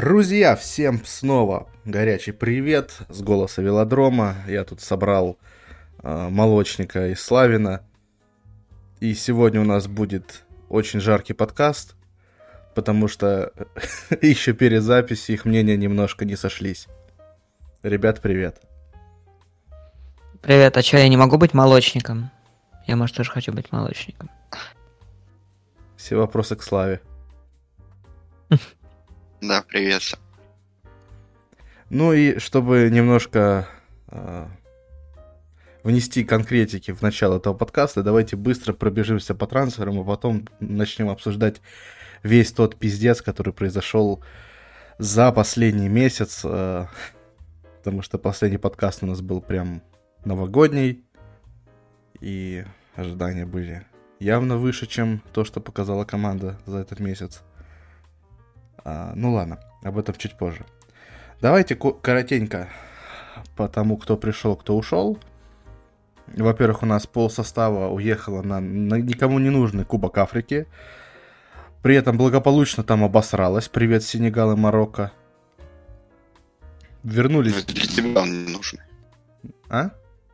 Друзья, всем снова горячий привет с голоса Велодрома. Я тут собрал молочника из Славина. И сегодня у нас будет очень жаркий подкаст, потому что еще перед записью их мнения немножко не сошлись. Ребят, привет. Привет, а чё, я не могу быть молочником? Я, может, тоже хочу быть молочником. Все вопросы к Славе. Да, привет. Ну и чтобы немножко внести конкретики в начало этого подкаста, давайте быстро пробежимся по трансферам, а потом начнем обсуждать весь тот пиздец, который произошел за последний месяц, потому что последний подкаст у нас был прям новогодний, и ожидания были явно выше, чем то, что показала команда за этот месяц. Ну ладно, об этом чуть позже. Давайте коротенько по тому, кто пришел, кто ушел. Во-первых, у нас полсостава уехало на никому не нужный Кубок Африки. При этом благополучно там обосралось. Привет, Сенегал и Марокко. Вернулись... Это для тебя он не нужен. А?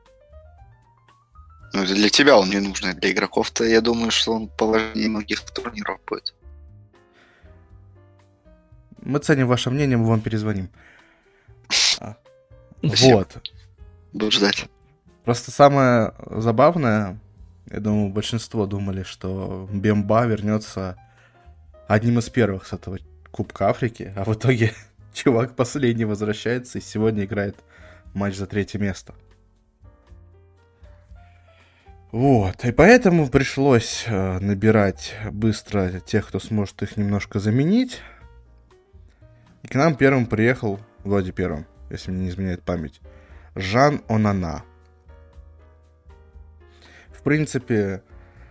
Ну, это для тебя он не нужен. Для игроков-то, я думаю, что он положение многих турниров будет. Мы ценим ваше мнение, мы вам перезвоним. Спасибо. Вот. Буду ждать. Просто самое забавное, я думаю, большинство думали, что Бемба вернется одним из первых с этого Кубка Африки, а в итоге чувак последний возвращается и сегодня играет матч за 3 место. Вот, и поэтому пришлось набирать быстро тех, кто сможет их немножко заменить. И к нам первым приехал, вроде первым, если мне не изменяет память, Жан Онана. В принципе,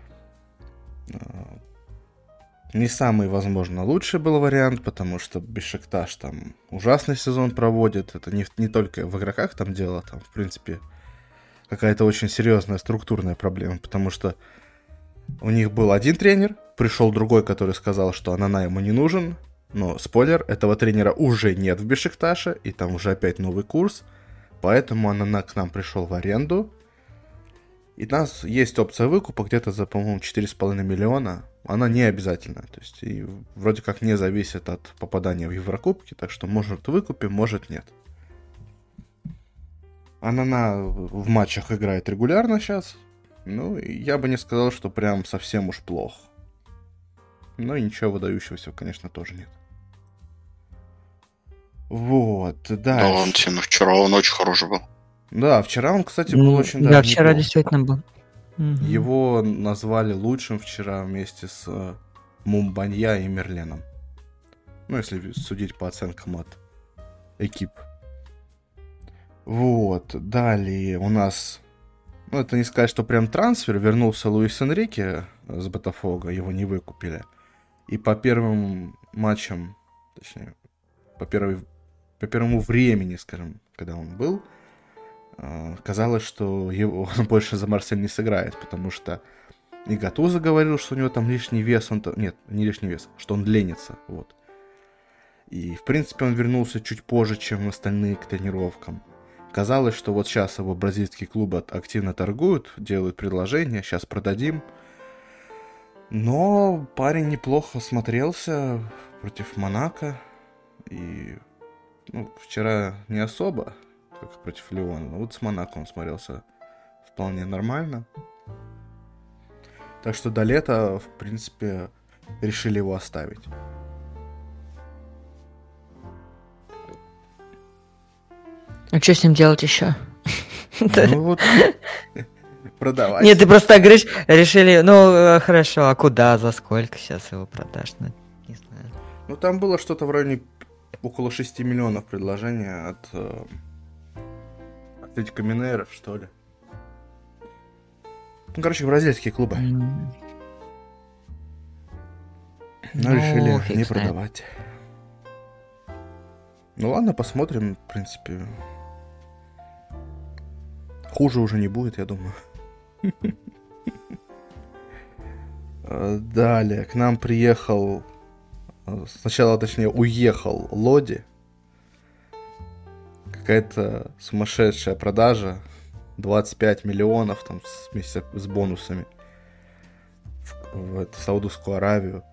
не самый, возможно, лучший был вариант, потому что Бешикташ там ужасный сезон проводит. Это не только в игроках там дело, там, в принципе, какая-то очень серьезная структурная проблема, потому что у них был один тренер, пришел другой, который сказал, что Онана ему не нужен. Но, спойлер, этого тренера уже нет в Бешикташе, и там уже опять новый курс. Поэтому Онана к нам пришел в аренду. И у нас есть опция выкупа где-то за, по-моему, 4,5 миллиона. Она не обязательная. То есть, и вроде как не зависит от попадания в Еврокубки. Так что может выкупим, может нет. Онана в матчах играет регулярно сейчас. Ну, я бы не сказал, что прям совсем уж плохо. Но и ничего выдающегося, конечно, тоже нет. Вот, дальше. Да ладно тебе, ну вчера он очень хороший был. Да, вчера он, кстати, был очень Да, вчера неплох. действительно был. Его назвали лучшим вчера вместе с Мумбанья и Мерленом. Ну, если судить по оценкам от экип. Вот, далее у нас... Ну, это не сказать, что прям трансфер. Вернулся Луис Энрике с Ботафого, его не выкупили. И по первым матчам, точнее, по первому времени, скажем, когда он был, казалось, что он больше за Марсель не сыграет, потому что и Гатузо говорил, что у него там лишний вес, нет, не лишний вес, что он ленится, вот. И, в принципе, он вернулся чуть позже, чем остальные к тренировкам. Казалось, что вот сейчас его бразильские клубы активно торгуют, делают предложения, сейчас продадим. Но парень неплохо смотрелся против Монако. И вчера не особо, как против Лиона. Но вот с Монако он смотрелся вполне нормально. Так что до лета, в принципе, решили его оставить. Ну что с ним делать еще? Ну вот, продавать. Нет, ты просто так говоришь, решили, ну хорошо, а куда, за сколько сейчас его продашь? Ну, не знаю. Ну там было что-то в районе около 6 миллионов предложения от Атлетико Минейро, что ли. Ну, короче, бразильские клубы. Но решили не продавать. Ну ладно, посмотрим, в принципе. Хуже уже не будет, я думаю. Далее, к нам приехал Сначала, точнее, уехал Лоди. Какая-то сумасшедшая продажа. 25 миллионов там вместе с бонусами в Саудовскую Аравию.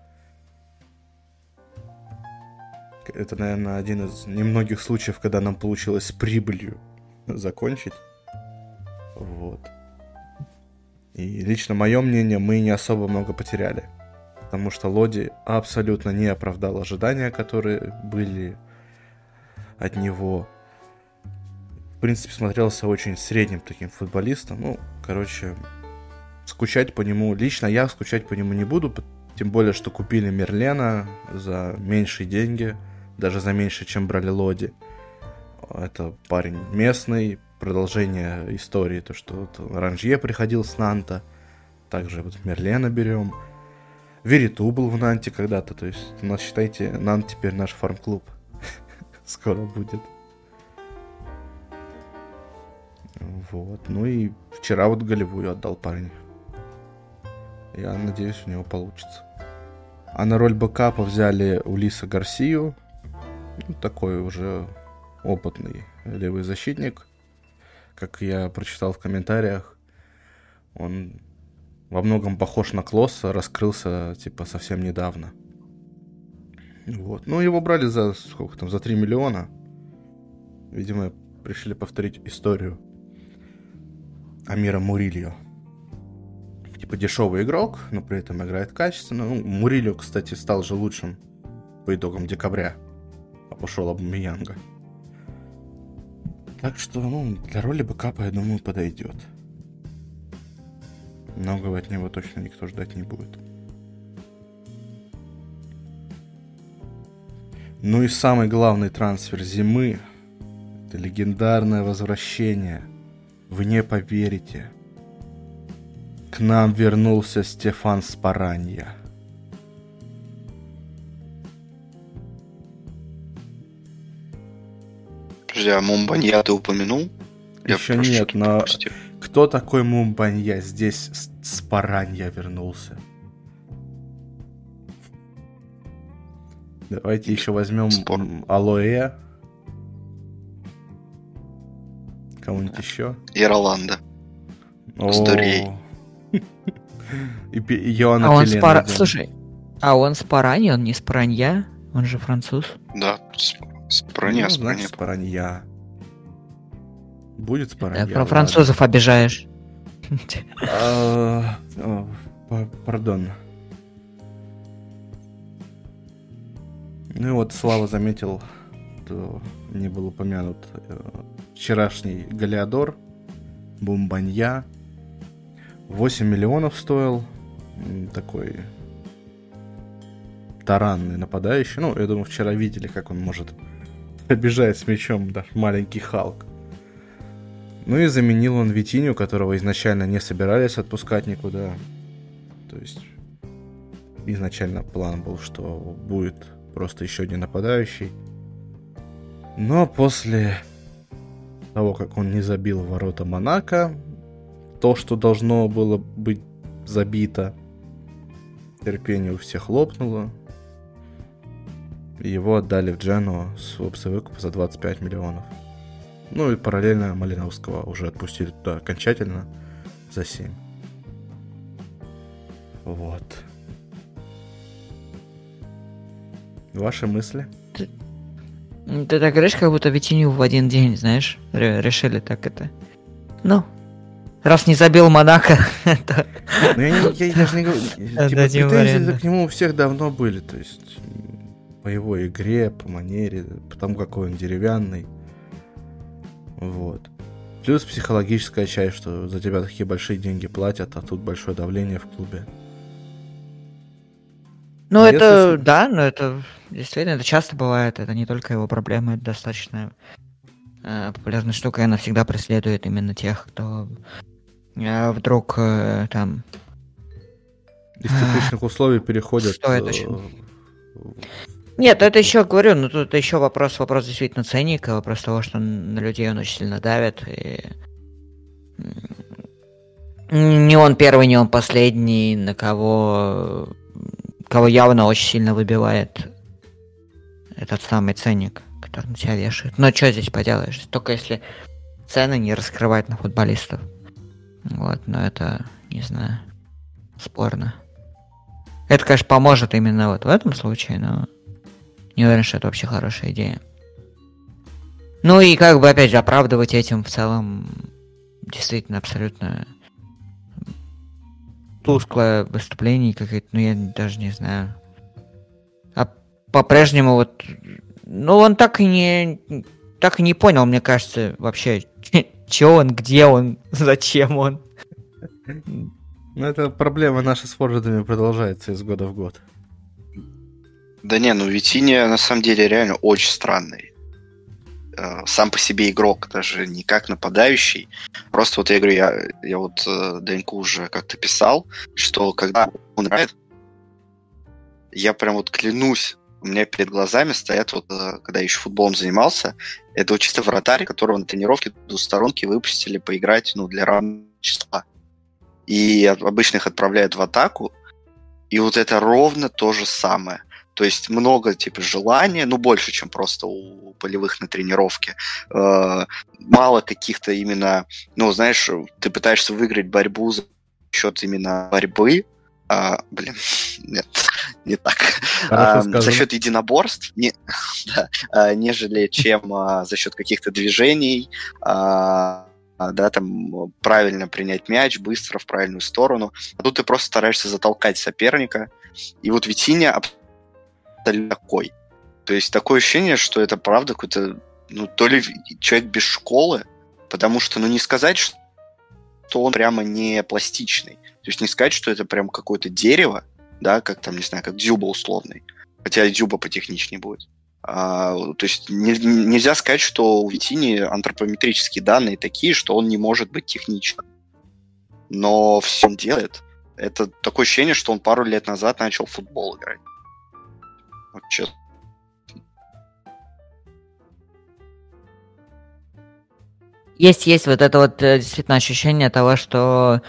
Это, наверное, один из немногих случаев, когда нам получилось с прибылью закончить. Вот. И лично мое мнение, мы не особо много потеряли. Потому что Лоди абсолютно не оправдал ожидания, которые были от него. В принципе, смотрелся очень средним таким футболистом. Ну, короче, скучать по нему... Лично я скучать по нему не буду. Тем более, что купили Мерлена за меньшие деньги. Даже за меньше, чем брали Лоди. Это парень местный. Продолжение истории. То, что вот Ранжье приходил с Нанта. Также вот Мерлена берем. Вериту был в Нанте когда-то. То есть у нас, считайте, Нант теперь наш фарм-клуб. Скоро будет. Вот. Ну и вчера вот голевую отдал парень. Я надеюсь, у него получится. А на роль бэкапа взяли Улиса Гарсию. Ну, такой уже опытный левый защитник. Как я прочитал в комментариях, он во многом похож на Клосса, раскрылся типа совсем недавно. Вот. Ну, его брали за сколько там, за 3 миллиона. Видимо, решили повторить историю Амира Мурильо. Типа дешевый игрок, но при этом играет качественно. Ну, Мурильо, кстати, стал же лучшим по итогам декабря. А пошел Абамеянга. Так что, ну, для роли бэкапа, я думаю, подойдет. Многого от него точно никто ждать не будет. Ну и самый главный трансфер зимы — это легендарное возвращение. Вы не поверите. К нам вернулся Стефан Спаранья. Подожди, а Мумбанья ты упомянул? Еще нет, но кто такой Мумбанья? Здесь Спаранья вернулся. Давайте еще возьмем Алоэ. Кого-нибудь еще? И Роланда. С Дурей. И Йоанна А он Пелена. Слушай, а он Спаранья, он не Спаранья? Он же француз. Да, Спаранья, Ну, Спаранья. значит, Спаранья. Будет Спаранья. Про французов обижаешь. Пардон. Ну и вот Слава заметил, что не был упомянут вчерашний Галиадор, Мумбанья. 8 миллионов стоил. Такой таранный нападающий. Ну, я думаю, вчера видели, как он может обижать с мячом, даже маленький Халк. Ну и заменил он Витинью, которого изначально не собирались отпускать никуда. То есть изначально план был, что будет просто еще один нападающий. Но после того, как он не забил в ворота Монако, то, что должно было быть забито, терпение у всех лопнуло. И его отдали в Джену с опцией выкупа за 25 миллионов. Ну и параллельно Малиновского уже отпустили туда окончательно за 7. Вот. Ваши мысли? Ты так говоришь, как будто Витинью в один день, знаешь, решили так это. Ну, раз не забил Монако, то... Ну, я даже не говорю. Типа, претензии к нему у всех давно были. То есть, по его игре, по манере, по тому, какой он деревянный. Вот. Плюс психологическая часть, что за тебя такие большие деньги платят, а тут большое давление в клубе. Ну, это, да, но это действительно, это часто бывает, это не только его проблема, это достаточно популярная штука, и она всегда преследует именно тех, кто вдруг там... Из тепличных условий переходят... Стоит очень. Нет, это еще, говорю, ну тут еще вопрос действительно ценника, вопрос того, что на людей он очень сильно давит, и... Не он первый, не он последний, на кого явно очень сильно выбивает этот самый ценник, который на тебя вешают. Но что здесь поделаешь? Только если цены не раскрывать на футболистов. Вот, но это, не знаю, спорно. Это, конечно, поможет именно вот в этом случае, но не уверен, что это вообще хорошая идея. Ну и как бы, опять же, оправдывать этим в целом действительно абсолютно тусклое выступление какое-то, ну я даже не знаю. А по-прежнему вот, ну он так и не понял, мне кажется, вообще, чё он, где он, зачем он. Ну, это проблема наша с форвардами продолжается из года в год. Да не, ну Витинья на самом деле реально очень странный. Сам по себе игрок, даже не как нападающий. Просто вот я говорю, я вот Даньку уже как-то писал, что когда он играет, я прям вот клянусь, у меня перед глазами стоят, вот когда я еще футболом занимался, это вот чисто вратарь, которого на тренировке двусторонки выпустили поиграть, ну, для равного числа. И обычно их отправляют в атаку, и вот это ровно то же самое. То есть много типа желания, ну больше, чем просто у полевых на тренировке. Мало каких-то именно, ну знаешь, ты пытаешься выиграть борьбу за счет именно борьбы. Нет, не так. За счет единоборств, нежели чем за счет каких-то движений, да, там правильно принять мяч, быстро в правильную сторону. А тут ты просто стараешься затолкать соперника. И вот Витинья такой. То есть такое ощущение, что это правда какой-то, ну, то ли человек без школы, потому что, ну, не сказать, что он прямо не пластичный. То есть не сказать, что это прям какое-то дерево, да, как там, не знаю, как Дзюба условный. Хотя Дзюба потехничнее будет. То есть нельзя сказать, что у Витини антропометрические данные такие, что он не может быть техничным. Но все он делает. Это такое ощущение, что он пару лет назад начал в футбол играть. Вот честно. Есть вот это вот действительно ощущение того, что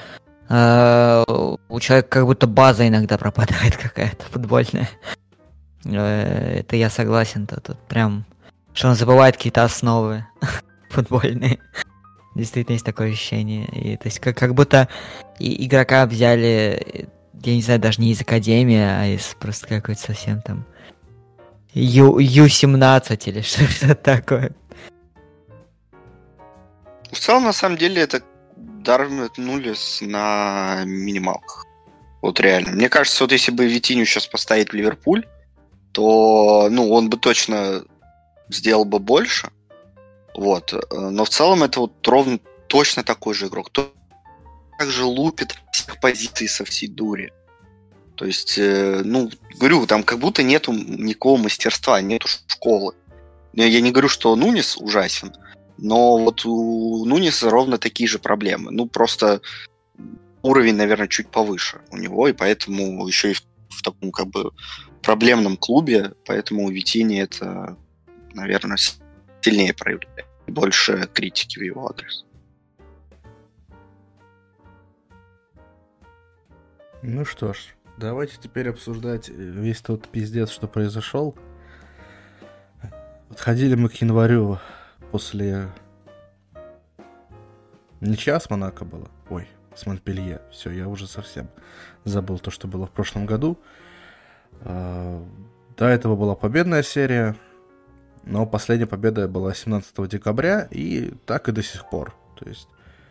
у человека как будто база иногда пропадает какая-то футбольная. Это я согласен, тут прям, что он забывает какие-то основы футбольные. Действительно есть такое ощущение. И, то есть как будто игрока взяли, я не знаю, даже не из академии, а из просто какой-то совсем там Ю-17 или что-то такое. В целом, на самом деле, это Дарвин Нулис на минималках. Вот реально. Мне кажется, вот если бы Витинью сейчас поставить в Ливерпуль, то, ну, он бы точно сделал бы больше. Вот. Но в целом это вот ровно точно такой же игрок. Также лупит всех позиций со всей дури. То есть, ну, говорю, там как будто нету никакого мастерства, нету школы. Я не говорю, что Нунес ужасен, но вот у Нунеса ровно такие же проблемы. Ну, просто уровень, наверное, чуть повыше у него, и поэтому еще и в таком как бы проблемном клубе, поэтому у Витини это, наверное, сильнее проявляет. Больше критики в его адрес. Ну что ж, давайте теперь обсуждать весь тот пиздец, что произошел. Подходили мы к январю после... Ничья с Монако была? Ой, с Монпелье. Все, я уже совсем забыл то, что было в прошлом году. До этого была победная серия, но последняя победа была 17 декабря, и так и до сих пор. То есть,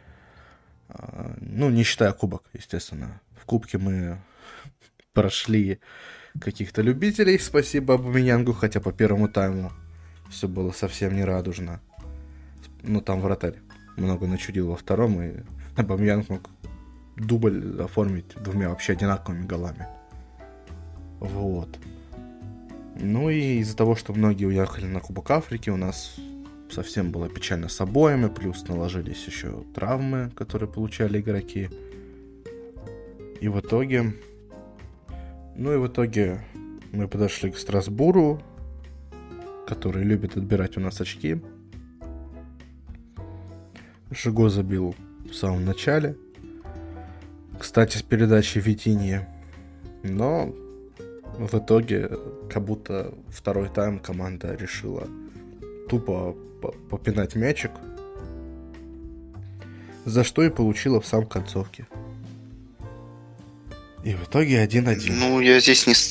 ну, не считая кубок, естественно. В кубке мы прошли каких-то любителей, спасибо Абамеянгу, хотя по первому тайму все было совсем не радужно. Ну, там вратарь много начудил во втором, и Абамеянг мог дубль оформить двумя вообще одинаковыми голами. Вот. Ну и из-за того, что многие уехали на Кубок Африки, у нас совсем было печально с обоими, плюс наложились еще травмы, которые получали игроки. И в итоге... Ну и в итоге мы подошли к Страсбуру, который любит отбирать у нас очки. Жиго забил в самом начале. Кстати, с передачей Витиньи. Но В итоге, как будто второй тайм команда решила тупо попинать мячик, за что и получила в самой концовке. И в итоге 1-1. Ну, я здесь не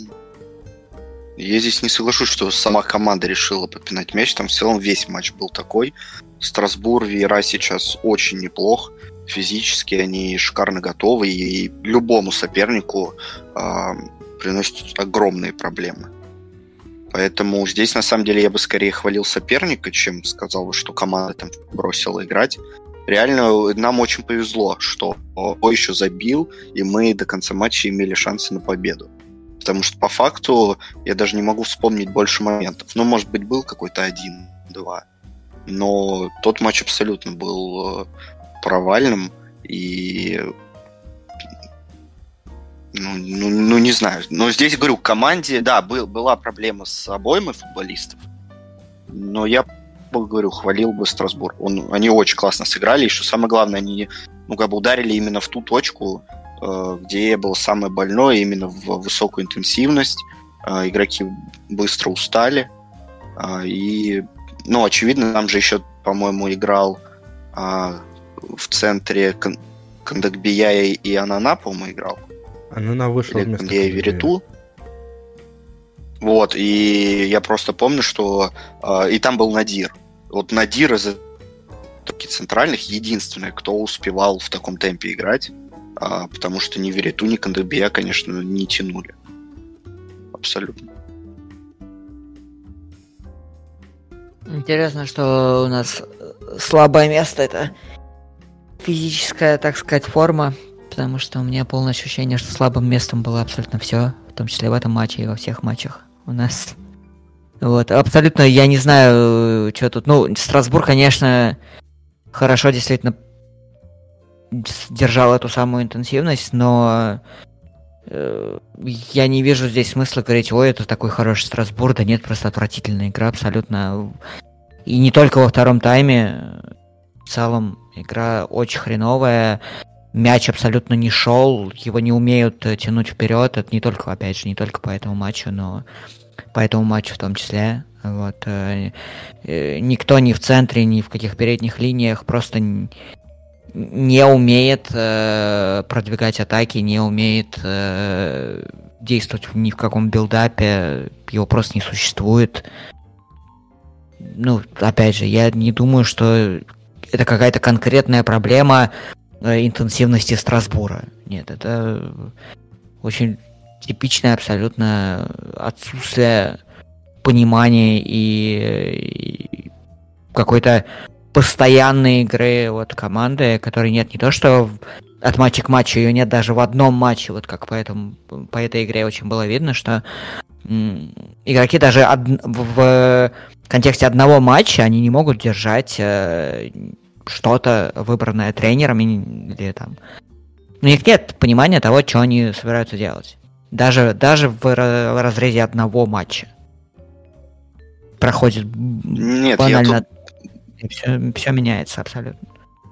соглашусь, что сама команда решила попинать мяч. Там в целом весь матч был такой. Страсбург Вейра сейчас очень неплох. Физически они шикарно готовы. И любому сопернику приносят огромные проблемы. Поэтому здесь, на самом деле, я бы скорее хвалил соперника, чем сказал бы, что команда там бросила играть. Реально, нам очень повезло, что О еще забил, и мы до конца матча имели шансы на победу. Потому что, по факту, я даже не могу вспомнить больше моментов. Ну, может быть, был какой-то 1-2. Но тот матч абсолютно был провальным. И... Ну, не знаю. Но здесь, говорю, команде, да, была проблема с обоими футболистов. Но я говорю, хвалил бы Страсбург. Они очень классно сыграли. И что самое главное, они ударили именно в ту точку, где было самое больное, именно в высокую интенсивность. Игроки быстро устали. И, очевидно, нам же еще, по-моему, играл в центре Кандакбия и Анана, по-моему, играл. Анана вышел вместо Кандакбия и Вериту. Вот, и я просто помню, что... и там был Надир. Вот Надир из таких центральных единственный, кто успевал в таком темпе играть, потому что ни Вериту, ни Кандакбия, конечно, не тянули. Абсолютно. Интересно, что у нас слабое место — это физическая, так сказать, форма, потому что у меня полное ощущение, что слабым местом было абсолютно все, в том числе в этом матче и во всех матчах у нас. Вот, абсолютно, я не знаю, что тут. Ну, Страсбург, конечно, хорошо действительно держал эту самую интенсивность, но я не вижу здесь смысла говорить: ой, это такой хороший Страсбург. Да нет, просто отвратительная игра абсолютно. И не только во втором тайме. В целом, игра очень хреновая. Мяч абсолютно не шел, его не умеют тянуть вперед. Это не только, опять же, не только по этому матчу, но по этому матчу в том числе. Вот. Никто ни в центре, ни в каких передних линиях просто не умеет продвигать атаки, не умеет действовать ни в каком билдапе, его просто не существует. Ну, опять же, я не думаю, что это какая-то конкретная проблема интенсивности Страсбурга. Нет, это очень типичное абсолютно отсутствие понимания и какой-то постоянной игры вот команды, которой нет не то что от матча к матчу, ее нет даже в одном матче, вот как по этой игре очень было видно, что игроки даже в контексте одного матча они не могут держать что-то, выбранное тренерами, или там... У них нет понимания того, что они собираются делать. Даже в разрезе одного матча. Проходит банально... Все меняется абсолютно.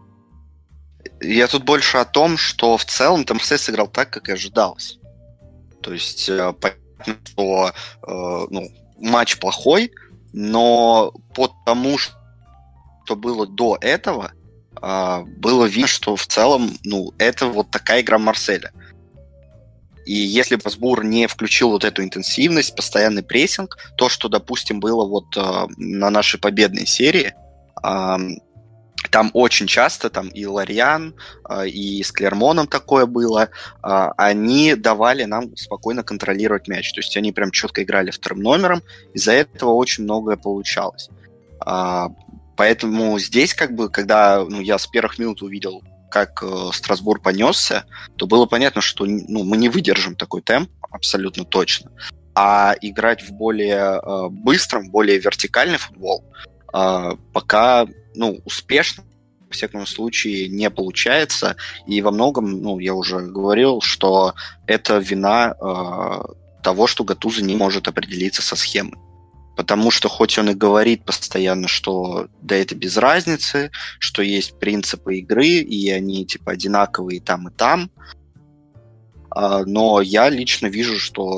Я тут больше о том, что в целом ТМС сыграл так, как и ожидалось. То есть, понятно, что матч плохой, но по тому, что было до этого, было видно, что в целом, это вот такая игра Марселя. И если бы Страсбург не включил вот эту интенсивность, постоянный прессинг, то, что, допустим, было вот на нашей победной серии, там очень часто, там и Лорьян, и с Клермоном такое было, они давали нам спокойно контролировать мяч. То есть они прям четко играли вторым номером, из-за этого очень многое получалось. Поэтому здесь, когда я с первых минут увидел, как Страсбург понесся, то было понятно, что мы не выдержим такой темп, абсолютно точно. А играть в более быстром, более вертикальный футбол пока, успешно, во всяком случае, не получается. И во многом, я уже говорил, что это вина того, что Гатузо не может определиться со схемой. Потому что хоть он и говорит постоянно, что да это без разницы, что есть принципы игры, и они одинаковые и там, но я лично вижу, что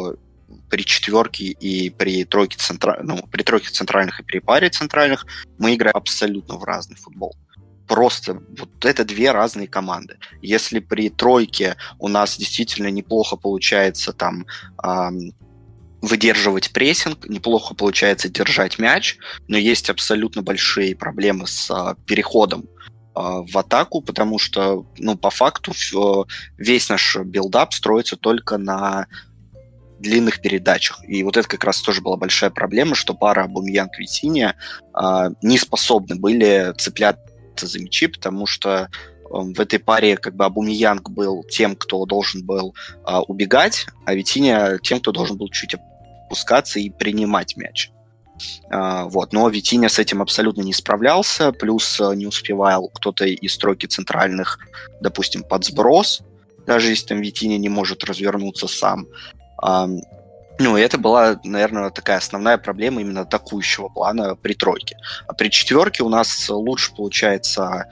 при четверке и при тройке центральных и при паре центральных мы играем абсолютно в разный футбол. Просто вот это две разные команды. Если при тройке у нас действительно неплохо получается там выдерживать прессинг, неплохо получается держать мяч, но есть абсолютно большие проблемы с переходом в атаку, потому что, по факту весь наш билдап строится только на длинных передачах. И вот это как раз тоже была большая проблема, что пара Абумеянг-Витинья не способны были цепляться за мячи, потому что в этой паре как бы Абумеянг был тем, кто должен был убегать, а Витинья тем, кто должен был чуть опускаться и принимать мяч. Но Витинья с этим абсолютно не справлялся, плюс не успевал кто-то из тройки центральных, допустим, под сброс, даже если там Витинья не может развернуться сам. И это была, наверное, такая основная проблема именно атакующего плана при тройке. А при четверке у нас лучше получается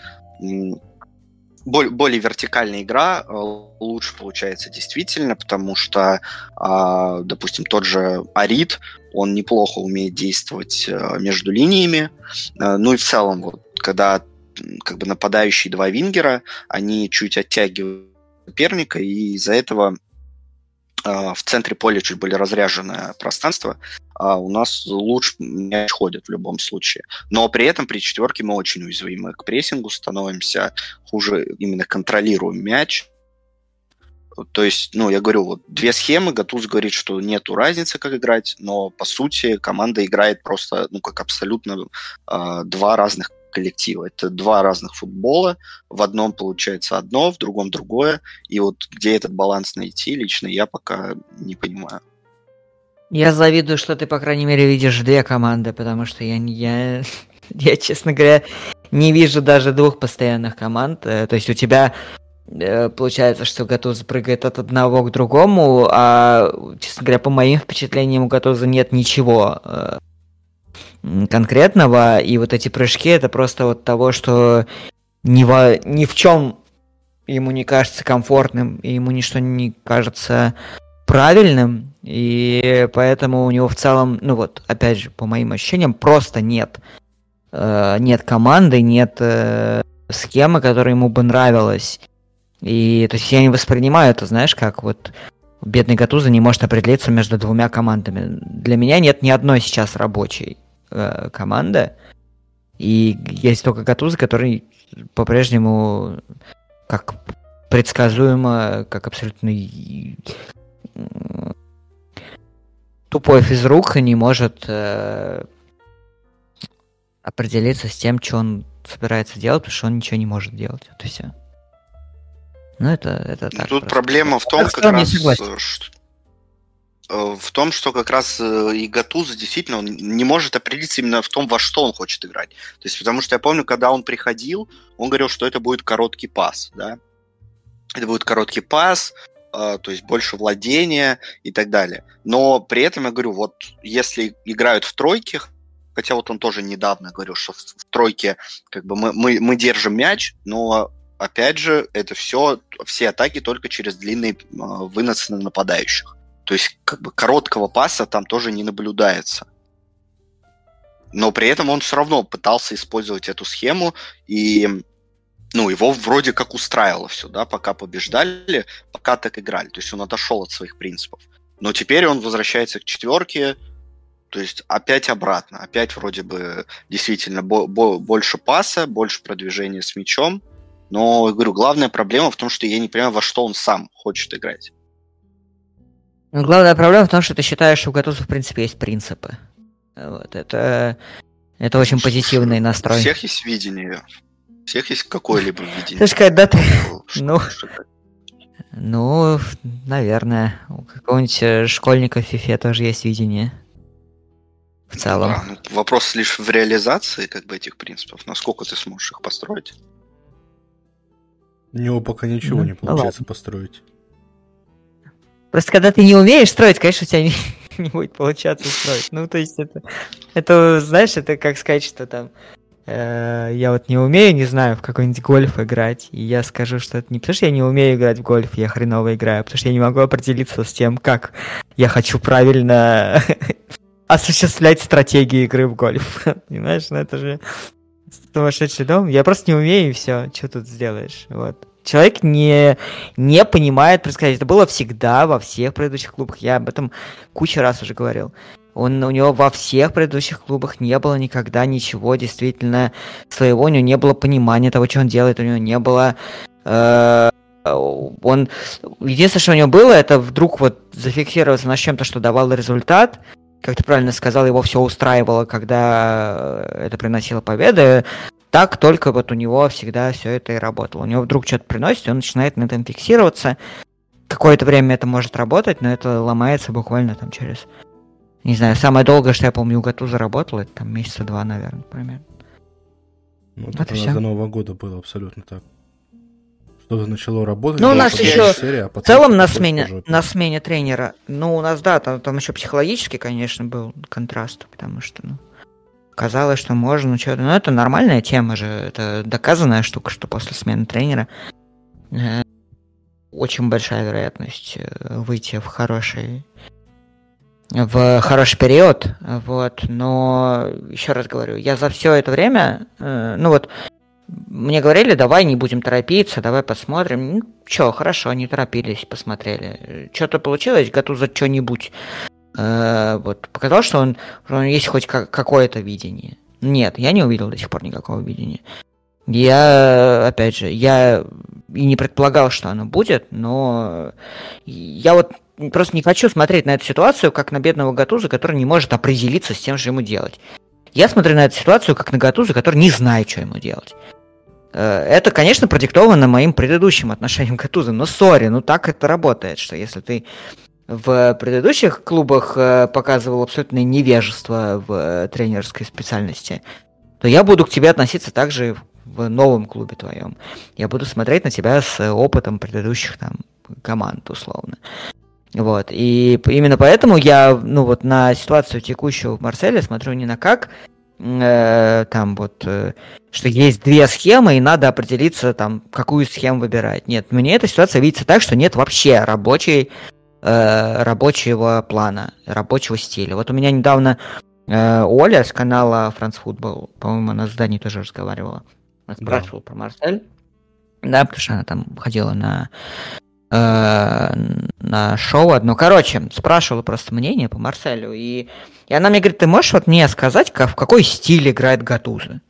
более вертикальная игра, лучше получается действительно, потому что, допустим, тот же Арит, он неплохо умеет действовать между линиями. И в целом, когда как бы нападающие два вингера, они чуть оттягивают соперника, и из-за этого в центре поля чуть более разряженное пространство, у нас лучше мяч ходит в любом случае. Но при этом при четверке мы очень уязвимы к прессингу, становимся хуже, именно контролируем мяч. То есть, я говорю, две схемы, Гатузо говорит, что нету разницы, как играть, но по сути команда играет просто, как абсолютно два разных коллектива. Это два разных футбола. В одном получается одно, в другом другое. И где этот баланс найти, лично я пока не понимаю. Я завидую, что ты, по крайней мере, видишь две команды, потому что я честно говоря, не вижу даже двух постоянных команд. То есть у тебя получается, что Гатузо прыгает от одного к другому, а, честно говоря, по моим впечатлениям, у Гатузо нет ничего конкретного, и эти прыжки это просто того, что ни в чем ему не кажется комфортным, и ему ничто не кажется правильным, и поэтому у него в целом, опять же, по моим ощущениям, просто нет команды, нет схемы, которая ему бы нравилась. И то есть я не воспринимаю это, знаешь, как бедный Гатузо не может определиться между двумя командами. Для меня нет ни одной сейчас рабочей команды, и есть только Гатузо, который по-прежнему как предсказуемо, как абсолютно тупой физрук не может определиться с тем, что он собирается делать, потому что он ничего не может делать. Вот и все. Это так. Тут проблема в том, в том, что как раз и Гатузо действительно он не может определиться именно в том, во что он хочет играть. То есть, потому что я помню, когда он приходил, он говорил, что это будет короткий пас, да? Это будет короткий пас, то есть больше владения и так далее. Но при этом я говорю, если играют в тройке, хотя он тоже недавно говорил, что в тройке как бы мы держим мяч, но опять же это все атаки только через длинные выносы на нападающих. То есть как бы короткого паса там тоже не наблюдается. Но при этом он все равно пытался использовать эту схему, и его вроде как устраивало все, да, пока побеждали, пока так играли. То есть он отошел от своих принципов. Но теперь он возвращается к четверке, то есть опять обратно. Опять вроде бы действительно больше паса, больше продвижения с мячом. Но, я говорю, главная проблема в том, что я не понимаю, во что он сам хочет играть. Главная проблема в том, что ты считаешь, что у Гатузо в принципе есть принципы. Это очень позитивный настрой. У всех есть видение. У всех есть какое-либо видение. Ты же когда ты... наверное. У какого-нибудь школьника в FIFA тоже есть видение. В целом. Вопрос лишь в реализации этих принципов. Насколько ты сможешь их построить? У него пока ничего не получается построить. Просто когда ты не умеешь строить, конечно, у тебя не будет получаться строить. То есть это, знаешь, это как сказать, что там я вот не умею, не знаю, в какой-нибудь гольф играть, и я скажу, что это не потому, что я не умею играть в гольф, я хреново играю, а потому что я не могу определиться с тем, как я хочу правильно осуществлять стратегию игры в гольф. Понимаешь, ну это же сумасшедший дом. Я просто не умею, и все, что тут сделаешь, вот. Человек не понимает происходящее. Это было всегда во всех предыдущих клубах. Я об этом кучу раз уже говорил. У него во всех предыдущих клубах не было никогда ничего действительно своего. У него не было понимания того, что он делает. У него не было... Единственное, что у него было, это вдруг вот зафиксироваться на чем-то, что давало результат. Как ты правильно сказал, его все устраивало, когда это приносило победы. Так только вот у него всегда все это и работало. У него вдруг что-то приносит, и он начинает на этом фиксироваться. Какое-то время это может работать, но это ломается буквально там через... Не знаю, самое долгое, что я помню, у Гатузо заработало, это там месяца 2, наверное, примерно. Ну, вот это у нас до Нового года было абсолютно так. Что-то начало работать. Ну, у нас еще в целом на смене тренера. Ну, у нас, да, там еще психологически, конечно, был контраст, потому что, казалось, что можно, что-то. Но это нормальная тема же, это доказанная штука, что после смены тренера очень большая вероятность выйти в хороший период, вот, но еще раз говорю, я за все это время, мне говорили, давай не будем торопиться, давай посмотрим. Ну, что, хорошо, не торопились, посмотрели. Что-то получилось, Гатузо что-нибудь. Вот, показалось, что у него есть хоть какое-то видение. Нет, я не увидел до сих пор никакого видения. Я и не предполагал, что оно будет, но я вот просто не хочу смотреть на эту ситуацию, как на бедного Гатузо, который не может определиться с тем, что ему делать. Я смотрю на эту ситуацию, как на Гатузо, который не знает, что ему делать. Это, конечно, продиктовано моим предыдущим отношением к Гатузо, но так это работает, что если ты в предыдущих клубах показывал абсолютное невежество в тренерской специальности, то я буду к тебе относиться также в новом клубе твоем. Я буду смотреть на тебя с опытом предыдущих там команд, условно. Вот. И именно поэтому я, на ситуацию текущую в Марселе смотрю не на как что есть две схемы, и надо определиться, какую схему выбирать. Нет, мне эта ситуация видится так, что нет вообще рабочего плана, рабочего стиля. Вот у меня недавно Оля с канала France Football, по-моему, она в здании тоже разговаривала, спрашивала про Марсель. Да, потому что она там ходила на шоу одно. Короче, спрашивала просто мнение по Марселю, и она мне говорит, ты можешь вот мне сказать, в какой стиль играет Гатузо?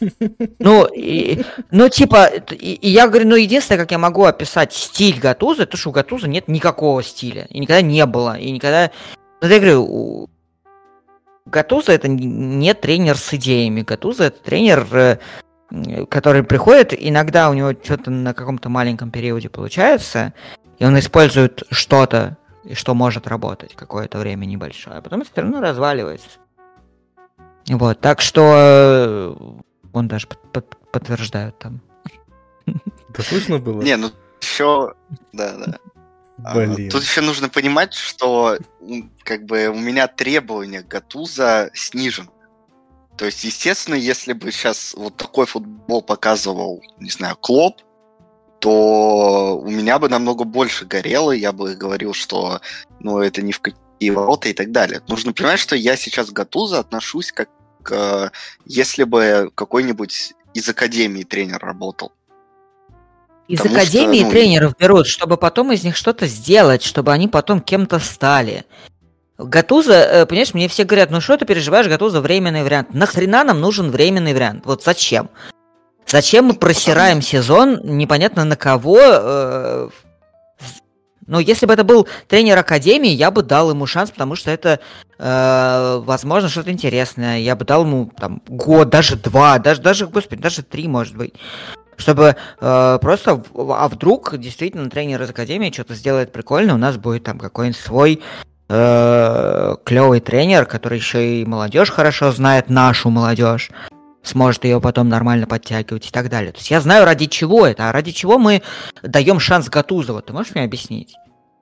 И я говорю, единственное, как я могу описать стиль Гатузо, это что у Гатузо нет никакого стиля, и никогда не было, и никогда... я говорю, Гатузо это не тренер с идеями, Гатузо это тренер, который приходит, иногда у него что-то на каком-то маленьком периоде получается, и он использует что-то, что может работать какое-то время небольшое, а потом все равно разваливается. Вот, так что он даже подтверждает там. Да слышно было? Не, еще... Да. Блин. Тут еще нужно понимать, что у меня требования к Гатузо снижены. То есть, естественно, если бы сейчас вот такой футбол показывал, не знаю, Клоп, то у меня бы намного больше горело, я бы говорил, что это ни в какие ворота и так далее. Нужно понимать, что я сейчас к Гатузо отношусь как если бы какой-нибудь из академии тренер работал. Из академии тренеров берут, чтобы потом из них что-то сделать, чтобы они потом кем-то стали. Гатузо, понимаешь, мне все говорят, что ты переживаешь, Гатузо временный вариант. Нахрена нам нужен временный вариант? Вот зачем? Зачем мы просираем сезон непонятно на кого? Если бы это был тренер академии, я бы дал ему шанс, потому что это, возможно, что-то интересное. Я бы дал ему год, даже 2, даже 3, может быть. Чтобы просто, вдруг действительно тренер из академии что-то сделает прикольное, у нас будет какой-нибудь свой клевый тренер, который еще и молодежь хорошо знает, нашу молодежь, сможет ее потом нормально подтягивать и так далее. То есть я знаю, ради чего это, а ради чего мы даем шанс Гатузо. Ты можешь мне объяснить?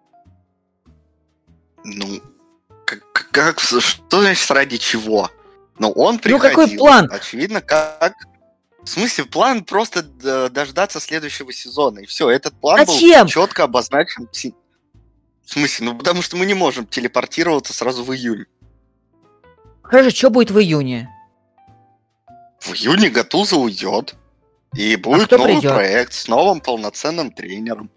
Что значит ради чего? Но он приходил, какой план? очевидно, как... В смысле, план просто дождаться следующего сезона, и все. Этот план был четко обозначен. В смысле, потому что мы не можем телепортироваться сразу в июнь. Хорошо, что будет в июне? В июне Гатузо уйдет. И будет новый проект с новым полноценным тренером.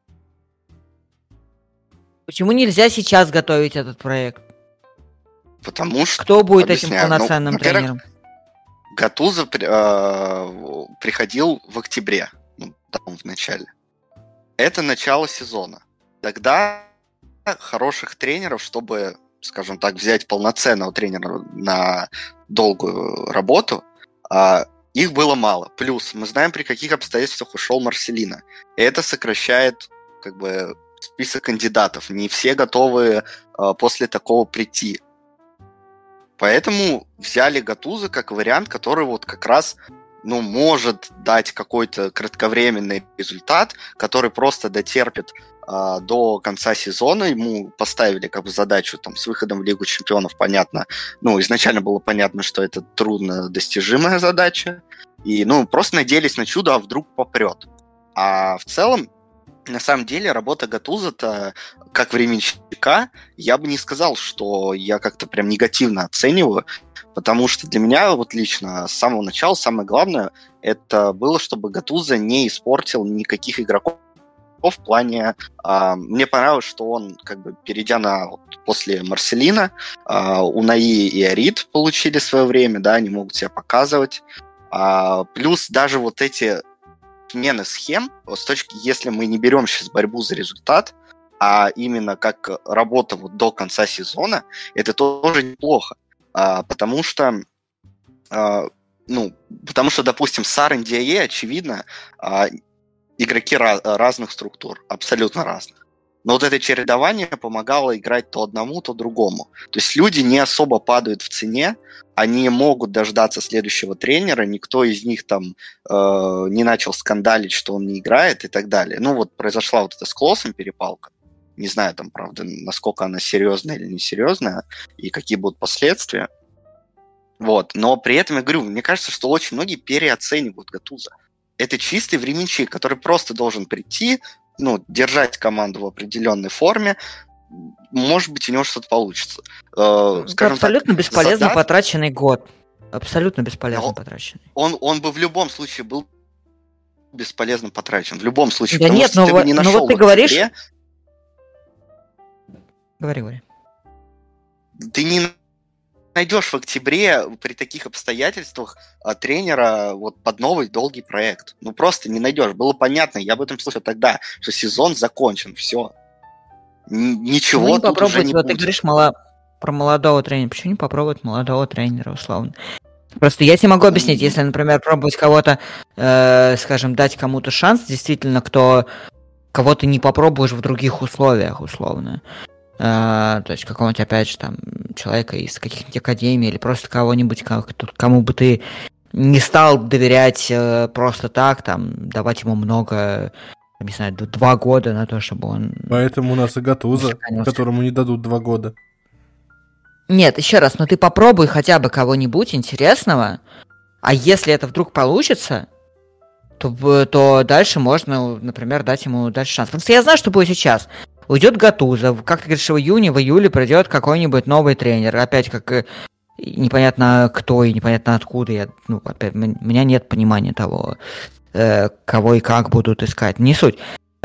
Почему нельзя сейчас готовить этот проект? Потому что... Кто будет этим полноценным тренером? Гатузо приходил в октябре, там в начале. Это начало сезона. Тогда хороших тренеров, чтобы, скажем так, взять полноценного тренера на долгую работу, их было мало. Плюс мы знаем, при каких обстоятельствах ушел Марселино. И это сокращает как бы список кандидатов. Не все готовы после такого прийти. Поэтому взяли Гатузо как вариант, который вот как раз может дать какой-то кратковременный результат, который просто дотерпит до конца сезона. Ему поставили как бы задачу там, с выходом в Лигу Чемпионов, понятно. Изначально было понятно, что это трудно достижимая задача. И просто надеялись на чудо, а вдруг попрет. А в целом, на самом деле, работа Гатузо-то, как временщика, я бы не сказал, что я как-то прям негативно оцениваю, потому что для меня вот лично с самого начала самое главное это было, чтобы Гатузо не испортил никаких игроков в плане... мне понравилось, что он, как бы, перейдя после Марселино, Унаи и Арит получили свое время, да, они могут себя показывать. Плюс даже вот эти смены схем, если мы не берем сейчас борьбу за результат, а именно как работа вот до конца сезона, это тоже неплохо. Потому что, допустим, с РНДА, очевидно, игроки разных структур, абсолютно разных. Но вот это чередование помогало играть то одному, то другому. То есть люди не особо падают в цене, они могут дождаться следующего тренера, никто из них там не начал скандалить, что он не играет и так далее. Произошла вот эта с Клоссом перепалка. Не знаю, там, правда, насколько она серьезная или несерьезная, и какие будут последствия. Но при этом, я говорю, мне кажется, что очень многие переоценивают Гатузо. Это чистый временщик, который просто должен прийти, держать команду в определенной форме. Может быть, у него что-то получится. Скажем абсолютно так, бесполезно потраченный год. Абсолютно бесполезно потраченный. Он бы в любом случае был бесполезно потрачен. В любом случае. Да нет, что ты бы не нашел вот ты говоришь... Говори. Ты не найдешь в октябре при таких обстоятельствах тренера под новый долгий проект. Просто не найдешь. Было понятно, я об этом слышал тогда, что сезон закончен, все. Ничего тут уже не будет. Ты говоришь про молодого тренера. Почему не попробовать молодого тренера, условно? Просто я тебе могу объяснить, если, например, пробовать кого-то, скажем, дать кому-то шанс, действительно, кого ты не попробуешь в других условиях, условно. То есть какого-нибудь, опять же, там, человека из каких-нибудь академий или просто кого-нибудь, кому бы ты не стал доверять просто так, там, давать ему много, не знаю, 2 года на то, чтобы он... Поэтому у нас и Гатузо, которому не дадут 2 года. Нет, еще раз, ты попробуй хотя бы кого-нибудь интересного, а если это вдруг получится, то дальше можно, например, дать ему дальше шанс. Потому что я знаю, что будет сейчас. Уйдет Гатузо, как ты говоришь, в июле придет какой-нибудь новый тренер. Опять как непонятно кто и непонятно откуда. Опять, у меня нет понимания того, кого и как будут искать. Не суть.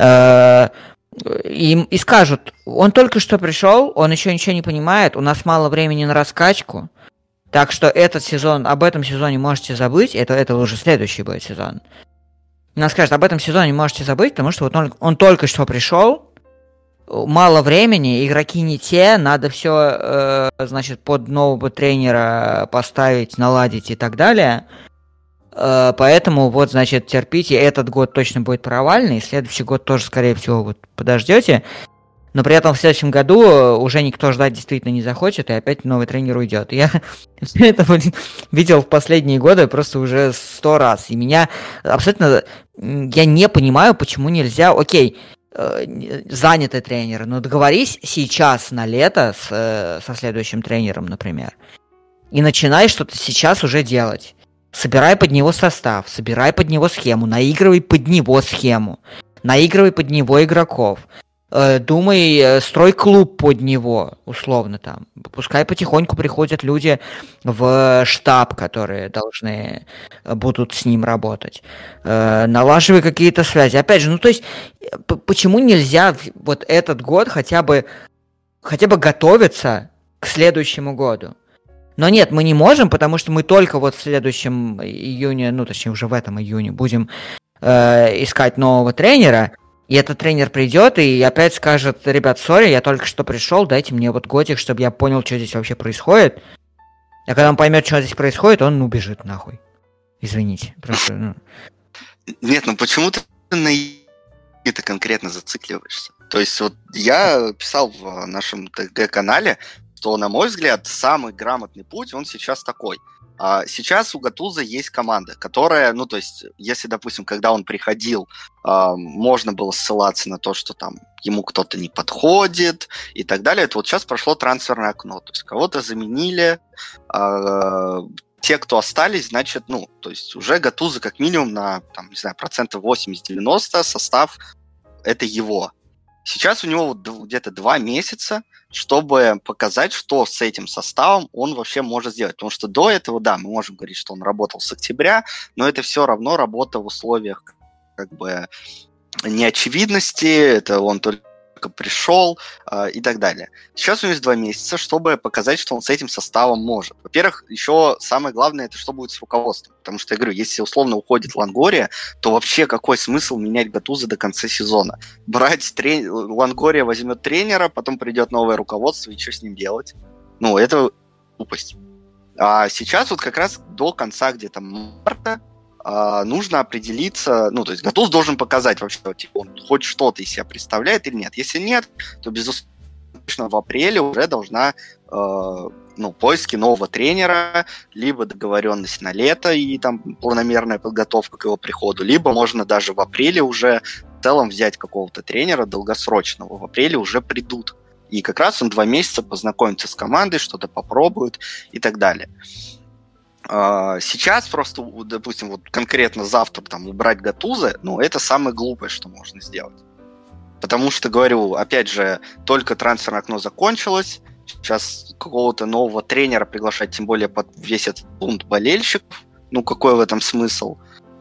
И скажут, он только что пришел, он еще ничего не понимает, у нас мало времени на раскачку. Так что об этом сезоне можете забыть, это уже следующий будет сезон. Нам скажут, об этом сезоне можете забыть, потому что он только что пришел, мало времени, игроки не те, надо все, под нового тренера поставить, наладить и так далее. Поэтому терпите, этот год точно будет провальный, следующий год тоже, скорее всего, подождете. Но при этом в следующем году уже никто ждать действительно не захочет, и опять новый тренер уйдет. Я это видел в последние годы просто уже 100 раз. И меня абсолютно... Я не понимаю, почему нельзя... Окей, занятый тренер, но договорись сейчас на лето со следующим тренером, например. и начинай что-то сейчас уже делать. Собирай под него состав, собирай под него схему, наигрывай под него схему, наигрывай под него игроков. Думай, строй клуб под него, условно там. Пускай потихоньку приходят люди в штаб, которые должны будут с ним работать. Налаживай какие-то связи. Опять же, ну то есть, почему нельзя вот этот год хотя бы готовиться к следующему году? Но нет, мы не можем, потому что мы только вот в следующем июне, ну точнее уже в этом июне будем искать нового тренера. И этот тренер придет и опять скажет: ребят, сори, я только что пришел, дайте мне вот годик, чтобы я понял, что здесь вообще происходит. А когда он поймет, что здесь происходит, он убежит нахуй. Извините. Просто, ну... Нет, ну почему ты на это конкретно зацикливаешься? То есть вот я писал в нашем ТГ-канале, что, на мой взгляд, самый грамотный путь, он сейчас такой. Сейчас у Гатузо есть команда, которая, ну, то есть, если, допустим, когда он приходил, можно было ссылаться на то, что там ему кто-то не подходит и так далее, то вот сейчас прошло трансферное окно, то есть кого-то заменили, те, кто остались, значит, ну, то есть уже Гатузо как минимум на, там, не знаю, 80-90% состав это его. Сейчас у него вот где-то 2 месяца, чтобы показать, что с этим составом он вообще может сделать. Потому что до этого, да, мы можем говорить, что он работал с октября, но это все равно работа в условиях как бы неочевидности, это он только пришел и так далее. Сейчас у него есть 2 месяца, чтобы показать, что он с этим составом может. Во-первых, еще самое главное, это что будет с руководством. Потому что, я говорю, если условно уходит Лонгория, то вообще какой смысл менять Гатузо до конца сезона? Брать Лонгория возьмет тренера, потом придет новое руководство, и что с ним делать? Ну, это глупость. А сейчас вот как раз до конца где-то марта нужно определиться, ну, то есть Гатузо должен показать вообще, типа, он хоть что-то из себя представляет или нет. Если нет, то, безусловно, в апреле уже должна, ну, поиски нового тренера, либо договоренность на лето и там планомерная подготовка к его приходу, либо можно даже в апреле уже в целом взять какого-то тренера долгосрочного. В апреле уже придут. И как раз он 2 месяца познакомится с командой, что-то попробует и так далее. Сейчас просто, допустим, вот конкретно завтра там убрать Гатузо, ну, это самое глупое, что можно сделать. Потому что, говорю, опять же, только трансферное окно закончилось, сейчас какого-то нового тренера приглашать, тем более под весь этот бунт болельщиков, ну, какой в этом смысл?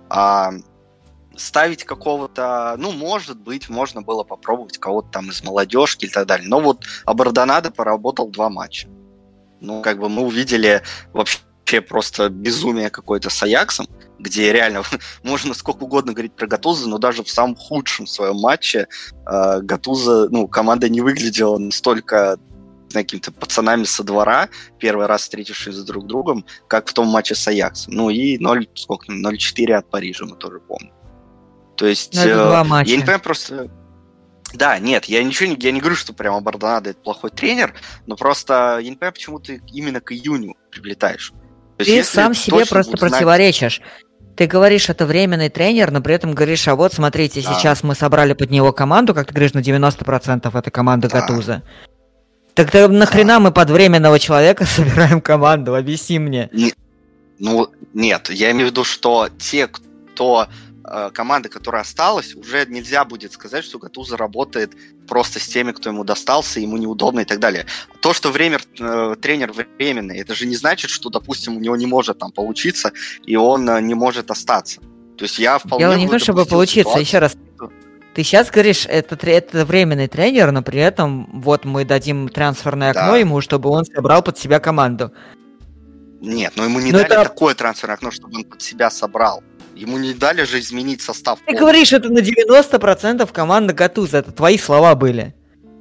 Ставить какого-то, ну, может быть, можно было попробовать кого-то там из молодежки и так далее, но вот Абрандонадо поработал 2 матча. Ну, как бы мы увидели вообще просто безумие какое-то с Аяксом, где реально можно сколько угодно говорить про Гатузо, но даже в самом худшем своем матче Гатузо, ну, команда не выглядела настолько какими-то пацанами со двора, первый раз встретившись с друг другом, как в том матче с Аяксом. Ну и 0-4 от Парижа мы тоже помним. То есть я не понимаю просто... Да, нет, я не говорю, что прям Абрандонадо это плохой тренер, но просто я не понимаю, почему ты именно к июню приплетаешь. Ты сам себе просто противоречишь. Ты говоришь, это временный тренер, но при этом говоришь, а вот смотрите, сейчас мы собрали под него команду, как ты говоришь, на 90% это команда Гатузо. Так нахрена мы под временного человека собираем команду? Объясни мне. Ну, нет, я имею в виду, что те, кто... команда, которая осталась, уже нельзя будет сказать, что Гатузо работает просто с теми, кто ему достался, ему неудобно и так далее. То, что тренер временный, это же не значит, что, допустим, у него не может там получиться, и он не может остаться. То есть я вполне... Дело не в том, чтобы получиться, еще раз. Ты сейчас говоришь, это временный тренер, но при этом вот мы дадим трансферное окно ему, чтобы он собрал под себя команду. Нет, но ему не дали такое трансферное окно, чтобы он под себя собрал. Ему не дали же изменить состав. Ты говоришь, это на 90% команда Гатузо. Это твои слова были.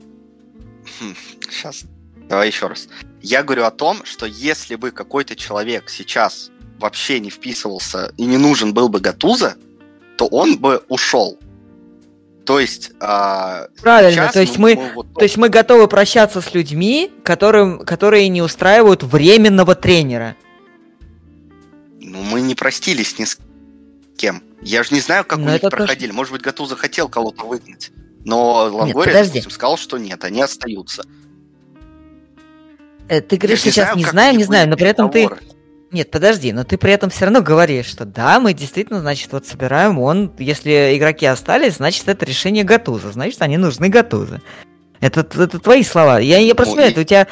Сейчас. Давай еще раз. Я говорю о том, что если бы какой-то человек сейчас вообще не вписывался и не нужен был бы Гатузо, то он бы ушел. То есть... Правильно, то есть мы готовы прощаться с людьми, которые не устраивают временного тренера. Ну, мы не простились ни с кем. Я же не знаю, как у них проходили. Может быть, Гатузо хотел кого-то выгнать. Но Лонгория, допустим, сказал, что нет, они остаются. Ты говоришь сейчас не знаю, но при этом ты... Нет, подожди, но ты при этом все равно говоришь, что да, мы действительно, значит, вот собираем, если игроки остались, значит, это решение Гатуза, значит, они нужны Гатуза. Это твои слова. Я просто это у тебя...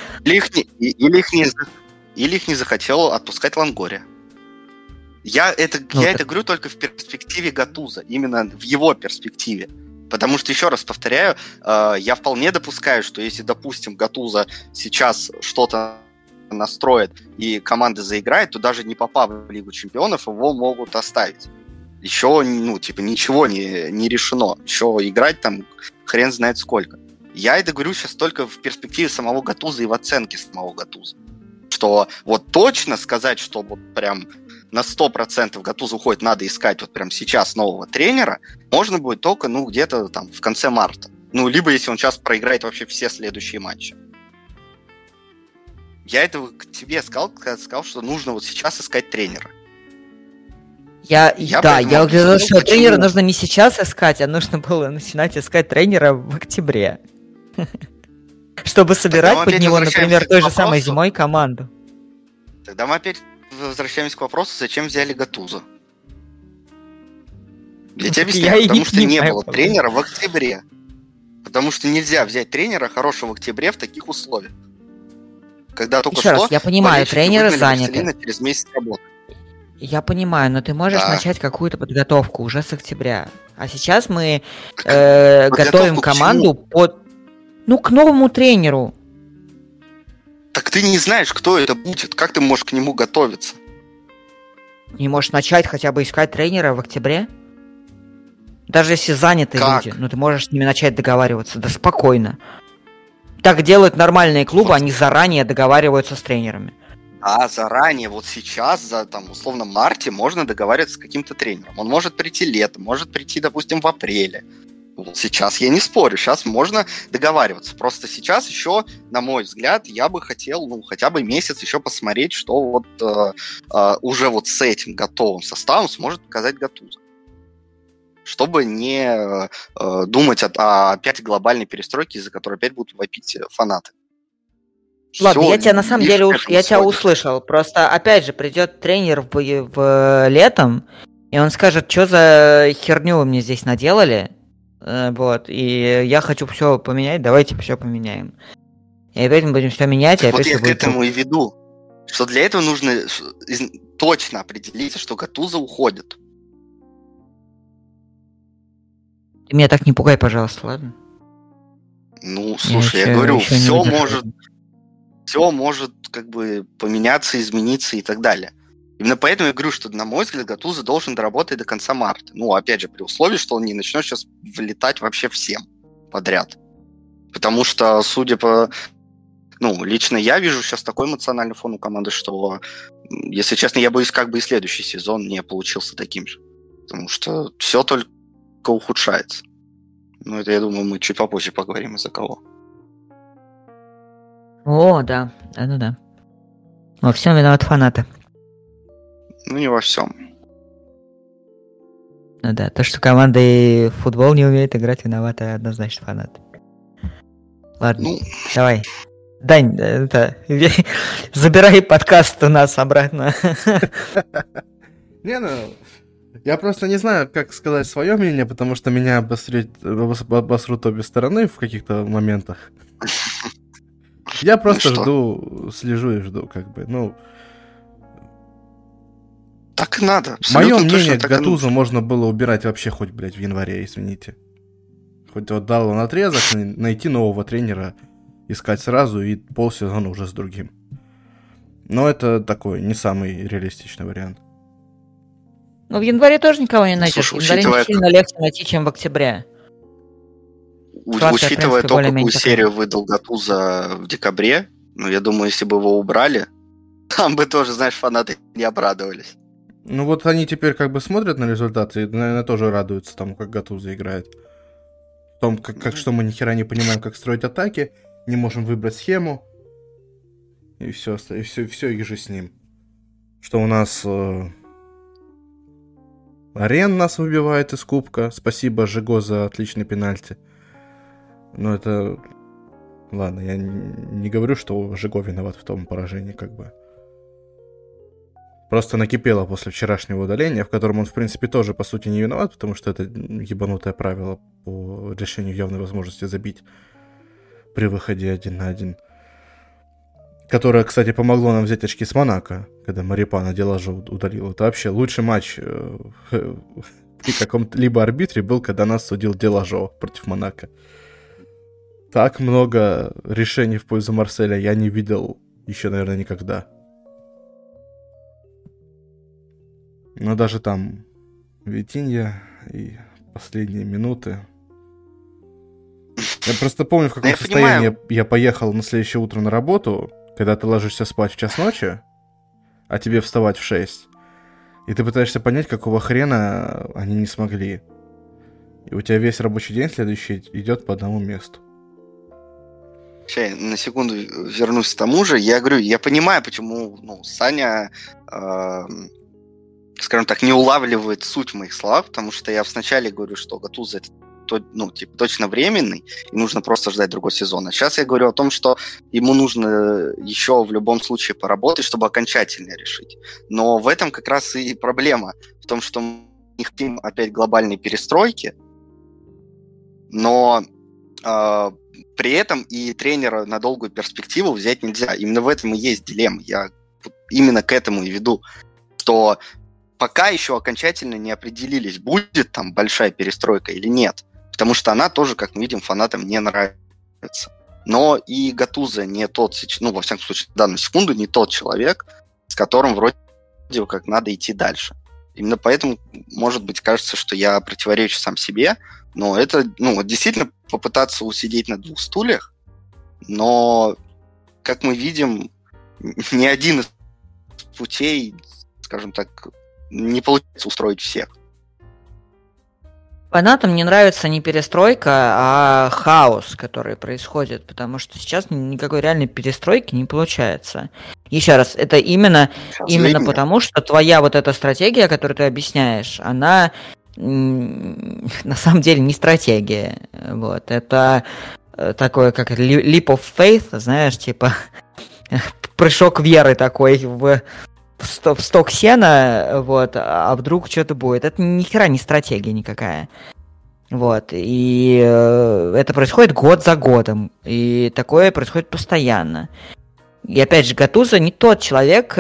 Или их не захотел отпускать Лонгория. Я это говорю только в перспективе Гатуза, именно в его перспективе. Потому что, еще раз повторяю, я вполне допускаю, что если, допустим, Гатуза сейчас что-то настроит и команда заиграет, то даже не попав в Лигу Чемпионов, его могут оставить. Еще, ничего не решено. Еще играть там хрен знает сколько. Я это говорю сейчас только в перспективе самого Гатуза и в оценке самого Гатуза. Что вот точно сказать, что вот прям на 100% Гатуза уходит, надо искать вот прям сейчас нового тренера, можно будет только, где-то там в конце марта. Либо если он сейчас проиграет вообще все следующие матчи. Я этого к тебе сказал, что нужно вот сейчас искать тренера. Я говорю, что тренера нужно не сейчас искать, а нужно было начинать искать тренера в октябре. Чтобы собирать под него, например, той же самой зимой команду. Тогда мы опять возвращаемся к вопросу, зачем взяли Гатуза. Я тебе объясняю, потому что не было тренера в октябре. Потому что нельзя взять тренера хорошего в октябре в таких условиях. Когда только еще раз, я понимаю, тренеры заняты. Через месяц работы. Я понимаю, но ты можешь начать какую-то подготовку уже с октября. А сейчас мы готовим команду к новому тренеру. Так ты не знаешь, кто это будет. Как ты можешь к нему готовиться? Не можешь начать хотя бы искать тренера в октябре? Даже если заняты люди, ты можешь с ними начать договариваться. Да спокойно. Так делают нормальные клубы, они заранее договариваются с тренерами. А заранее, вот сейчас, условно, марте можно договариваться с каким-то тренером. Он может прийти летом, может прийти, допустим, в апреле. Вот сейчас я не спорю, сейчас можно договариваться. Просто сейчас еще, на мой взгляд, я бы хотел, хотя бы месяц еще посмотреть, что уже вот с этим готовым составом сможет показать Гатуза. Чтобы не думать о опять глобальной перестройке, из-за которой опять будут вопить фанаты. Ладно, я тебя на самом деле услышал. Просто, опять же, придет тренер в летом, и он скажет, что за херню вы мне здесь наделали, и я хочу все поменять, давайте все поменяем. И опять мы будем все менять, и опять я к этому и веду, что для этого нужно точно определиться, что Гатуза уходит. Ты меня так не пугай, пожалуйста, ладно? Слушай, я говорю, все может как бы поменяться, измениться и так далее. Именно поэтому я говорю, что, на мой взгляд, Гатуза должен доработать до конца марта. Опять же, при условии, что он не начнет сейчас влетать вообще всем подряд. Потому что, судя по... лично я вижу сейчас такой эмоциональный фон у команды, что, если честно, я боюсь, как бы и следующий сезон не получился таким же. Потому что все только ухудшается. Это, я думаю, мы чуть попозже поговорим, из-за кого. О, да. Да. Во всем виноват фанаты. Не во всем. Да, то, что команда и в футбол не умеет играть, виноваты однозначно фанаты. Ладно, давай. Дань, забирай подкаст у нас обратно. Я просто не знаю, как сказать свое мнение, потому что меня обосрут обе стороны в каких-то моментах. Я просто слежу и жду, как бы, Так и надо. Мое мнение, Гатузу можно было убирать вообще хоть, в январе, извините. Хоть дал он отрезок, найти нового тренера, искать сразу и полсезона уже с другим. Но это такой не самый реалистичный вариант. В январе тоже никого не найдешь. В январе не сильно легче найти, чем в октябре. Учитывая то, какую серию выдал Гатуза в декабре, я думаю, если бы его убрали, там бы тоже, фанаты не обрадовались. Они теперь как бы смотрят на результаты и, наверное, тоже радуются тому, как Гатуза играет. В том, что мы ни хера не понимаем, как строить атаки, не можем выбрать схему. И все и же с ним. Что у нас... Арен нас выбивает из кубка. Спасибо, Жиго, за отличный пенальти. Это Ладно, я не говорю, что Жиго виноват в том поражении, как бы. Просто накипело после вчерашнего удаления, в котором он, в принципе, тоже, по сути, не виноват, потому что это ебанутое правило по решению явной возможности забить при выходе 1-1. Которое, кстати, помогло нам взять очки с Монако, когда Марипана Делажо удалил. Это вообще лучший матч при каком-либо арбитре был, когда нас судил Делажо против Монако. Так много решений в пользу Марселя я не видел еще, наверное, никогда. Но даже там Витинья и последние минуты. Я просто помню, в каком состоянии я поехал на следующее утро на работу, когда ты ложишься спать в 1:00 ночи, а тебе вставать в 6. И ты пытаешься понять, какого хрена они не смогли. И у тебя весь рабочий день следующий идет по одному месту. Сейчас на секунду вернусь к тому же. Я говорю, я понимаю, почему Саня, скажем так, не улавливает суть моих слов, потому что я вначале говорю, что Гатузо это точно временный, и нужно просто ждать другой сезон. А сейчас я говорю о том, что ему нужно еще в любом случае поработать, чтобы окончательно решить. Но в этом как раз и проблема. В том, что мы не хотим опять глобальной перестройки, но при этом и тренера на долгую перспективу взять нельзя. Именно в этом и есть дилемма. Я именно к этому и веду, что пока еще окончательно не определились, будет там большая перестройка или нет. Потому что она тоже, как мы видим, фанатам не нравится. Но и Гатузо не тот, во всяком случае, в данную секунду не тот человек, с которым вроде как надо идти дальше. Именно поэтому, может быть, кажется, что я противоречу сам себе, но это, действительно попытаться усидеть на двух стульях, но, как мы видим, ни один из путей, скажем так, не получится устроить всех. Фанатам не нравится не перестройка, а хаос, который происходит, потому что сейчас никакой реальной перестройки не получается. Еще раз, это именно потому, что твоя вот эта стратегия, которую ты объясняешь, она на самом деле не стратегия. Вот. Это такое, как leap of faith, знаешь, типа прыжок веры такой в сток сена, вот, а вдруг что-то будет. Это ни хера не стратегия никакая. Вот, и это происходит год за годом, и такое происходит постоянно. И опять же, Гатузо не тот человек,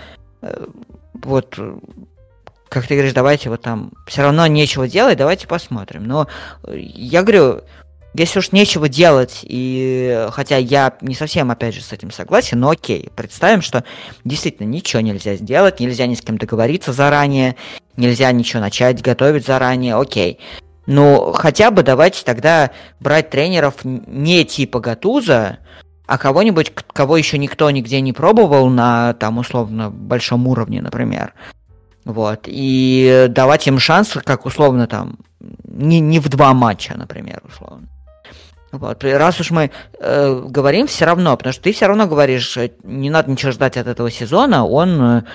вот, как ты говоришь, давайте вот там, все равно нечего делать, давайте посмотрим. Но я говорю, если уж нечего делать, и хотя я не совсем, опять же, с этим согласен, но окей, представим, что действительно ничего нельзя сделать, нельзя ни с кем договориться заранее, нельзя ничего начать готовить заранее, окей. Ну, хотя бы давайте тогда брать тренеров не типа Гатузо, а кого-нибудь, кого еще никто нигде не пробовал на, там, условно, большом уровне, например. Вот, и давать им шанс, как условно, там, не в 2 матча, например, условно. Вот. Раз уж мы говорим все равно, потому что ты все равно говоришь, не надо ничего ждать от этого сезона, он,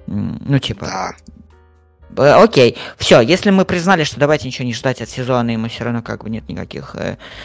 окей, все, если мы признали, что давайте ничего не ждать от сезона, и мы все равно как бы нет никаких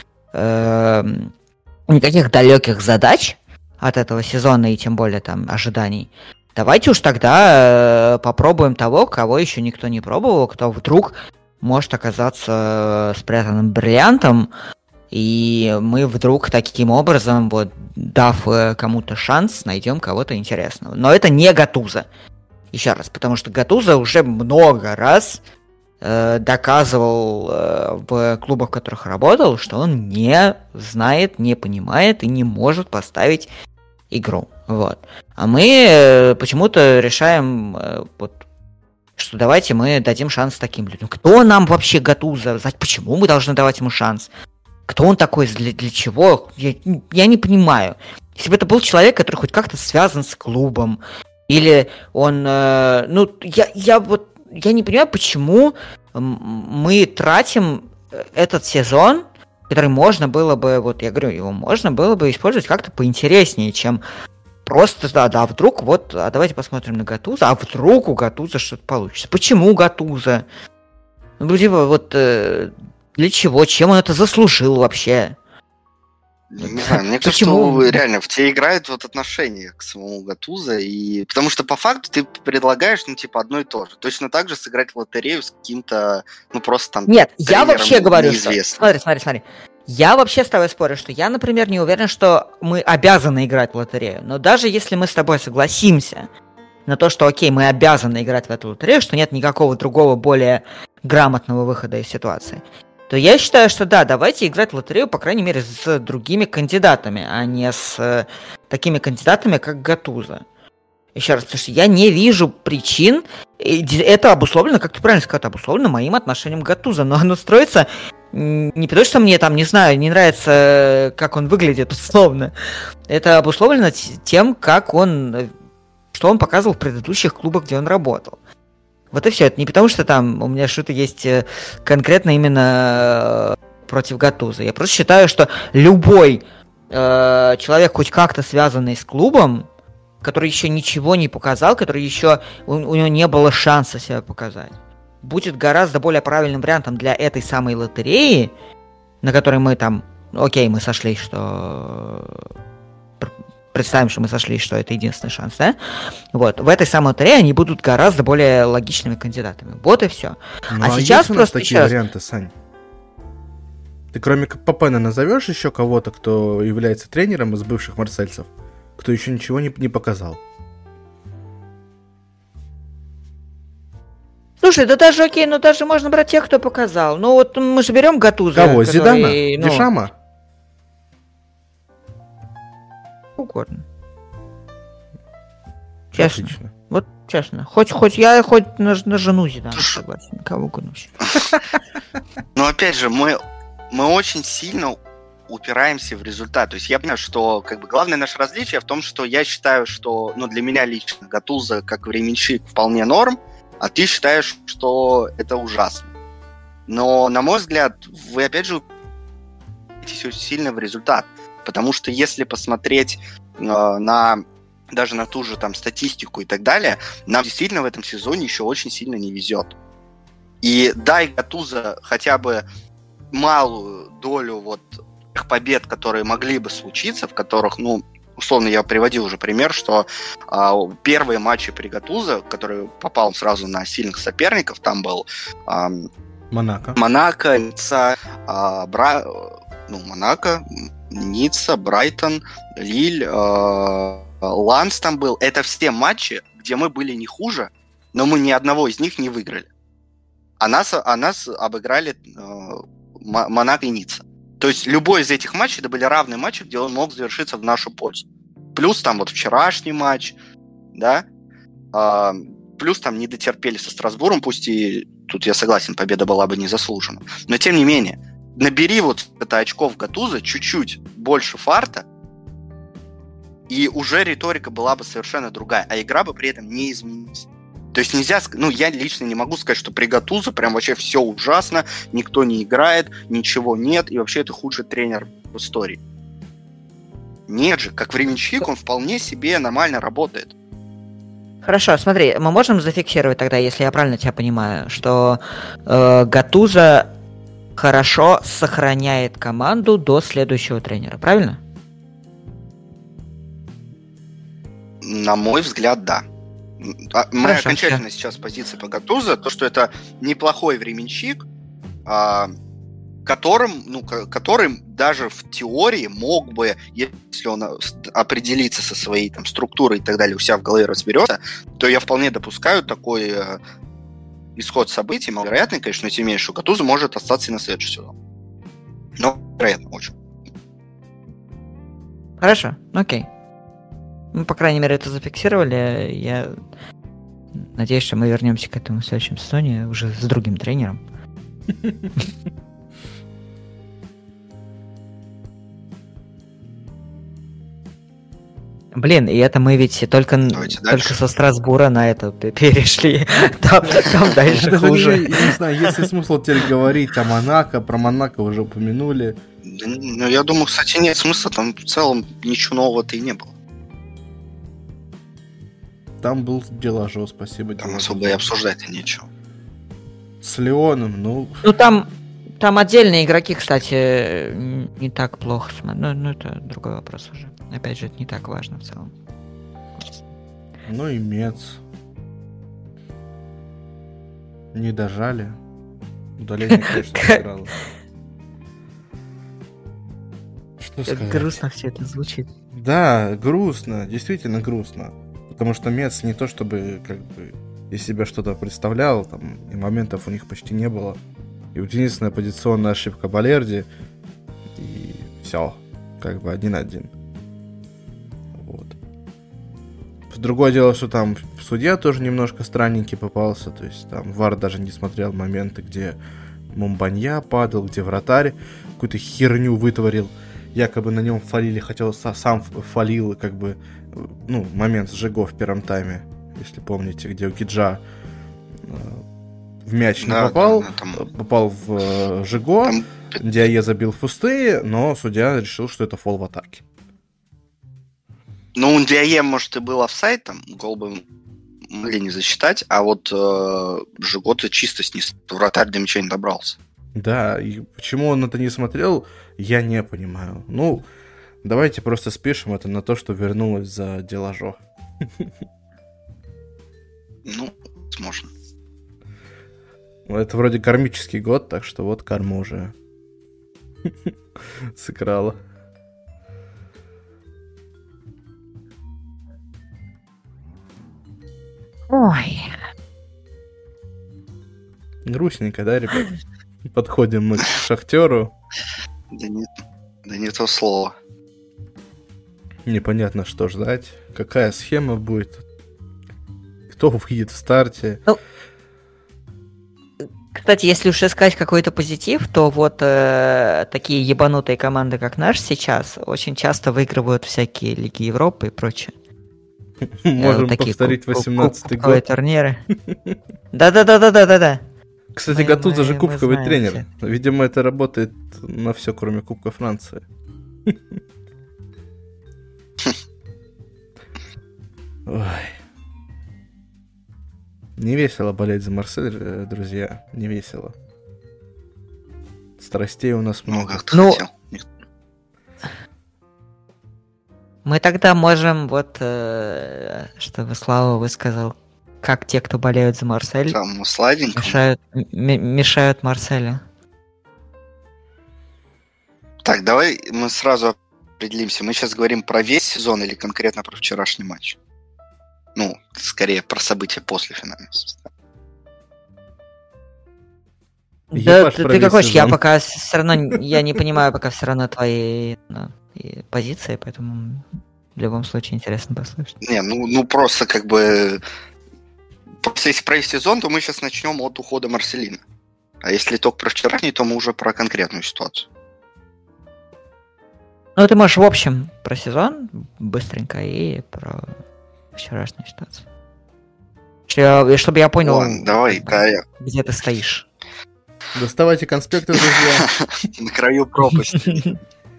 далеких задач от этого сезона, и тем более там ожиданий, давайте уж тогда попробуем того, кого еще никто не пробовал, кто вдруг может оказаться спрятанным бриллиантом, и мы вдруг таким образом, вот, дав кому-то шанс, найдем кого-то интересного. Но это не Гатузо. Еще раз, потому что Гатузо уже много раз доказывал в клубах, в которых работал, что он не знает, не понимает и не может поставить игру. Вот. А мы почему-то решаем, что давайте мы дадим шанс таким людям. Кто нам вообще Гатузо? Почему мы должны давать ему шанс? Кто он такой, для чего? Я не понимаю. Если бы это был человек, который хоть как-то связан с клубом, или он... я не понимаю, почему мы тратим этот сезон, который можно было бы, вот я говорю, его можно было бы использовать как-то поинтереснее, чем просто, вдруг, давайте посмотрим на Гатузо, а вдруг у Гатузо что-то получится. Почему Гатузо? Для чего? Чем он это заслужил вообще? Не знаю, мне кажется, что реально в тебе играет вот отношение к самому Гатузо, и потому что по факту ты предлагаешь, одно и то же. Точно так же сыграть в лотерею с каким-то, просто там... Нет, я вообще говорю, что... Смотри. Я вообще с тобой спорю, что я, например, не уверен, что мы обязаны играть в лотерею. Но даже если мы с тобой согласимся на то, что окей, мы обязаны играть в эту лотерею, что нет никакого другого более грамотного выхода из ситуации, то я считаю, что да, давайте играть в лотерею, по крайней мере, с другими кандидатами, а не с такими кандидатами, как Гатузо. Еще раз, потому что я не вижу причин, и это обусловлено, как ты правильно сказал, это обусловлено моим отношением к Гатузо, но оно строится не потому, что мне там, не знаю, не нравится, как он выглядит, условно. Это обусловлено тем, что он показывал в предыдущих клубах, где он работал. Вот и все. Это не потому, что там у меня что-то есть конкретно именно против Гатузо. Я просто считаю, что любой человек, хоть как-то связанный с клубом, который еще ничего не показал, который еще у него не было шанса себя показать, будет гораздо более правильным вариантом для этой самой лотереи, на которой мы там, окей, мы сошлись, что... Представим, что мы сошлись, что это единственный шанс, да? Вот, в этой самой лотерее они будут гораздо более логичными кандидатами. Вот и все. А сейчас есть просто такие варианты, Сань? Ты кроме Папена назовешь еще кого-то, кто является тренером из бывших марсельцев, кто еще ничего не показал? Слушай, да даже окей, даже можно брать тех, кто показал. Ну вот мы же берем Гатузо. Кого? Зидана? Дешама? Угодно. Честно. Отлично. Вот честно. Хоть я на жену Зидана согласен. Кого угодно вообще. Но опять же, мы очень сильно упираемся в результат. То есть я понимаю, что главное наше различие в том, что я считаю, что для меня лично Гатузо как временщик вполне норм, а ты считаешь, что это ужасно. Но, на мой взгляд, вы, опять же, упираетесь очень сильно в результат. Потому что если посмотреть даже на ту же там статистику и так далее, нам действительно в этом сезоне еще очень сильно не везет. И дай Гатузо хотя бы малую долю тех побед, которые могли бы случиться, в которых, условно, я приводил уже пример, что первые матчи при Гатузо, который попал сразу на сильных соперников, там был Монако, Ницца, Монако, Ницца, Брайтон, Лиль, Ланс там был. Это все матчи, где мы были не хуже, но мы ни одного из них не выиграли. А нас обыграли Монако и Ницца. То есть любой из этих матчей, это были равные матчи, где он мог завершиться в нашу пользу. Плюс там вчерашний матч, да, плюс там не дотерпели со Страсбургом, пусть и тут я согласен, победа была бы незаслужена. Но тем не менее, набери это очков Гатузо, чуть-чуть больше фарта, и уже риторика была бы совершенно другая, а игра бы при этом не изменилась. То есть нельзя, я лично не могу сказать, что при Гатузо прям вообще все ужасно, никто не играет, ничего нет, и вообще это худший тренер в истории. Нет же, как временщик он вполне себе нормально работает. Хорошо, смотри, мы можем зафиксировать тогда, если я правильно тебя понимаю, что Гатузо хорошо сохраняет команду до следующего тренера, правильно? На мой взгляд, да. Моя окончательная сейчас позиция по Гатузо, то, что это неплохой временщик, который даже в теории мог бы, если он определится со своей там структурой и так далее, у себя в голове разберется, то я вполне допускаю такой исход событий, маловероятный, конечно, но тем не менее, что Гатузо может остаться и на следующий сезон. Но вероятно, очень. Хорошо, окей. Мы, по крайней мере, это зафиксировали. Я надеюсь, что мы вернемся к этому в следующем сезоне уже с другим тренером. Блин, и это мы ведь только со Страсбура на это перешли. Там дальше хуже. Не знаю, есть ли смысл теперь говорить о Монако, про Монако уже упомянули. Ну, я думаю, кстати, нет смысла, там в целом ничего нового-то и не было. Там был Делажо, спасибо. Там особо и обсуждать-то нечего. С Леоном, Ну, там отдельные игроки, кстати, не так плохо смотрю. Ну, это другой вопрос уже. Опять же, это не так важно в целом. Ну и Мец. Не дожали. Удаление, конечно, сыграло. Что Как сказать? грустно все это звучит. Да, грустно, действительно грустно. Потому что Мец не то чтобы как бы из себя что-то представлял, там и моментов у них почти не было. И вот единственная позиционная ошибка Балерди, и все, как бы 1-1. Вот. Другое дело, что там судья тоже немножко странненький попался, то есть там ВАР даже не смотрел моменты, где Мумбанья падал, где вратарь какую-то херню вытворил, якобы на нем фалили, хотел сам фалил, как бы, ну, момент с Жиго в первом тайме, если помните, где у Киджа в мяч не попал, попал в Жиго, там... Диае забил в пустые, но судья решил, что это фол в атаке. Ну, у Диае, может, и был офсайд, там гол бы могли не засчитать, а вот Жиго-то чисто снес, вратарь до мяча не добрался. Да, и почему он это не смотрел, я не понимаю. Ну, давайте просто спишем это на то, что вернулось за Делажо. Ну, возможно. Это вроде кармический год, так что вот карма уже сыграла. Ой. Грустненько, да, ребят? Подходим мы к Шахтеру. Да не то слово. Непонятно, что ждать. Какая схема будет? Кто выйдет в старте? Ну, кстати, если уж искать какой-то позитив, то вот такие ебанутые команды, как наш сейчас, очень часто выигрывают всякие Лиги Европы и прочее. Можем повторить 18-й год. Турниры. Да. Кстати, Гатузо же кубковый тренер. Видимо, это работает на все, кроме Кубка Франции. Ой. Не весело болеть за Марсель, друзья. Не весело. Страстей у нас много. Ну, мы тогда можем, вот, чтобы Слава высказал, как те, кто болеют за Марсель, мешают Марселю. Так, давай мы сразу определимся. Мы сейчас говорим про весь сезон или конкретно про вчерашний матч? Ну, скорее про события после финального состава. Да, ты как хочешь, я пока все равно, я не понимаю пока все равно твои позиции, поэтому в любом случае интересно послушать. Не, ну просто как бы... Просто если про весь сезон, то мы сейчас начнем от ухода Марселина. А если только про вчерашний, то мы уже про конкретную ситуацию. Ну, ты можешь в общем про сезон быстренько и про вчерашнюю ситуацию. Чтобы я понял, ладно, давай, где ты стоишь. Доставайте конспекты, друзья. На краю пропасти.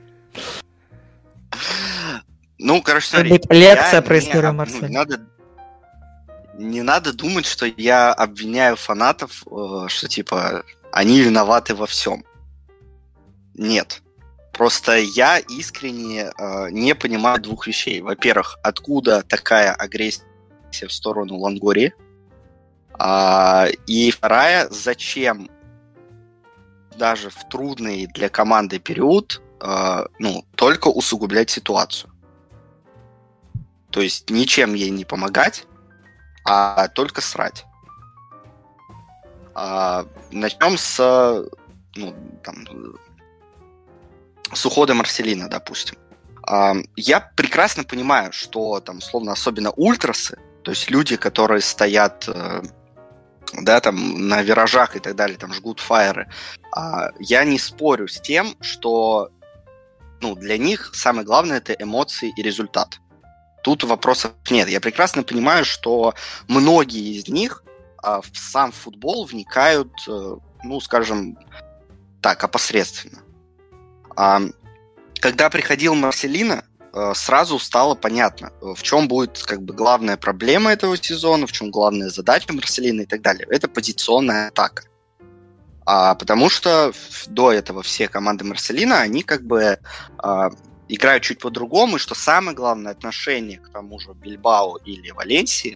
Ну, короче, смотри. Лекция про историю Марселя. Не надо думать, что я обвиняю фанатов, что типа они виноваты во всем. Нет. Просто я искренне не понимаю двух вещей. Во-первых, откуда такая агрессия в сторону Лонгории? И вторая, зачем даже в трудный для команды период только усугублять ситуацию? То есть ничем ей не помогать, а только срать. Начнем с ухода Марселина, допустим. Я прекрасно понимаю, что там, условно, особенно ультрасы, то есть люди, которые стоят там на виражах и так далее, там жгут фаеры, я не спорю с тем, что для них самое главное это эмоции и результат. Тут вопросов нет. Я прекрасно понимаю, что многие из них в сам футбол вникают, скажем так, опосредственно. Когда приходил Марселино, сразу стало понятно, в чем будет как бы главная проблема этого сезона, в чем главная задача Марселино и так далее. Это позиционная атака. Потому что до этого все команды Марселино, они как бы играют чуть по-другому, и что самое главное, отношение к тому же Бильбао или Валенсии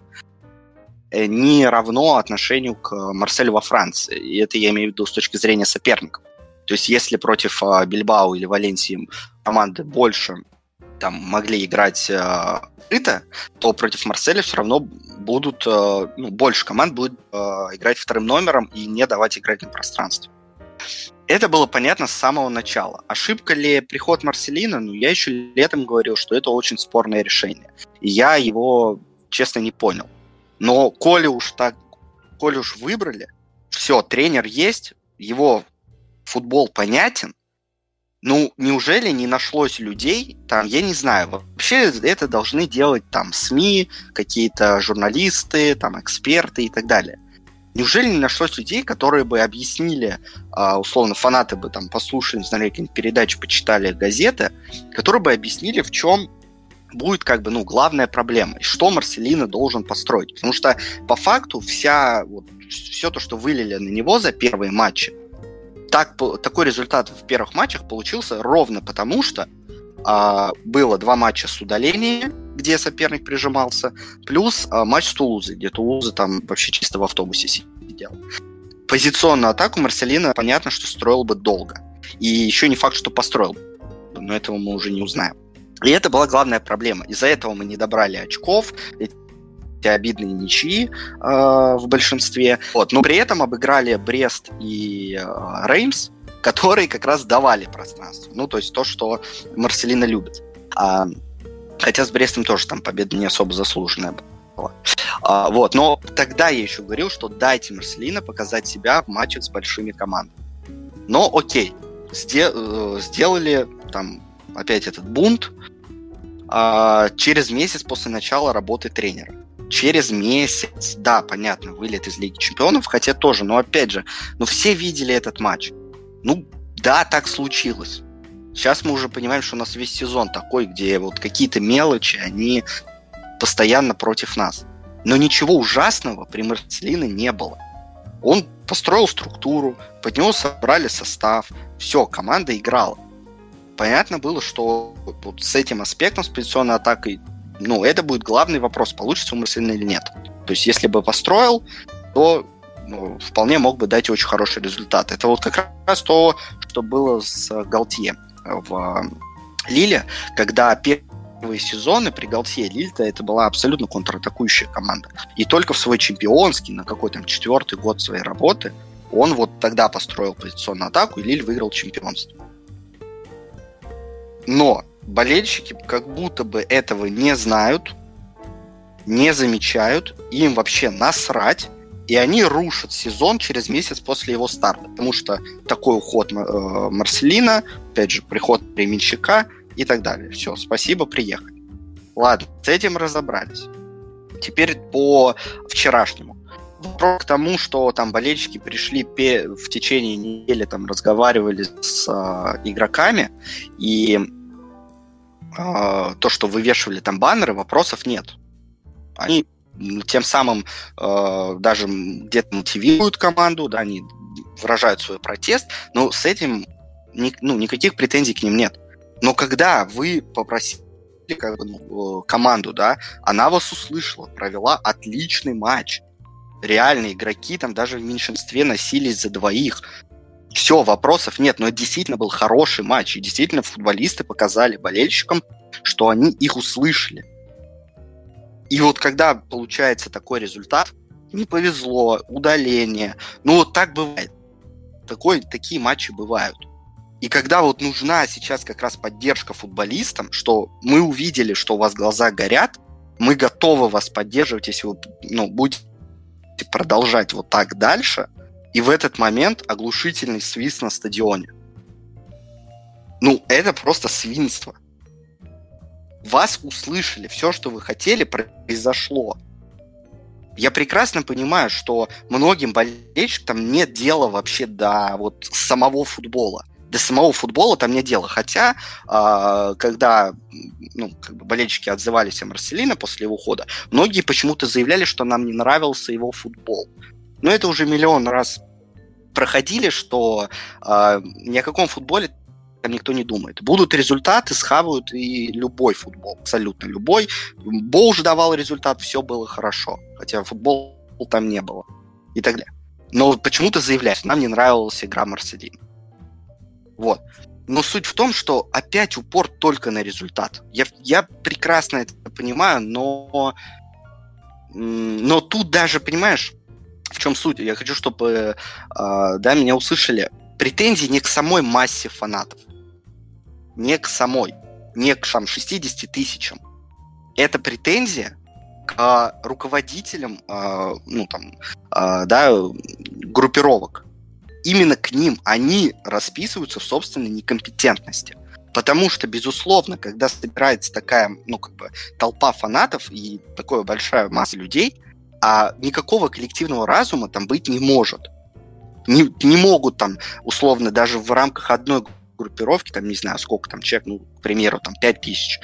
не равно отношению к Марселю во Франции. И это я имею в виду с точки зрения соперников. То есть если против Бильбао или Валенсии команды больше там могли играть открыто, то против Марселя все равно будут, больше команд будет играть вторым номером и не давать играть на пространстве. Это было понятно с самого начала. Ошибка ли приход Марселино? Я еще летом говорил, что это очень спорное решение. И я его, честно, не понял. Но коли уж выбрали, все, тренер есть, его футбол понятен, неужели не нашлось людей, там, я не знаю, вообще это должны делать там СМИ, какие-то журналисты, там, эксперты и так далее. Неужели не нашлось людей, которые бы объяснили, условно, фанаты бы там послушали, смотрели какие-нибудь передачи, почитали газеты, которые бы объяснили, в чем будет главная проблема, и что Марселино должен построить. Потому что по факту все то, что вылили на него за первые матчи, такой результат в первых матчах получился ровно потому, что было 2 матча с удалением, где соперник прижимался, плюс матч с Тулузой, где Тулуза там вообще чисто в автобусе сидел. Позиционную атаку Марселино, понятно, что строил бы долго. И еще не факт, что построил бы, но этого мы уже не узнаем. И это была главная проблема. Из-за этого мы не добрали очков, эти обидные ничьи в большинстве. Но при этом обыграли Брест и Реймс, которые как раз давали пространство. То есть то, что Марселино любит. Хотя с Брестом тоже там победа не особо заслуженная была. Но тогда я еще говорил, что дайте Марселино показать себя в матчах с большими командами. Но окей, сделали там опять этот бунт через месяц после начала работы тренера. Через месяц, да, понятно, вылет из Лиги Чемпионов, хотя тоже, но опять же, все видели этот матч. Да, так случилось. Сейчас мы уже понимаем, что у нас весь сезон такой, где какие-то мелочи, они постоянно против нас. Но ничего ужасного при Марселино не было. Он построил структуру, под него собрали состав, все, команда играла. Понятно было, что с этим аспектом, с позиционной атакой, это будет главный вопрос, получится у Марселино или нет. То есть, если бы построил, то вполне мог бы дать очень хороший результат. Это как раз то, что было с Галтье в Лиле, когда первые сезоны при Галтье Лиль-то это была абсолютно контратакующая команда. И только в свой чемпионский, на какой-то 4-й год своей работы, он тогда построил позиционную атаку, и Лиль выиграл чемпионство. Но болельщики как будто бы этого не знают, не замечают, им вообще насрать, и они рушат сезон через месяц после его старта, потому что такой уход Марселино, опять же, приход временщика и так далее. Все, спасибо, приехали. Ладно, с этим разобрались. Теперь по вчерашнему. Вопрос к тому, что там болельщики пришли в течение недели, там разговаривали с игроками, и то, что вывешивали там баннеры, вопросов нет. Они тем самым даже где-то мотивируют команду, да, они выражают свой протест, но с этим никаких претензий к ним нет. Но когда вы попросили команду, да, она вас услышала, провела отличный матч. Реальные игроки там даже в меньшинстве носились за двоих. Все, вопросов нет, но это действительно был хороший матч, и действительно футболисты показали болельщикам, что они их услышали. И когда получается такой результат, не повезло, удаление, так бывает. Такие матчи бывают. И когда нужна сейчас как раз поддержка футболистам, что мы увидели, что у вас глаза горят, мы готовы вас поддерживать, если вы будете продолжать так дальше, и в этот момент оглушительный свист на стадионе. Это просто свинство. Вас услышали, все, что вы хотели, произошло. Я прекрасно понимаю, что многим болельщикам нет дела вообще до самого футбола. До самого футбола там нет дела. Хотя, когда болельщики отзывались о Марселино после его ухода, многие почему-то заявляли, что нам не нравился его футбол. Но это уже миллион раз проходили, что ни о каком футболе там никто не думает. Будут результаты, схавают и любой футбол, абсолютно любой. Боуж давал результат, все было хорошо, хотя футбол там не было и так далее. Но почему-то заявляют, нам не нравилась игра Марселина. Вот. Но суть в том, что опять упор только на результат. Я прекрасно это понимаю, но тут даже, понимаешь, в чем суть? Я хочу, чтобы меня услышали. Претензии не к самой массе фанатов. Не к самой. Не к 60 тысячам. Это претензия к руководителям группировок. Именно к ним они расписываются в собственной некомпетентности. Потому что, безусловно, когда собирается такая, толпа фанатов и такая большая масса людей, никакого коллективного разума там быть не может. Не могут там, условно, даже в рамках одной группировки, там, не знаю, сколько там человек, к примеру, там, 5000,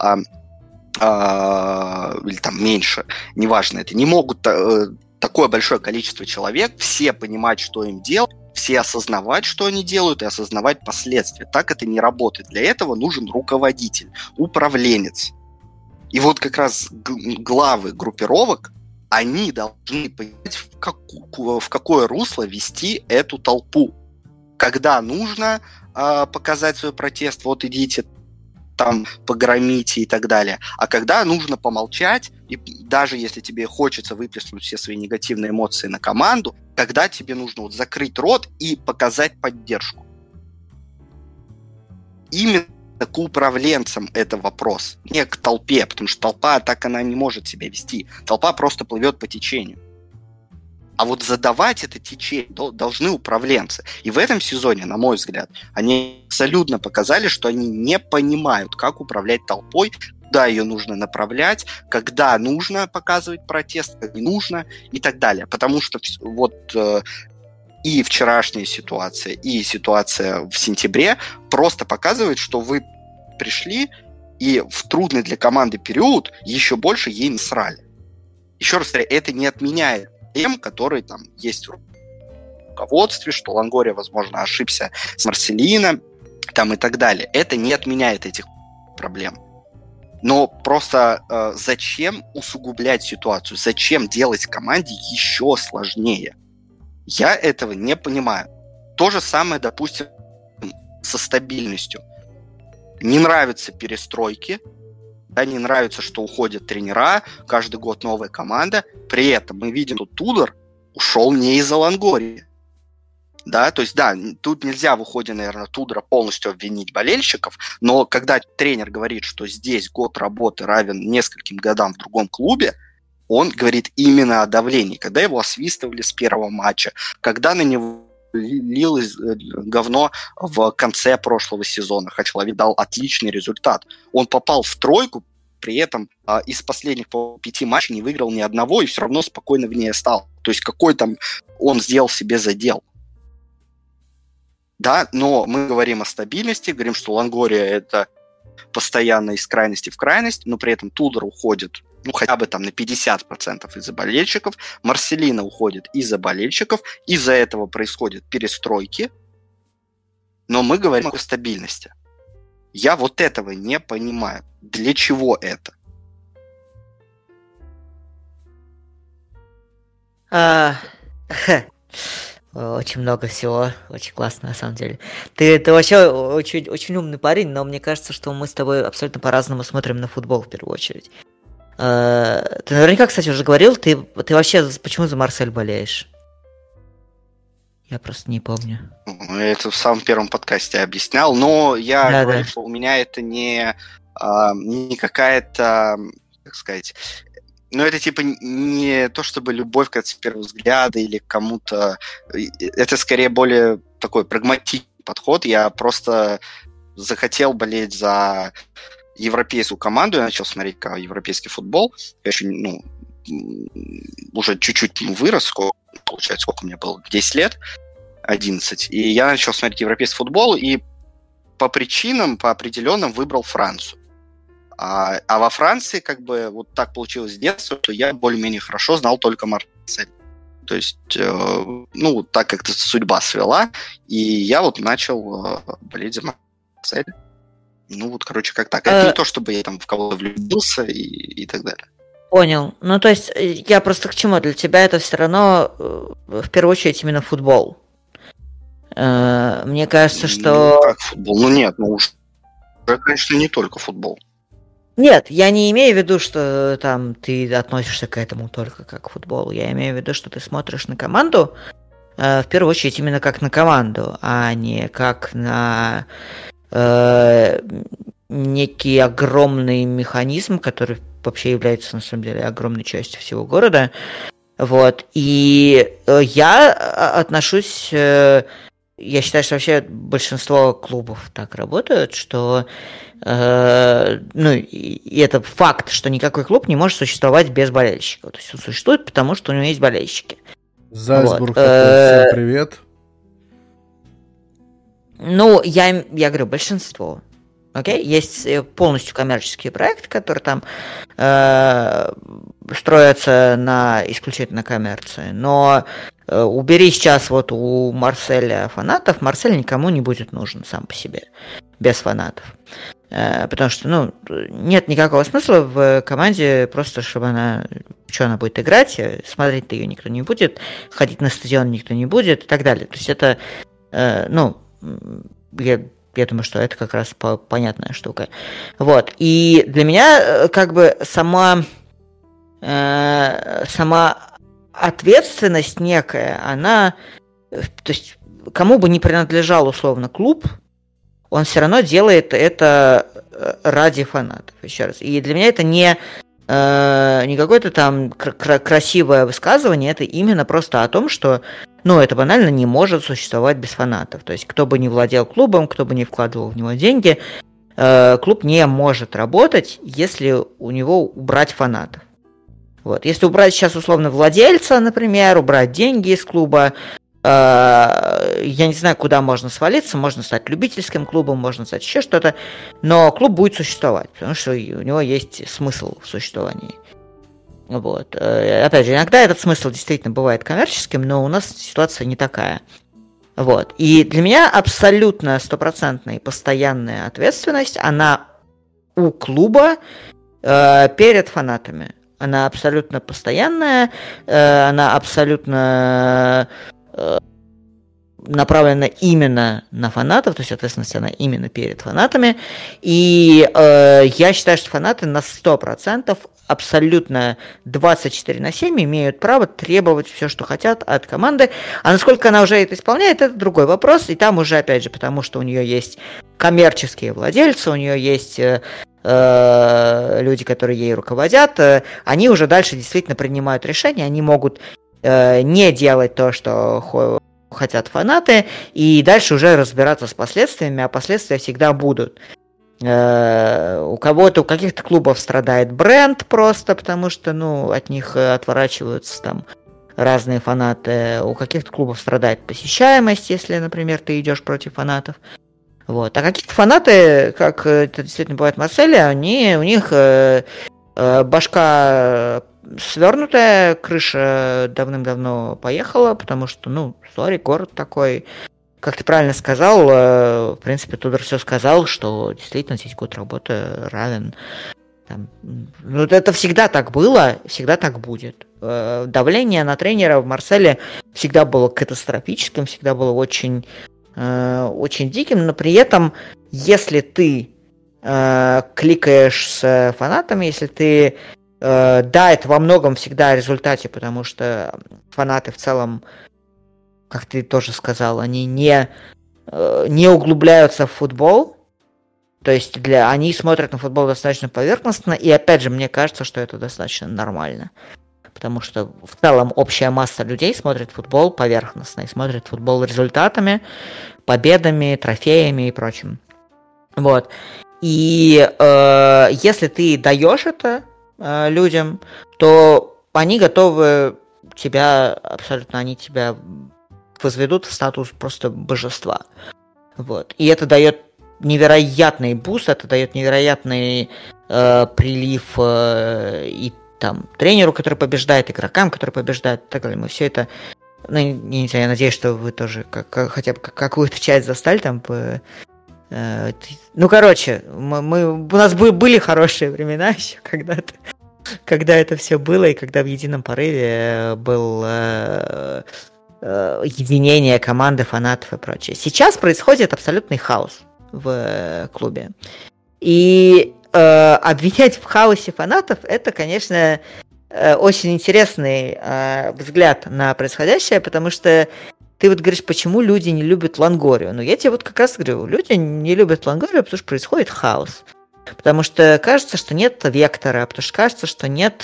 или там меньше, неважно, это не могут такое большое количество человек все понимать, что им делать, все осознавать, что они делают, и осознавать последствия. Так это не работает. Для этого нужен руководитель, управленец. И вот как раз главы группировок, они должны понимать, в какое русло вести эту толпу. Когда нужно показать свой протест, вот идите там погромите и так далее. А когда нужно помолчать, и даже если тебе хочется выплеснуть все свои негативные эмоции на команду, когда тебе нужно закрыть рот и показать поддержку. Именно к управленцам это вопрос, не к толпе, потому что толпа так она не может себя вести. Толпа просто плывет по течению. А вот задавать это течение должны управленцы. И в этом сезоне, на мой взгляд, они абсолютно показали, что они не понимают, как управлять толпой, куда ее нужно направлять, когда нужно показывать протест, когда не нужно и так далее. Потому что и вчерашняя ситуация, и ситуация в сентябре просто показывают, что вы пришли и в трудный для команды период еще больше ей насрали. Еще раз говорю, это не отменяет тем, которые там есть в руководстве, что Лонгория, возможно, ошибся с Марселино, там и так далее. Это не отменяет этих проблем. Но просто зачем усугублять ситуацию? Зачем делать команде еще сложнее? Я этого не понимаю. То же самое, допустим, со стабильностью. Не нравятся перестройки, не нравится, что уходят тренера, каждый год новая команда. При этом мы видим, что Тудор ушел не из-за Лонгории. Да, то есть, тут нельзя в уходе, наверное, Тудора полностью обвинить болельщиков, но когда тренер говорит, что здесь год работы равен нескольким годам в другом клубе, он говорит именно о давлении. Когда его освистывали с первого матча, когда на него лилось говно в конце прошлого сезона, хотя человек дал отличный результат. Он попал в тройку, при этом из последних 5 матчей не выиграл ни одного и все равно спокойно в ней остался. То есть какой там он сделал себе задел. Да, но мы говорим о стабильности, говорим, что Лонгория это постоянно из крайности в крайность, но при этом Тудор уходит хотя бы там на 50% из-за болельщиков, Марселино уходит из-за болельщиков, из-за этого происходят перестройки, но мы говорим о стабильности. Я вот этого не понимаю. Для чего это? Очень много всего, очень классно на самом деле. Ты вообще очень, очень умный парень, но мне кажется, что мы с тобой абсолютно по-разному смотрим на футбол в первую очередь. Ты наверняка, кстати, уже говорил, ты вообще почему за Марсель болеешь? Я просто не помню. Это в самом первом подкасте объяснял, но я говорю, что у меня это не какая-то, как сказать, это типа не то чтобы любовь как с первого взгляда или кому-то, это скорее более такой прагматичный подход. Я просто захотел болеть за европейскую команду, я начал смотреть европейский футбол. Я еще, уже чуть-чуть вырос, получается, сколько мне было? 10 лет, 11. И я начал смотреть европейский футбол, и по причинам, по определенным выбрал Францию. А во Франции, вот так получилось с детства, что я более-менее хорошо знал только Марсель. То есть, ну, так как-то судьба свела, и я вот начал болеть за Марсель. Ну, вот, короче, как так. Это не то, чтобы я там в кого-то влюбился и так далее. Понял. Ну, то есть, я просто к чему? Для тебя это все равно, в первую очередь, именно футбол. Мне кажется, что... Ну, как футбол? Ну, нет, ну уж, конечно, не только футбол. Нет, я не имею в виду, что там ты относишься к этому только как к футболу. Я имею в виду, что ты смотришь на команду, в первую очередь, именно как на команду, а не как на некий огромный механизм, который вообще является, на самом деле, огромной частью всего города. Вот. И я отношусь... Я считаю, что вообще большинство клубов так работают, что ну, и это факт, что никакой клуб не может существовать без болельщиков. То есть он существует, потому что у него есть болельщики. Зальцбург такой, всем привет. Ну, я говорю, большинство. Окей? Есть полностью коммерческие проекты, которые там строятся исключительно коммерции. Но убери сейчас вот у Марселя фанатов, Марсель никому не будет нужен сам по себе, без фанатов. Потому что, ну, нет никакого смысла в команде просто, чтобы она будет играть, смотреть-то ее никто не будет, ходить на стадион никто не будет и так далее. То есть это, ну, я думаю, что это как раз понятная штука. Вот. И для меня как бы сама ответственность некая, она... То есть кому бы ни принадлежал условно клуб, он все равно делает это ради фанатов. Еще раз. И для меня это не какое-то там красивое высказывание, это именно просто о том, что, ну, это банально не может существовать без фанатов. То есть кто бы ни владел клубом, кто бы ни вкладывал в него деньги, клуб не может работать, если у него убрать фанатов. Вот. Если убрать сейчас условно владельца, например, убрать деньги из клуба, я не знаю, куда можно свалиться, можно стать любительским клубом, можно стать еще что-то, но клуб будет существовать, потому что у него есть смысл в существовании. Вот. Опять же, иногда этот смысл действительно бывает коммерческим, но у нас ситуация не такая. Вот. И для меня абсолютно стопроцентная постоянная ответственность, она у клуба перед фанатами. Она абсолютно постоянная, она абсолютно направлена именно на фанатов, то есть ответственность она именно перед фанатами. И я считаю, что фанаты на 100% абсолютно 24/7 имеют право требовать все, что хотят от команды. А насколько она уже это исполняет, это другой вопрос. И там уже, опять же, потому что у нее есть коммерческие владельцы, у нее есть люди, которые ей руководят, они уже дальше действительно принимают решения, они могут не делать то, что хотят фанаты, и дальше уже разбираться с последствиями, а последствия всегда будут. У каких-то клубов страдает бренд просто, потому что, ну, от них отворачиваются там разные фанаты. У каких-то клубов страдает посещаемость, если, например, ты идешь против фанатов. Вот. А какие-то фанаты, как это действительно бывает в Марселе, у них башка свернутая, крыша давным-давно поехала, потому что, ну, город такой. Как ты правильно сказал, в принципе, Тудор все сказал, что действительно здесь год работы равен. Ну, это всегда так было, всегда так будет. Давление на тренера в Марселе всегда было катастрофическим, всегда было очень диким, но при этом, если ты кликаешь с фанатами, если ты... да, это во многом всегда о результате, потому что фанаты в целом, как ты тоже сказал, они не углубляются в футбол, то есть они смотрят на футбол достаточно поверхностно, и опять же, мне кажется, что это достаточно нормально. Потому что в целом общая масса людей смотрит футбол поверхностно и смотрит футбол результатами, победами, трофеями и прочим. Вот. И если ты даешь это людям, то они готовы они тебя возведут в статус просто божества. Вот. И это дает невероятный буст, это дает невероятный прилив и там тренеру, который побеждает, игрокам, которые побеждают, и так далее. Мы все это, ну, не знаю, я надеюсь, что вы тоже хотя бы какую-то часть застали там. Ну, короче, у нас были хорошие времена еще когда-то, когда это все было, и когда в едином порыве был единение команды, фанатов и прочее. Сейчас происходит абсолютный хаос в клубе. И обвинять в хаосе фанатов — это, конечно, очень интересный взгляд на происходящее, потому что ты вот говоришь, почему люди не любят Лонгорию. Ну, я тебе вот как раз говорю, люди не любят Лонгорию, потому что происходит хаос. Потому что кажется, что нет вектора, потому что кажется, что нет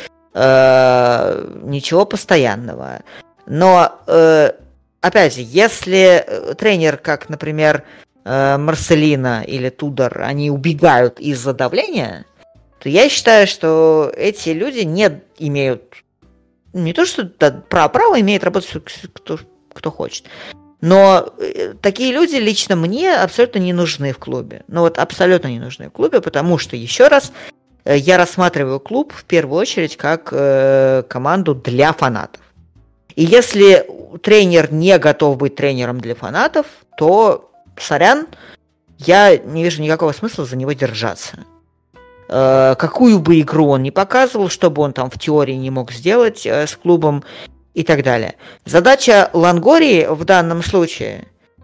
ничего постоянного. Но, опять же, если тренер, как, например, Марселино или Тудор, они убегают из-за давления, то я считаю, что эти люди не имеют, не то что право имеет работать кто хочет, но такие люди лично мне абсолютно не нужны в клубе. Ну вот абсолютно не нужны в клубе, потому что, еще раз, я рассматриваю клуб в первую очередь как команду для фанатов. И если тренер не готов быть тренером для фанатов, то, сорян, я не вижу никакого смысла за него держаться. Какую бы игру он ни показывал, что бы он там в теории не мог сделать с клубом и так далее. Задача Лонгории в данном случае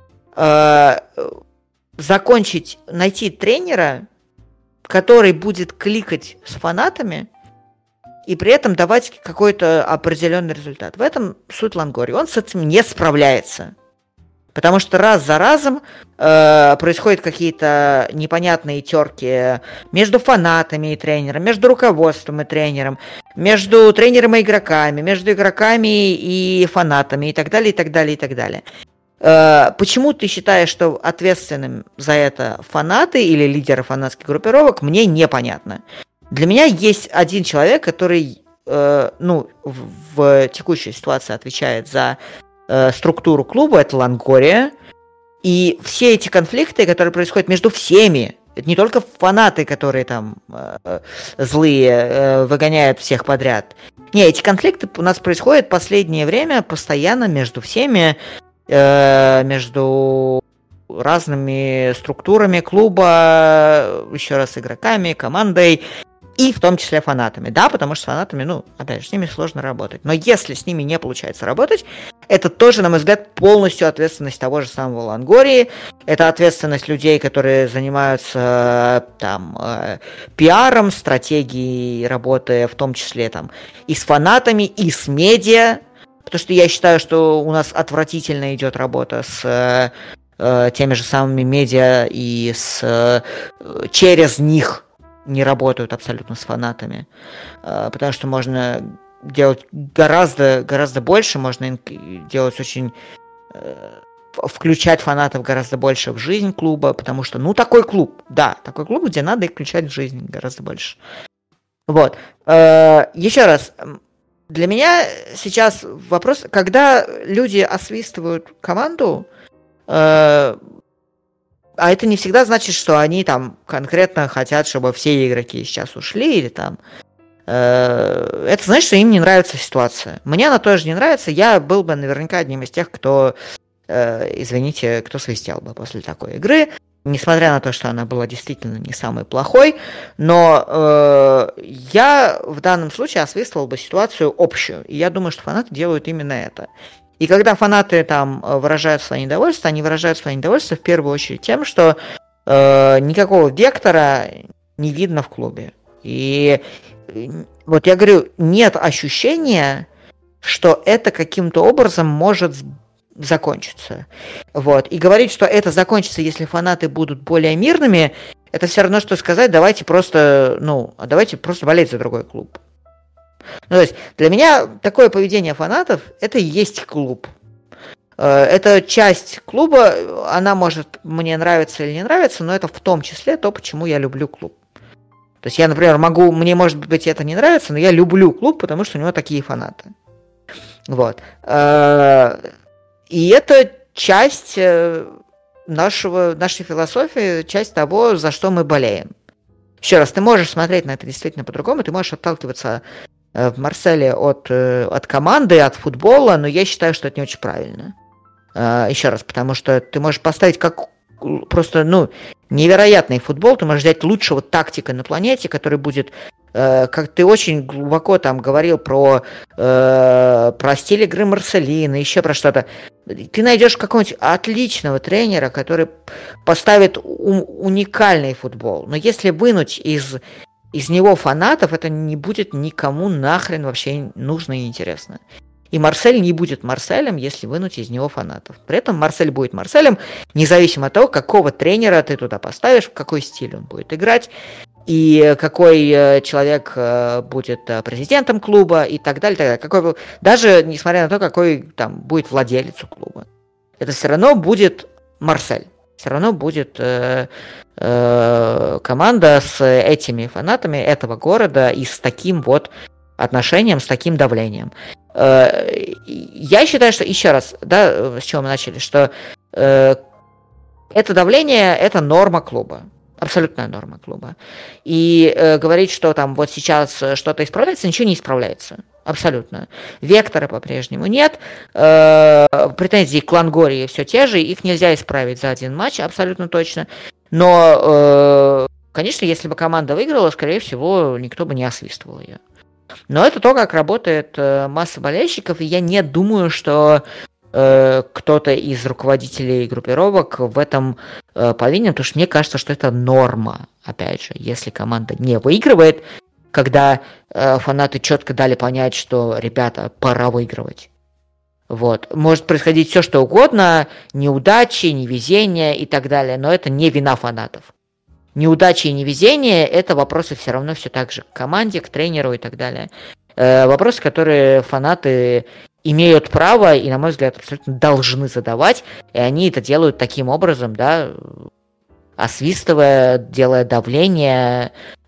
найти тренера, который будет кликать с фанатами и при этом давать какой-то определенный результат. В этом суть Лонгории. Он с этим не справляется. Потому что раз за разом происходят какие-то непонятные терки между фанатами и тренером, между руководством и тренером, между тренером и игроками, между игроками и фанатами и так далее, и так далее, и так далее. Почему ты считаешь, что ответственным за это фанаты или лидеры фанатских группировок, мне непонятно. Для меня есть один человек, который в текущей ситуации отвечает за структуру клуба, это Лонгория. И все эти конфликты, которые происходят между всеми, это не только фанаты, которые там злые, выгоняют всех подряд. Не, эти конфликты у нас происходят в последнее время постоянно между всеми, между разными структурами клуба, еще раз игроками, командой, и в том числе фанатами. Да, потому что с фанатами, опять же, с ними сложно работать. Но если с ними не получается работать, это тоже, на мой взгляд, полностью ответственность того же самого Лонгории. Это ответственность людей, которые занимаются пиаром, стратегией работы, в том числе и с фанатами, и с медиа. Потому что я считаю, что у нас отвратительно идет работа с теми же самыми медиа, и через них не работают абсолютно с фанатами, потому что можно делать гораздо больше, можно делать включать фанатов гораздо больше в жизнь клуба, потому что, такой клуб, где надо их включать в жизнь гораздо больше. Вот. Еще раз, для меня сейчас вопрос, когда люди освистывают команду, а это не всегда значит, что они конкретно хотят, чтобы все игроки сейчас ушли, или это значит, что им не нравится ситуация. Мне она тоже не нравится, я был бы наверняка одним из тех, кто, кто свистел бы после такой игры, несмотря на то, что она была действительно не самой плохой, но я в данном случае освистывал бы ситуацию общую, и я думаю, что фанаты делают именно это. И когда фанаты выражают свое недовольство, они выражают свое недовольство в первую очередь тем, что никакого вектора не видно в клубе. И вот я говорю, нет ощущения, что это каким-то образом может закончиться. Вот. И говорить, что это закончится, если фанаты будут более мирными, это все равно, что сказать, давайте просто болеть за другой клуб. То есть для меня такое поведение фанатов — это и есть клуб. Это часть клуба, она может мне нравиться или не нравиться, но это в том числе то, почему я люблю клуб. То есть я, например, мне, может быть, это не нравится, но я люблю клуб, потому что у него такие фанаты. Вот. И это часть нашей философии, часть того, за что мы болеем. Еще раз, ты можешь смотреть на это действительно по-другому, ты можешь отталкиваться в Марселе от команды, от футбола, но я считаю, что это не очень правильно. Еще раз, потому что ты можешь поставить как просто, невероятный футбол, ты можешь взять лучшего тактика на планете, который будет, как ты очень глубоко там говорил про стиль игры Марселина, еще про что-то. Ты найдешь какого-нибудь отличного тренера, который поставит уникальный футбол. Но если вынуть из него фанатов, это не будет никому нахрен вообще нужно и интересно. И Марсель не будет Марселем, если вынуть из него фанатов. При этом Марсель будет Марселем, независимо от того, какого тренера ты туда поставишь, в какой стиль он будет играть, и какой человек будет президентом клуба, и так далее, так далее. Даже несмотря на то, какой там будет владелец у клуба. Это все равно будет Марсель. Все равно будет команда с этими фанатами этого города и с таким вот отношением, с таким давлением. Я считаю, что, еще раз, да, с чего мы начали, что это давление – это норма клуба. Абсолютная норма клуба. И говорить, что там вот сейчас что-то исправляется, ничего не исправляется. Абсолютно. Вектора по-прежнему нет. Претензии к Лонгории все те же. Их нельзя исправить за один матч, абсолютно точно. Но, конечно, если бы команда выиграла, скорее всего, никто бы не освистывал ее. Но это то, как работает масса болельщиков, и я не думаю, что кто-то из руководителей группировок в этом повинен, потому что мне кажется, что это норма, опять же, если команда не выигрывает, когда фанаты четко дали понять, что, ребята, пора выигрывать. Вот. Может происходить все, что угодно, неудачи, невезения и так далее, но это не вина фанатов. Неудачи и невезение – это вопросы все равно все так же к команде, к тренеру и так далее. Вопросы, которые фанаты имеют право и, на мой взгляд, абсолютно должны задавать, и они это делают таким образом, да, освистывая, делая давление,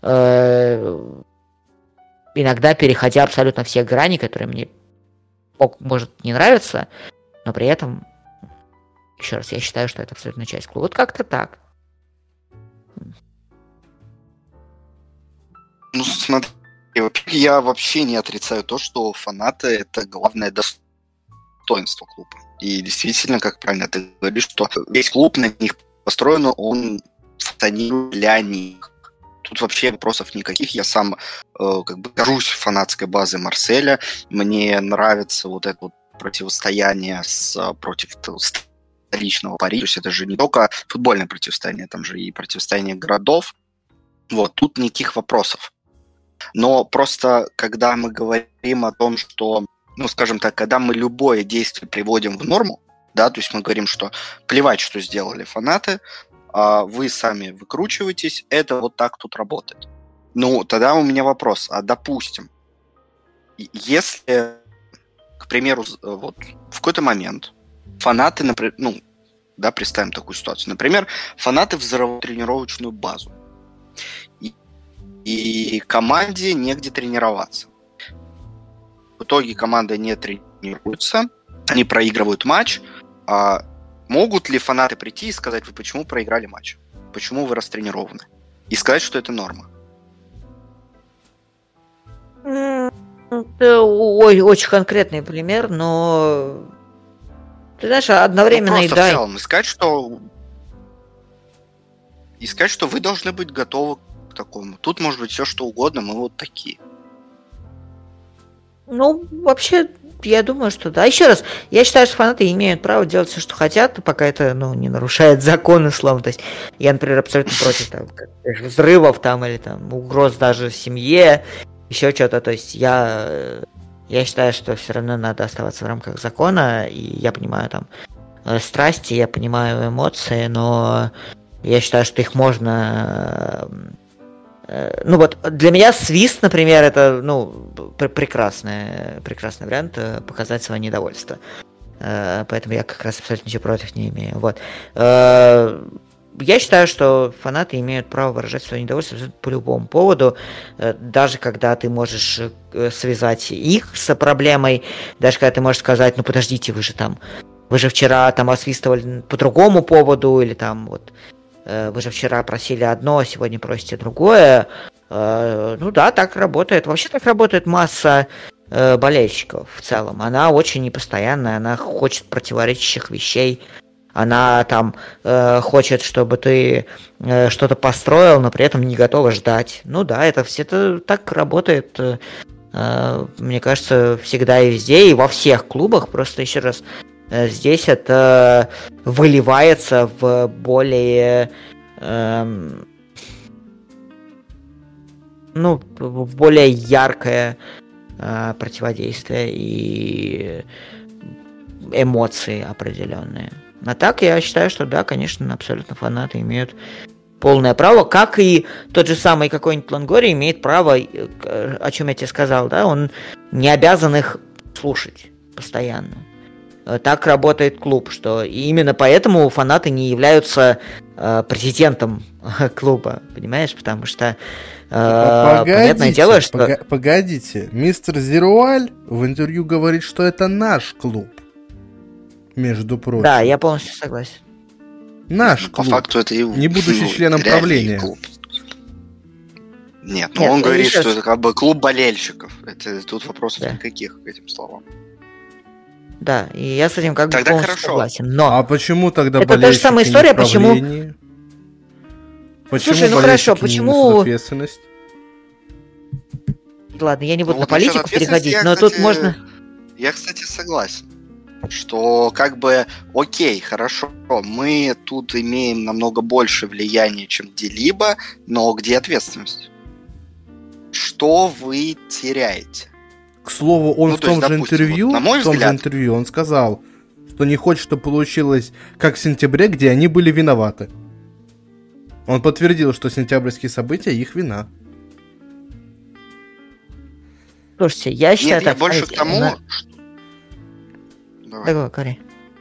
иногда переходя абсолютно все грани, которые мне может не нравиться, но при этом, еще раз, я считаю, что это абсолютно часть клуба. Вот как-то так. Ну, смотри, я вообще не отрицаю то, что фанаты – это главное достоинство клуба. И действительно, как правильно ты говоришь, что весь клуб на них построен, он функционирует для них. Тут вообще вопросов никаких. Я сам горжусь фанатской базой Марселя. Мне нравится вот это вот противостояние против столичного Парижа. То есть это же не только футбольное противостояние, там же и противостояние городов. Вот, тут никаких вопросов. Но просто, когда мы говорим о том, что, скажем так, когда мы любое действие приводим в норму, да, то есть мы говорим, что плевать, что сделали фанаты, вы сами выкручиваетесь, это вот так тут работает. Тогда у меня вопрос, допустим, если, к примеру, вот в какой-то момент фанаты, например, представим такую ситуацию, например, фанаты взорвут тренировочную базу, и команде негде тренироваться. В итоге команда не тренируется, они проигрывают матч. Могут ли фанаты прийти и сказать, вы почему проиграли матч? Почему вы растренированы? И сказать, что это норма? Это очень конкретный пример, но ты знаешь, одновременно и просто в целом искать, что вы должны быть готовы такому. Тут может быть все что угодно, мы вот такие. Вообще, я думаю, что да. Еще раз, я считаю, что фанаты имеют право делать все, что хотят, пока это, не нарушает законы, словно. То есть я, например, абсолютно против взрывов или угроз даже семье, еще что-то. То есть я считаю, что все равно надо оставаться в рамках закона, и я понимаю страсти, я понимаю эмоции, но я считаю, что их можно... для меня свист, например, это, прекрасный вариант показать свое недовольство. Поэтому я как раз абсолютно ничего против не имею. Вот. Я считаю, что фанаты имеют право выражать свое недовольство по любому поводу, даже когда ты можешь связать их с проблемой, даже когда ты можешь сказать, подождите, вы же вчера освистывали по другому поводу, или вы же вчера просили одно, сегодня просите другое. Ну да, так работает. Вообще так работает масса болельщиков в целом. Она очень непостоянная, она хочет противоречащих вещей. Она там хочет, чтобы ты что-то построил, но при этом не готова ждать. Ну да, это так работает, мне кажется, всегда и везде, и во всех клубах. Просто еще раз, здесь это выливается в более... в более яркое противодействие и эмоции определенные. А так я считаю, что да, конечно, абсолютно фанаты имеют полное право, как и тот же самый какой-нибудь Лонгория имеет право, о чем я тебе сказал, да, он не обязан их слушать постоянно. Так работает клуб, что именно поэтому фанаты не являются президентом клуба, понимаешь, потому что понятное дело, что... Погодите, мистер Зеруаль в интервью говорит, что это наш клуб. Между прочим. Да, я полностью согласен. Наш клуб. По факту это и не будучи членом правления. Клуб. Нет, он говорит, что это как бы клуб болельщиков. Тут вопросов никаких к этим словам. Да, и я с этим как бы полностью согласен. Но... А почему тогда это та же самая история, почему... Слушай, ну хорошо, почему... Ответственность? Ладно, я не буду на политику переходить, но тут можно... Я, кстати, согласен. Что как бы, окей, хорошо, мы тут имеем намного больше влияния, чем где-либо, но где ответственность? Что вы теряете? К слову, он в том же интервью, он сказал, что не хочет, чтобы получилось как в сентябре, где они были виноваты. Он подтвердил, что сентябрьские события их вина. Слушайте, я считаю... Нет, я больше к тому... Давай.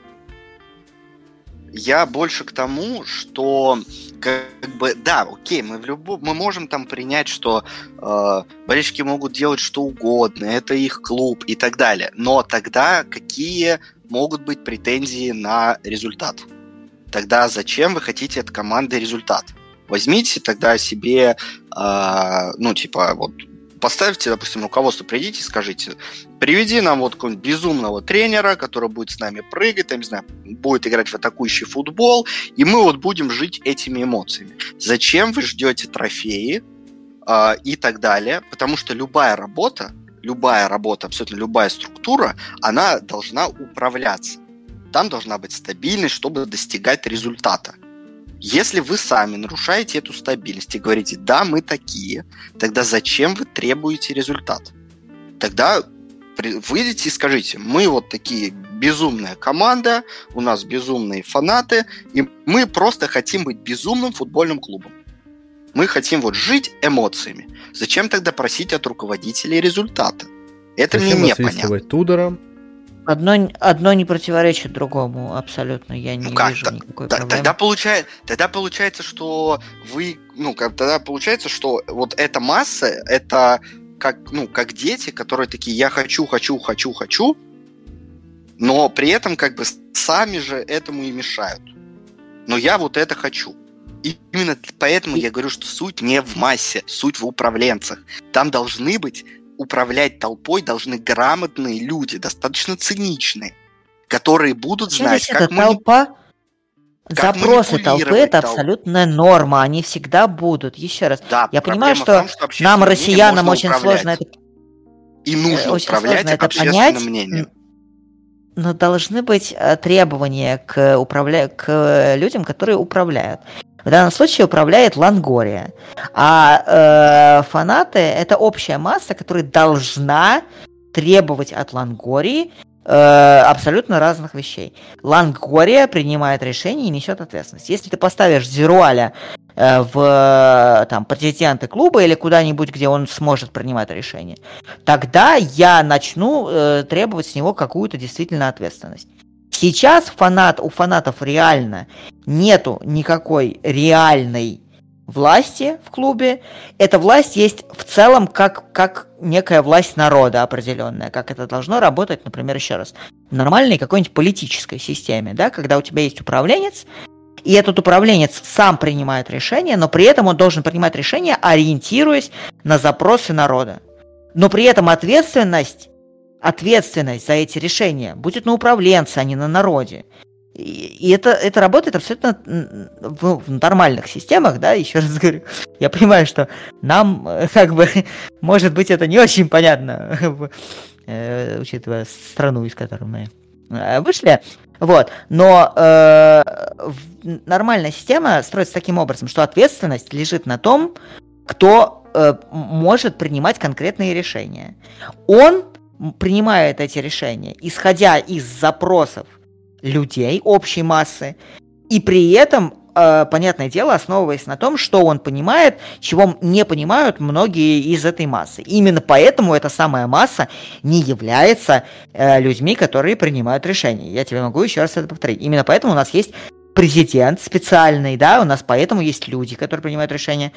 Я больше к тому, что как бы, да, окей, мы можем там принять, что болельщики могут делать что угодно, это их клуб и так далее. Но тогда какие могут быть претензии на результат? Тогда зачем вы хотите от команды результат? Возьмите тогда себе, поставьте, допустим, руководство, придите и скажите, приведи нам вот какого-нибудь безумного тренера, который будет с нами прыгать, там, не знаю, будет играть в атакующий футбол, и мы вот будем жить этими эмоциями. Зачем вы ждете трофеи и так далее? Потому что любая работа, абсолютно любая структура, она должна управляться. Там должна быть стабильность, чтобы достигать результата. Если вы сами нарушаете эту стабильность и говорите, да, мы такие, тогда зачем вы требуете результат? Тогда выйдите и скажите, мы вот такие безумная команда, у нас безумные фанаты, и мы просто хотим быть безумным футбольным клубом. Мы хотим вот жить эмоциями. Зачем тогда просить от руководителей результата? Это мне непонятно. Тудором? Одно не противоречит другому абсолютно. Я не вижу никакой проблемы. Тогда получается, что что вот эта масса, это как дети, которые такие, я хочу, но при этом как бы сами же этому и мешают. Но я вот это хочу. И именно поэтому я говорю, что суть не в массе, суть в управленцах. Там должны быть управлять толпой должны грамотные люди, достаточно циничные, которые будут знать, как толпа. Запросы толпы — это абсолютная норма, они всегда будут. Еще раз, да, я понимаю, что нам, россиянам, очень сложно это... И нужно управлять общественным мнением. Но должны быть требования к людям, которые управляют. В данном случае управляет Лонгория. А фанаты — это общая масса, которая должна требовать от Лонгории абсолютно разных вещей. Лонгория принимает решение и несет ответственность. Если ты поставишь Зеруаля в президенты клуба или куда-нибудь, где он сможет принимать решения, тогда я начну требовать с него какую-то действительно ответственность. Сейчас у фанатов реально нету никакой реальной власти в клубе. Эта власть есть в целом как некая власть народа определенная, как это должно работать, например, еще раз, в нормальной какой-нибудь политической системе, да, когда у тебя есть управленец, и этот управленец сам принимает решение, но при этом он должен принимать решение, ориентируясь на запросы народа. Но при этом ответственность за эти решения будет на управленце, а не на народе. И это работает абсолютно в нормальных системах, да, еще раз говорю. Я понимаю, что нам, может быть, это не очень понятно, учитывая страну, из которой мы вышли. Вот. Но нормальная система строится таким образом, что ответственность лежит на том, кто может принимать конкретные решения. Он принимает эти решения, исходя из запросов людей, общей массы, и при этом, понятное дело, основываясь на том, что он понимает, чего не понимают многие из этой массы. Именно поэтому эта самая масса не является людьми, которые принимают решения. Я тебе могу еще раз это повторить. Именно поэтому у нас есть президент специальный, да, у нас поэтому есть люди, которые принимают решения.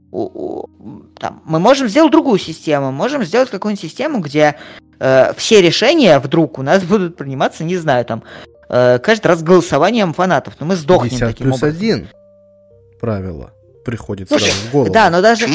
Мы можем сделать другую систему, можем сделать какую-нибудь систему, где все решения вдруг у нас будут приниматься, не знаю, там, каждый раз голосованием фанатов, но мы сдохнем таким образом. 50+1 правило приходит сразу в голову. Да, но даже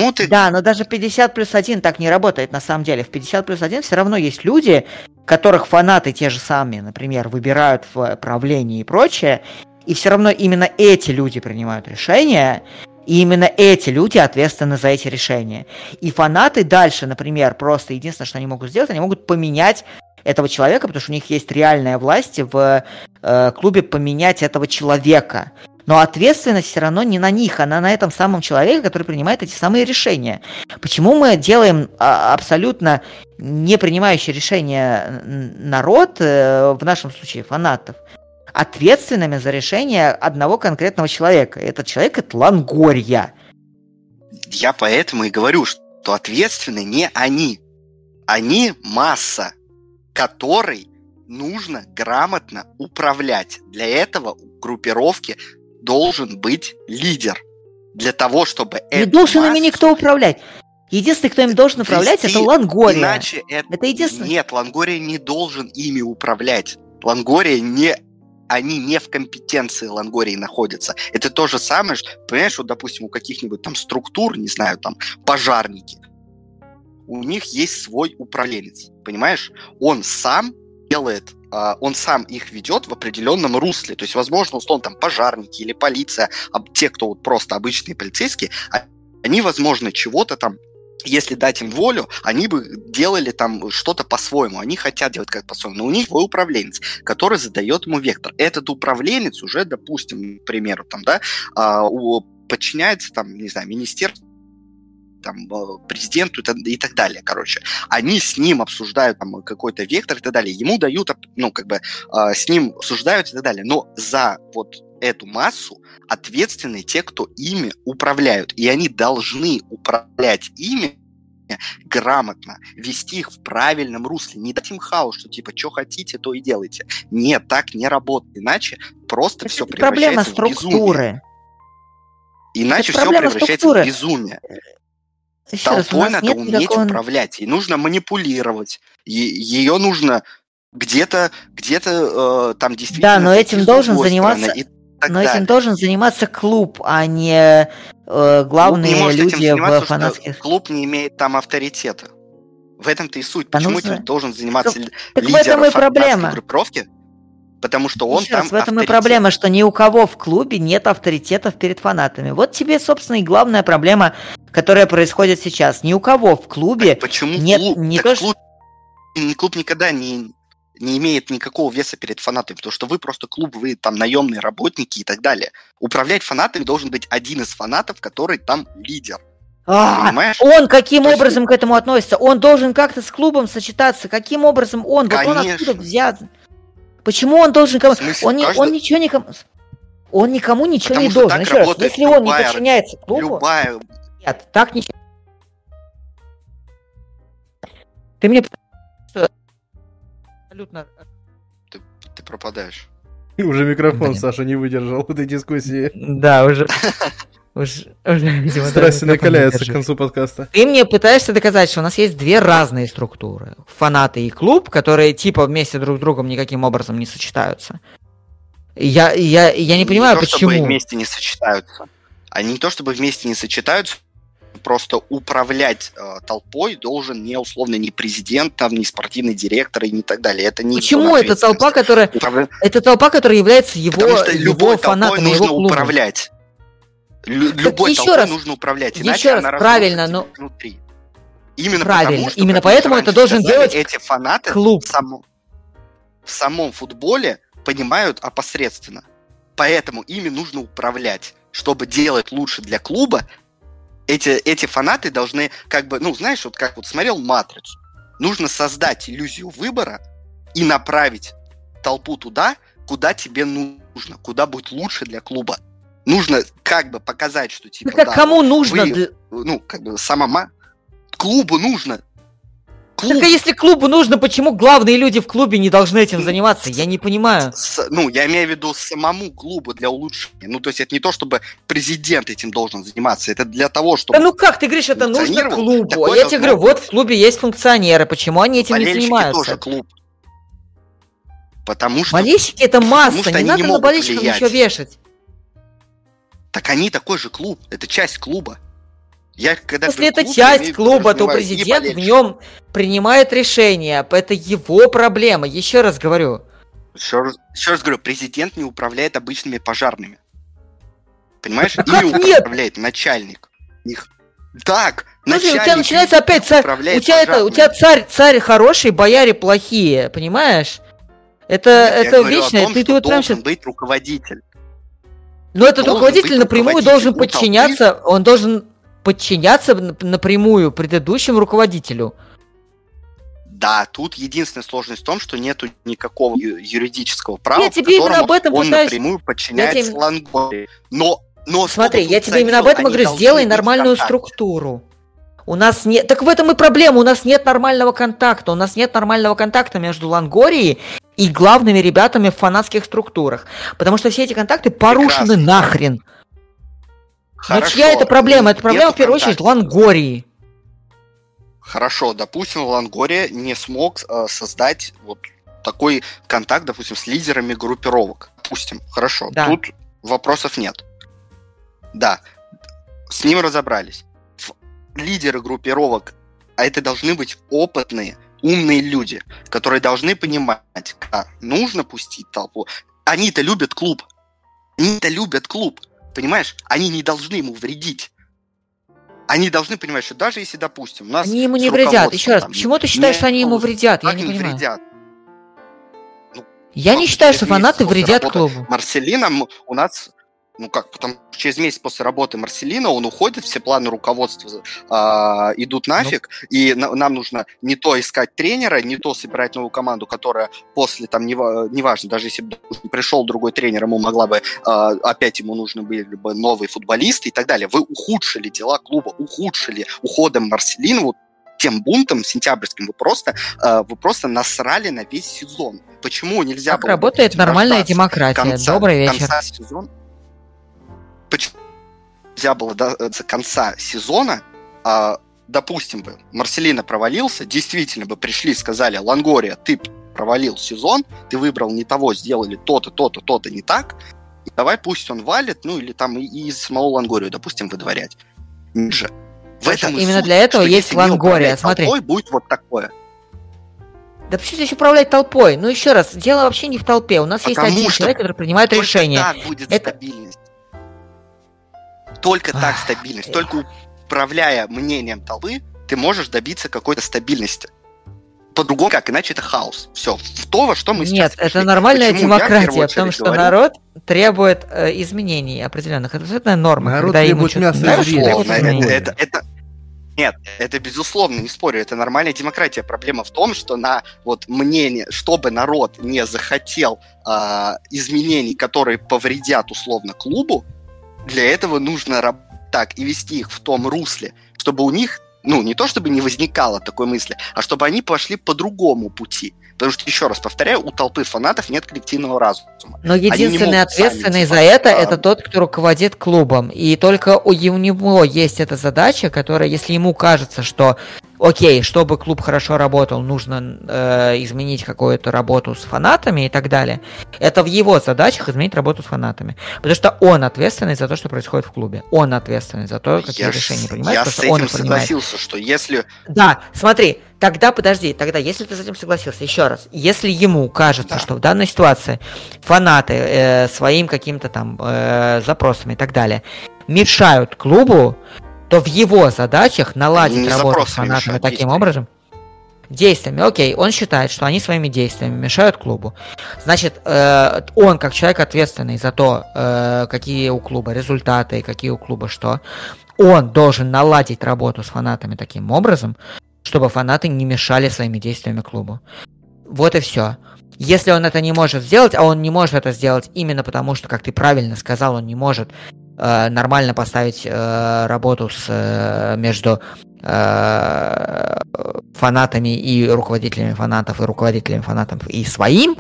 50+1 так не работает на самом деле. В 50+1 все равно есть люди, которых фанаты те же самые, например, выбирают в правлении и прочее, и все равно именно эти люди принимают решения, и именно эти люди ответственны за эти решения. И фанаты дальше, например, просто единственное, что они могут сделать, они могут поменять этого человека, потому что у них есть реальная власть в клубе поменять этого человека. Но ответственность все равно не на них, она на этом самом человеке, который принимает эти самые решения. Почему мы делаем абсолютно не принимающий решения народ, в нашем случае фанатов, ответственными за решение одного конкретного человека? Этот человек — это Лангория. Я поэтому и говорю, что ответственны не они. Они масса, которой нужно грамотно управлять. Для этого у группировки должен быть лидер. Для того, чтобы не должен ими никто управлять. Единственный, кто им должен управлять, это Лангория. Иначе это единственное. Нет, Лангория не должен ими управлять. Лангория не... Они не в компетенции Лангории находятся. Это то же самое, что, понимаешь, вот, допустим, у каких-нибудь там структур, не знаю, там, пожарники, у них есть свой управленец, понимаешь? Он сам делает, он сам их ведет в определенном русле. То есть, возможно, условно, там, пожарники или полиция, те, кто вот просто обычные полицейские, они, возможно, чего-то там, если дать им волю, они бы делали там что-то по-своему. Они хотят делать как по-своему. Но у них свой управленец, который задает ему вектор. Этот управленец уже, допустим, к примеру, там, да, подчиняется, там, не знаю, министерству, там, президенту и так далее, короче. Они с ним обсуждают там какой-то вектор и так далее. Ему дают, ну, как бы, с ним обсуждают и так далее. Но за вот эту массу ответственны те, кто ими управляют. И они должны управлять ими грамотно, вести их в правильном русле. Не дать им хаос, что типа, что хотите, то и делайте. Нет, так не работает. Иначе просто все превращается в безумие. Иначе все превращается в безумие. Толпой надо уметь управлять. И нужно манипулировать. Ее нужно где-то там действительно... Да, но этим должен заниматься... Но этим должен заниматься клуб, а не главные люди в фанатских... Клуб не имеет там авторитета. В этом-то и суть. Почему этим должен заниматься лидер фанатской группировки? Потому что он там в этом и проблема, что ни у кого в клубе нет авторитетов перед фанатами. Вот тебе, собственно, и главная проблема, которая происходит сейчас. Ни у кого в клубе почему нет... Клуб? Клуб никогда не имеет никакого веса перед фанатами, потому что вы просто клуб, вы там наемные работники и так далее. Управлять фанатами должен быть один из фанатов, который там лидер. Понимаешь? Он каким образом к этому относится? Он должен как-то с клубом сочетаться. Каким образом он? Вот он откуда взят? Почему он должен... Он ничего никому... Он никому ничего не должен. Еще раз, если он не подчиняется клубу... Нет, так ничего... Ты мне... Абсолютно... Ты пропадаешь. Уже микрофон, Саша, не выдержал этой дискуссии. Да, уже, видимо, страсти накаляются к концу подкаста. Ты мне пытаешься доказать, что у нас есть две разные структуры. Фанаты и клуб, которые типа вместе друг с другом никаким образом не сочетаются. Я не понимаю, не то, почему. чтобы вместе не сочетаются. Они не то, чтобы вместе не сочетаются, просто управлять толпой должен не президент, там, не спортивный директор и не так далее. Это не Почему это толпа, которая... Это толпа, которая является его фанатом, его клубом. Управлять. Любой толпой нужно управлять, иначе еще раз, она правильно, но... внутри. Именно правильно, потому, что, именно поэтому это должен делать эти фанаты клуб. В самом футболе понимают опосредственно. Поэтому ими нужно управлять. Чтобы делать лучше для клуба, эти фанаты должны, как бы, ну, знаешь, вот как вот смотрел «Матрицу», нужно создать иллюзию выбора и направить толпу туда, куда тебе нужно, куда будет лучше для клуба. Нужно как бы показать, что типа... Так кому нужно? Ну, как бы клубу нужно. Так а если клубу нужно, почему главные люди в клубе не должны этим заниматься? Я не понимаю. Я имею в виду самому клубу для улучшения. Ну, то есть это не то, чтобы президент этим должен заниматься. Это для того, чтобы... Да ну как, ты говоришь, это нужно клубу. Я тебе говорю, вот в клубе есть функционеры. Почему они этим не занимаются? Тоже клуб. Потому что... Болельщики это масса, не надо на болельщиков ничего вешать. Так они такой же клуб, это часть клуба. Если это часть клуба, то президент в нем принимает решения. Это его проблема. Еще раз говорю. Еще раз говорю, президент не управляет обычными пожарными. Понимаешь? Ими управляет начальник. Так, начальник. У тебя начинается опять царь. У тебя царь хороший, бояре плохие. Понимаешь? Это вечно. Ты вот должен быть руководитель. Но этот руководитель напрямую должен подчиняться. Он должен подчиняться напрямую предыдущему руководителю. Да, тут единственная сложность в том, что нету никакого юридического права, я тебе именно об этом он напрямую подчиняется Лангории. Но смотри, я тебе именно об этом говорю, сделай нормальную структуру. У нас нет... Так в этом и проблема, у нас нет нормального контакта. У нас нет нормального контакта между Лангорией и главными ребятами в фанатских структурах. Потому что все эти контакты порушены нахрен. Но чья это проблема? Это проблема, в первую очередь, Лангории. Хорошо, допустим, Лангория не смог создать вот такой контакт, допустим, с лидерами группировок. Допустим, хорошо, да. Тут вопросов нет. Да, с ним разобрались. Лидеры группировок, а это должны быть опытные, умные люди, которые должны понимать, как нужно пустить толпу. Они-то любят клуб. Понимаешь? Они не должны ему вредить. Они должны понимать, что даже если, допустим, у нас... Они ему не вредят. Еще раз, почему ты считаешь, что они ему вредят? Я не понимаю. Вредят? Я не считаю, что фанаты вредят клубу. Марселино у нас... потому что через месяц после работы Марселино он уходит, все планы руководства идут нафиг, и нам нужно не то искать тренера, не то собирать новую команду, которая после, там, неважно, даже если бы пришел другой тренер, опять ему нужны были бы новые футболисты и так далее. Вы ухудшили дела клуба, ухудшили уходом Марселино, вот тем бунтом сентябрьским, вы просто насрали на весь сезон. Почему нельзя было... Как работает нормальная демократия? Добрый вечер. Конца сезона? Почему нельзя было до конца сезона, допустим, бы Марселино провалился, действительно бы пришли и сказали: Лангория, ты провалил сезон, ты выбрал не того, сделали то-то, то-то, то-то не так, и давай пусть он валит, или там и самого Лангорию, допустим, выдворять. Ниже. В этом именно суть, для этого есть Лангория, смотри. Толпой будет вот такое. Да почему здесь управлять толпой? Еще раз, дело вообще не в толпе, у нас есть один человек, который принимает решение. Так будет стабильность. Только так стабильность. Только управляя мнением толпы, ты можешь добиться какой-то стабильности. По-другому как, иначе это хаос. Все, в то, во что мы сейчас пришли. Нет, это нормальная демократия, потому что народ требует изменений определенных. Это абсолютная норма. Народ требует мяса и зрелища. Нет, это безусловно, не спорю, это нормальная демократия. Проблема в том, что мнение, чтобы народ не захотел изменений, которые повредят условно клубу, для этого нужно так и вести их в том русле, чтобы у них, не то чтобы не возникало такой мысли, а чтобы они пошли по другому пути. Потому что, еще раз повторяю, у толпы фанатов нет коллективного разума. Но единственный ответственный за это тот, кто руководит клубом. И только у него есть эта задача, которая, если ему кажется, что окей, чтобы клуб хорошо работал, нужно изменить какую-то работу с фанатами и так далее. Это в его задачах изменить работу с фанатами. Потому что он ответственный за то, что происходит в клубе. Он ответственный за то, какие решения принимает. Я с этим согласился, что если... Да, смотри, тогда подожди, если ты с этим согласился, еще раз, если ему кажется, что в данной ситуации фанаты своим каким-то там запросами и так далее мешают клубу, то в его задачах наладить работу с фанатами таким образом, действиями, окей, он считает, что они своими действиями мешают клубу. Значит, он, как человек ответственный за то, какие у клуба результаты, какие у клуба что, он должен наладить работу с фанатами таким образом, чтобы фанаты не мешали своими действиями клубу. Вот и все. Если он это не может сделать, а он не может это сделать именно потому, что, как ты правильно сказал, он не может нормально поставить работу между фанатами и руководителями фанатов и своим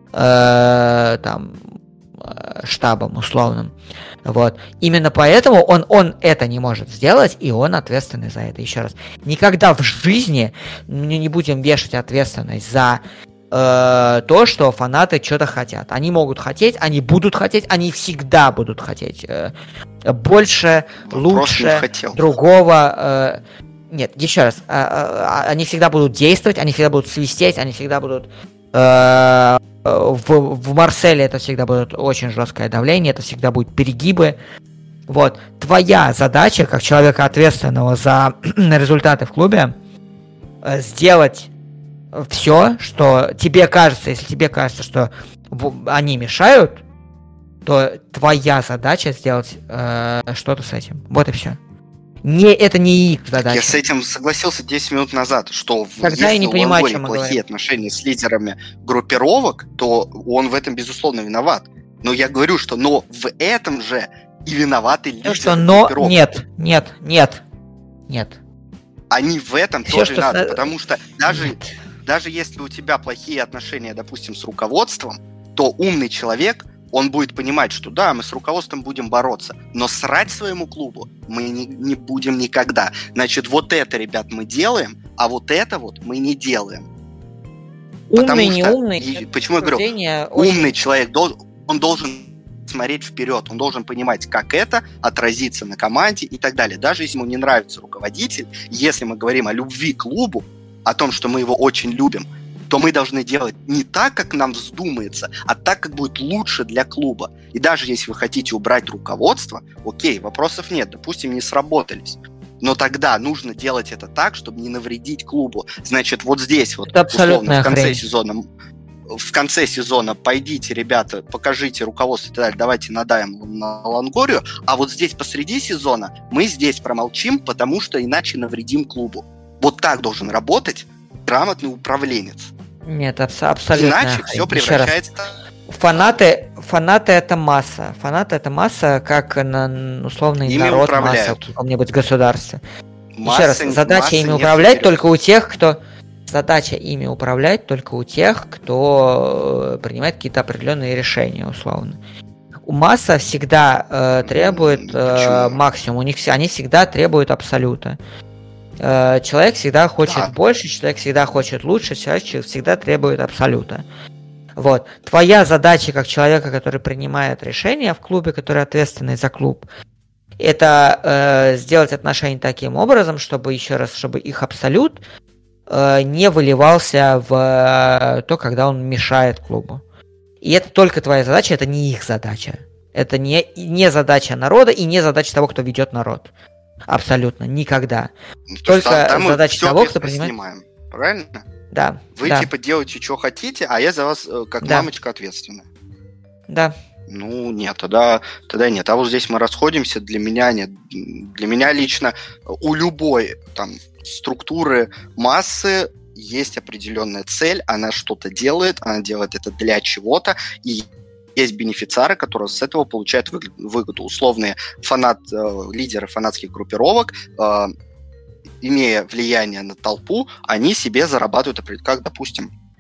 штабом условным. Вот. Именно поэтому он это не может сделать, и он ответственный за это. Еще раз. Никогда в жизни не будем вешать ответственность за то, что фанаты что-то хотят. Они могут хотеть, они будут хотеть, они всегда будут хотеть больше, лучше, другого. Нет, еще раз. Они всегда будут действовать, они всегда будут свистеть, они всегда будут... В Марселе это всегда будет очень жесткое давление, это всегда будут перегибы. Вот. Твоя задача, как человека ответственного за результаты в клубе, сделать все, что тебе кажется, если тебе кажется, что они мешают, то твоя задача сделать что-то с этим. Вот и все. Это не их задача. Я с этим согласился 10 минут назад, что тогда если я не понимаю, у Лангори плохие отношения с лидерами группировок, то он в этом, безусловно, виноват. Но я говорю, что в этом же и виноваты лидеры группировок. Нет. Они в этом все, тоже виноваты, потому что даже если у тебя плохие отношения, допустим, с руководством, то умный человек, он будет понимать, что да, мы с руководством будем бороться, но срать своему клубу мы не будем никогда. Значит, вот это, ребят, мы делаем, а вот это вот мы не делаем. Умный, не умный. Почему я говорю, умный человек, он должен смотреть вперед, он должен понимать, как это отразится на команде и так далее. Даже если ему не нравится руководитель, если мы говорим о любви к клубу, о том, что мы его очень любим, то мы должны делать не так, как нам вздумается, а так, как будет лучше для клуба. И даже если вы хотите убрать руководство, окей, вопросов нет, допустим, не сработались. Но тогда нужно делать это так, чтобы не навредить клубу. Значит, вот здесь вот, условно, в конце сезона пойдите, ребята, покажите руководство и так далее, давайте надаем на Лангорию, а вот здесь посреди сезона мы здесь промолчим, потому что иначе навредим клубу. Вот так должен работать грамотный управленец. Нет, абсолютно. Иначе все превращается... Фанаты это масса. Фанаты это масса, как условный ими народ, управляют. масса в каком-нибудь государстве. Еще раз, задача ими управлять только у тех, кто принимает какие-то определенные решения, условно. Масса всегда требует максимум. Они всегда требуют абсолюта. Человек всегда хочет больше, человек всегда хочет лучше, человек всегда требует абсолюта. Вот. Твоя задача как человека, который принимает решения в клубе, который ответственный за клуб, это сделать отношения таким образом, чтобы их абсолют не выливался в то, когда он мешает клубу. И это только твоя задача, это не их задача. Это не задача народа и не задача того, кто ведет народ. Абсолютно, никогда. Только задача того, кто принимает... Правильно? Да. Вы типа делаете, что хотите, а я за вас, как мамочка, ответственная. Да. Ну, нет, тогда нет. А вот здесь мы расходимся, для меня нет. Для меня лично у любой там структуры массы есть определенная цель, она что-то делает, она делает это для чего-то, и есть бенефициары, которые с этого получают выгоду. Условные лидеры фанатских группировок, имея влияние на толпу, они себе зарабатывают, как, допустим,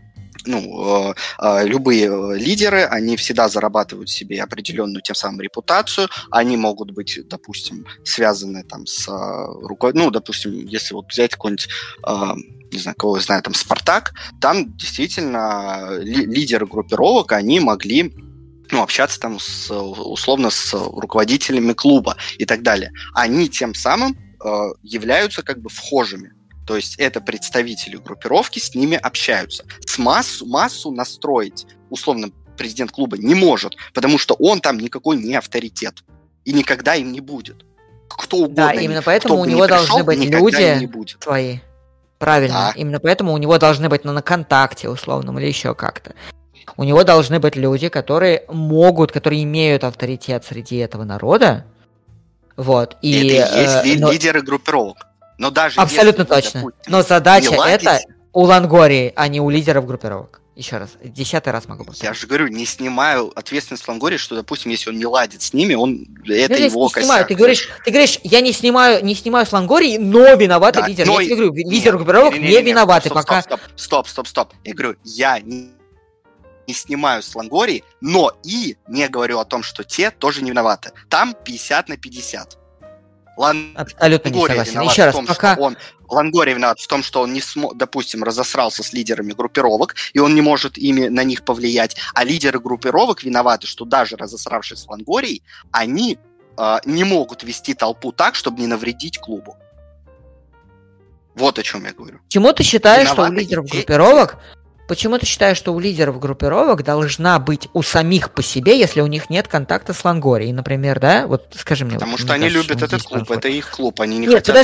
любые лидеры, они всегда зарабатывают себе определенную тем самым репутацию, они могут быть, допустим, связаны там с допустим, если вот взять какой-нибудь, не знаю, кого я знаю, там, Спартак, там действительно лидеры группировок, они могли общаться там условно с руководителями клуба и так далее. Они тем самым являются как бы вхожими. То есть это представители группировки, с ними общаются. Массу настроить, условно, президент клуба не может, потому что он там никакой не авторитет. И никогда им не будет. Кто угодно. Да, именно поэтому у него должны быть люди свои. Правильно. Да. Именно поэтому у него должны быть на КонтакТе, условном, или еще как-то. У него должны быть люди, которые имеют авторитет среди этого народа. Вот. И это и есть лидеры группировок. Но даже абсолютно если, точно. Допустим, но задача это у Лонгории, а не у лидеров группировок. Еще раз, 10-й раз могу повторить. Я же говорю, не снимаю ответственность Лонгории, что, допустим, если он не ладит с ними, это его косяк. Ты говоришь, я не снимаю с Лонгории, но виноваты лидеры. Я тебе говорю, лидеры группировок не виноваты пока. Стоп. Я говорю, я не снимаю с Лонгории, но и не говорю о том, что те тоже не виноваты. Там 50/50. Абсолютно не согласен. Еще раз, пока... Лонгория виноват в том, что он не смог, допустим, разосрался с лидерами группировок, и он не может на них повлиять. А лидеры группировок виноваты, что даже разосравшись с Лонгорией, они не могут вести толпу так, чтобы не навредить клубу. Вот о чем я говорю. Почему ты считаешь, что у лидеров группировок... Почему ты считаешь, что у лидеров группировок должна быть у самих по себе, если у них нет контакта с Лонгорией, например, да? Вот скажи мне. Потому что они любят этот клуб, это их клуб, они не хотят...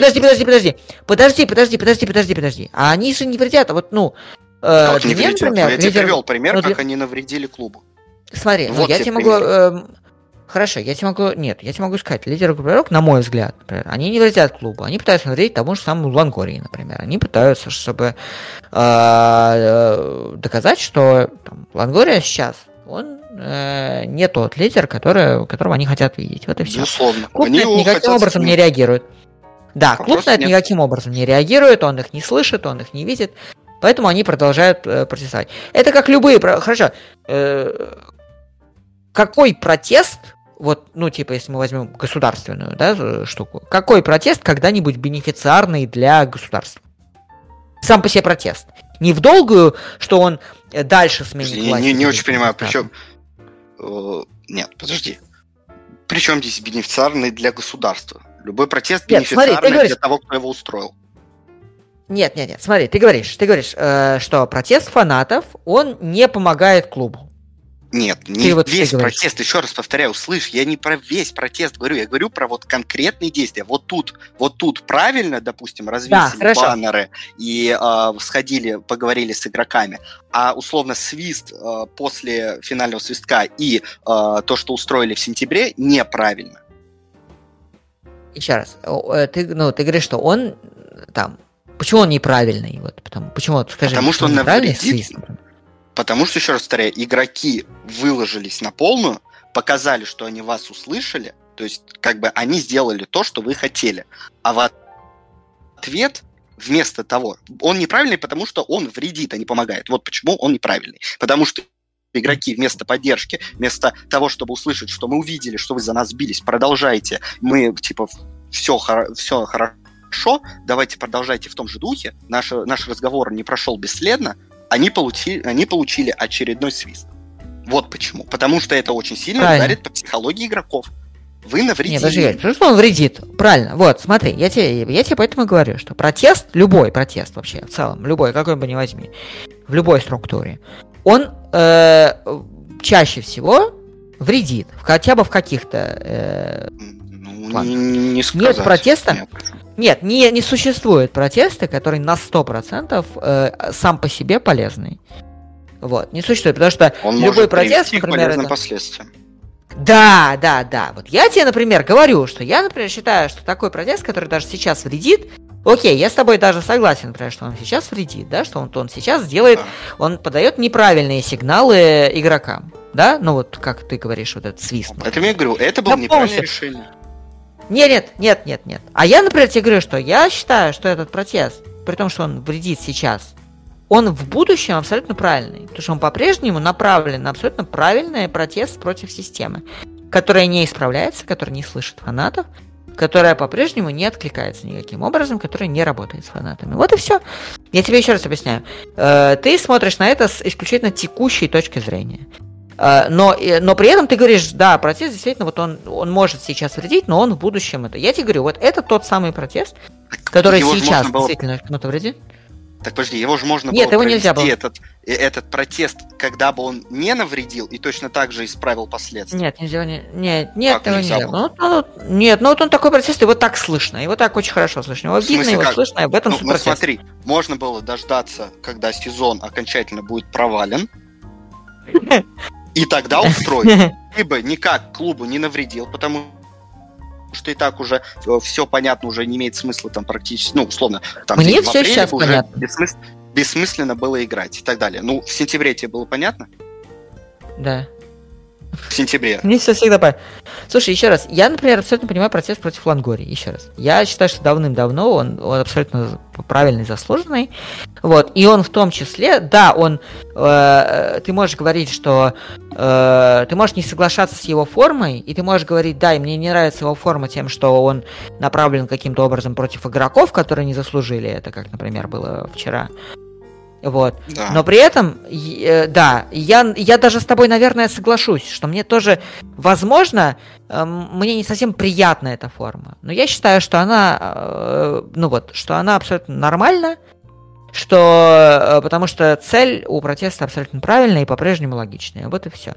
Подожди. А они же не вредят, как не вредят? Например, я тебе привел пример, как они навредили клубу. Смотри, я тебе могу... Хорошо, я тебе могу сказать, лидеры группировок, на мой взгляд, например, они не вредят клубу, они пытаются навредить тому же самому Лонгории, например. Они пытаются, чтобы доказать, что Лонгория сейчас, он не тот лидер, которого они хотят видеть. Вот и все. Безусловно. Клуб на это никаким образом не реагирует. Да, клуб на это никаким образом не реагирует, он их не слышит, он их не видит, поэтому они продолжают протестовать. Это как любые... Хорошо. Какой протест... если мы возьмем государственную штуку, какой протест когда-нибудь бенефициарный для государства? Сам по себе протест. Не в долгую, что он дальше сменит власть. Не очень понимаю, причем... Нет, подожди. Причем здесь бенефициарный для государства? Любой протест бенефициарный для того, кто его устроил. Нет, смотри, ты говоришь, что протест фанатов, он не помогает клубу. Нет, не весь протест, еще раз повторяю, слышь, я не про весь протест говорю, я говорю про конкретные действия. Вот тут правильно, допустим, развесили баннеры и сходили, поговорили с игроками, а условно свист после финального свистка и то, что устроили в сентябре, неправильно. Еще раз, ты говоришь, что он там, почему он неправильный? Потому что он навредит. Свист, потому что, еще раз повторяю, игроки выложились на полную, показали, что они вас услышали, то есть они сделали то, что вы хотели. А в ответ, вместо того, он неправильный, потому что он вредит, а не помогает. Вот почему он неправильный. Потому что игроки вместо поддержки, вместо того, чтобы услышать, что мы увидели, что вы за нас бились, продолжайте, мы, все хорошо, давайте продолжайте в том же духе, наш разговор не прошел бесследно, они получили очередной свист. Вот почему. Потому что это очень сильно ударит по психологии игроков. Вы навредили. Нет, подожди, потому что он вредит. Правильно. Вот, смотри, я тебе поэтому говорю, что протест, любой протест вообще, в целом, любой, какой бы ни возьми, в любой структуре, он чаще всего вредит. Хотя бы в каких-то не сказать. Нет протеста. Нет, не существует протеста, который на 100% сам по себе полезный. Вот, не существует, потому что он любой протест, например, это... последствиям. Да. Вот я тебе, например, говорю, что я, например, считаю, что такой протест, который даже сейчас вредит, окей, я с тобой даже согласен, например, что он сейчас вредит, да, что он сейчас делает, он подает неправильные сигналы игрокам, да, как ты говоришь, вот этот свист. Поэтому я говорю, это было неправильное решение. Нет. А я, например, тебе говорю, что я считаю, что этот протест, при том, что он вредит сейчас, он в будущем абсолютно правильный, потому что он по-прежнему направлен на абсолютно правильный протест против системы, которая не исправляется, которая не слышит фанатов, которая по-прежнему не откликается никаким образом, которая не работает с фанатами. Вот и все. Я тебе еще раз объясняю. Ты смотришь на это с исключительно текущей точки зрения. Но при этом ты говоришь, да, протест действительно, вот он может сейчас вредить, но он в будущем это. Я тебе говорю, вот это тот самый протест, который сейчас действительно кому-то вредит. Так подожди, его же можно Нет, было его нельзя было. этот протест, когда бы он не навредил и точно так же исправил последствия. Нет, нельзя, нет, его нельзя было. Нет, вот он такой протест, его так слышно, его так очень хорошо слышно. Его видно, его слышно, и об этом протест. Смотри, можно было дождаться, когда сезон окончательно будет провален, и тогда устроить. Либо никак клубу не навредил, потому что и так уже все понятно, уже не имеет смысла там практически, ну, условно, там мне все сейчас уже понятно. Бессмысленно было играть и так далее. Ну, в сентябре тебе было понятно? Да. В сентябре. Мне все всегда понятно. Слушай, еще раз, я, например, абсолютно понимаю протест против Лонгории, еще раз. Я считаю, что давным-давно он абсолютно правильный, заслуженный. Вот, и он в том числе, да, ты можешь говорить, что ты можешь не соглашаться с его формой, и ты можешь говорить, да, и мне не нравится его форма тем, что он направлен каким-то образом против игроков, которые не заслужили это, как, например, было вчера. Вот. Да. Но при этом, да, я даже с тобой, наверное, соглашусь, что мне тоже, возможно, мне не совсем приятна эта форма. Но я считаю, что она, что она абсолютно нормальна, потому что цель у протеста абсолютно правильная и по-прежнему логичная. Вот и все.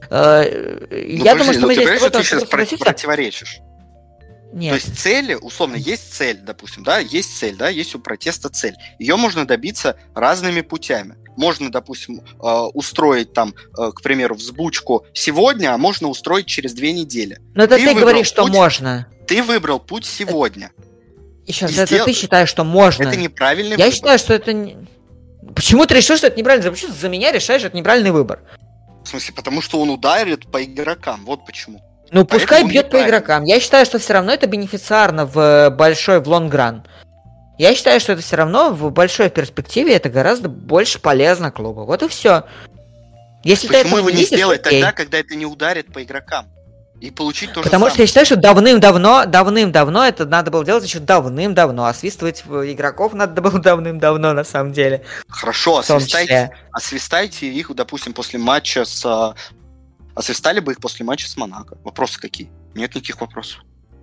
Я думаю, что мы здесь... Ты сейчас противоречишь. Нет. То есть цели, условно, есть цель, допустим, да, есть у протеста цель. Ее можно добиться разными путями. Можно, допустим, устроить там, к примеру, взбучку сегодня, а можно устроить через 2 недели. Но это ты говоришь, что можно. Ты выбрал путь сегодня. Еще раз, это ты считаешь, что можно. Это неправильный выбор. Я считаю, что это... Почему ты решил, что это неправильный выбор? Почему ты за меня решаешь, что это неправильный выбор? В смысле, потому что он ударит по игрокам, вот почему. Ну, пускай бьет по игрокам. Я считаю, что все равно это бенефициарно в лонгран. Я считаю, что это все равно в большой перспективе это гораздо больше полезно клубу. Вот и все. Если почему его не сделать тогда, когда это не ударит по игрокам? И получить то же самое. Потому что я считаю, что давным-давно это надо было делать еще давным-давно. Освистывать игроков надо было давным-давно, на самом деле. Хорошо, освистайте их, допустим, после матча с... Освистали бы их после матча с Монако? Вопросы какие? Нет никаких вопросов.